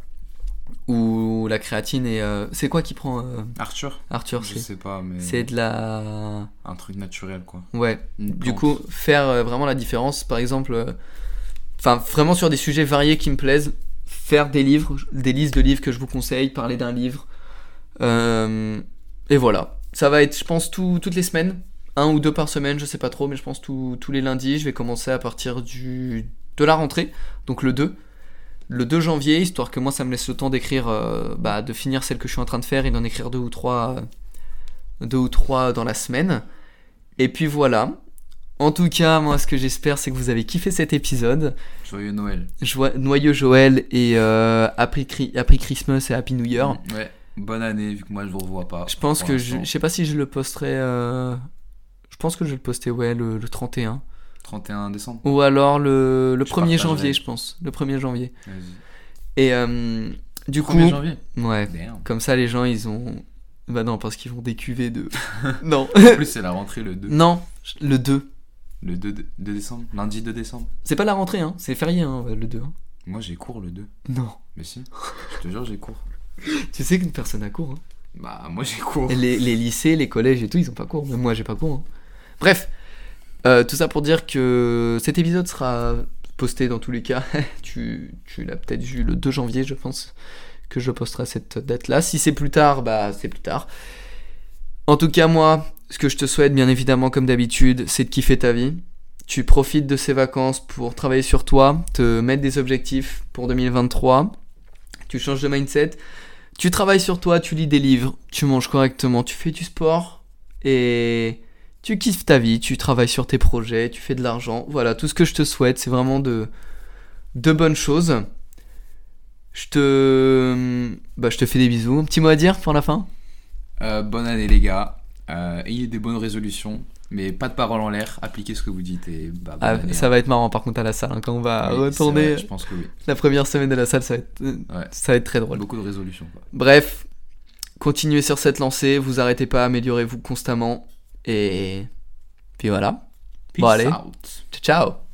Ou la créatine et... euh, c'est quoi qui prend euh, Arthur Arthur Je c'est, sais pas, mais. c'est de la... Un truc naturel, quoi. Ouais, Une du plante. coup, faire euh, vraiment la différence, par exemple, euh, enfin, vraiment sur des sujets variés qui me plaisent, faire des livres, des listes de livres que je vous conseille, parler d'un livre, euh, et voilà. Ça va être, je pense, tout- toutes les semaines, un ou deux par semaine, je sais pas trop, mais je pense tout- tous les lundis, je vais commencer à partir du, de la rentrée, donc le deux, le deux janvier, histoire que moi, ça me laisse le temps d'écrire, euh, bah, de finir celle que je suis en train de faire et d'en écrire deux ou trois, euh, deux ou trois dans la semaine. Et puis voilà. En tout cas, moi, ce que j'espère, c'est que vous avez kiffé cet épisode. Joyeux Noël. Joie- Noyeux Joël et euh, Happy, Cri- Happy Christmas et Happy New Year. Ouais. Bonne année, vu que moi je vous revois pas. Je pense pour que je, l'instant. je sais pas si je le posterai. euh, Je pense que je vais le poster, ouais, le, le trente et un. trente et un décembre. Ou alors le, le Je premier partagerai. janvier, je pense. Le premier janvier. Vas-y. Et euh, du premier coup. janvier. Ouais. Damn. Comme ça, les gens, ils ont. Bah non, parce qu'ils vont décuver de. non. En plus, c'est la rentrée le deux. Non, le deux. Le deux, de- deux décembre. Lundi deux décembre. C'est pas la rentrée, hein. C'est férié, hein, le deux. hein. Moi j'ai cours le deux. Non. Mais si, je te jure, j'ai cours. Tu sais qu'une personne a cours. Hein. Bah, moi j'ai cours. Et les, les lycées, les collèges et tout, ils ont pas cours. Même moi, j'ai pas cours. Hein. Bref, euh, tout ça pour dire que cet épisode sera posté dans tous les cas. tu tu l'as peut-être vu le deux janvier, je pense, que je posterai cette date-là. Si c'est plus tard, bah c'est plus tard. En tout cas, moi, ce que je te souhaite, bien évidemment, comme d'habitude, c'est de kiffer ta vie. Tu profites de ces vacances pour travailler sur toi, te mettre des objectifs pour deux mille vingt-trois. Tu changes de mindset. Tu travailles sur toi, tu lis des livres, tu manges correctement, tu fais du sport et tu kiffes ta vie, tu travailles sur tes projets, tu fais de l'argent. Voilà, tout ce que je te souhaite, c'est vraiment de, de bonnes choses. Je te, bah, je te fais des bisous. Un petit mot à dire pour la fin ? Euh, bonne année les gars. Euh, ayez des bonnes résolutions, mais pas de paroles en l'air. Appliquez ce que vous dites et bah, bonne Ah, année, ça hein. va être marrant par contre à la salle hein, quand on va Oui, retourner. c'est vrai, je pense que oui. La première semaine de la salle, ça va être, Ouais. ça va être très drôle. Beaucoup de résolutions, quoi. Bref, continuez sur cette lancée, vous arrêtez pas, améliorez-vous constamment et puis voilà. Peace Bon allez, out. ciao ciao.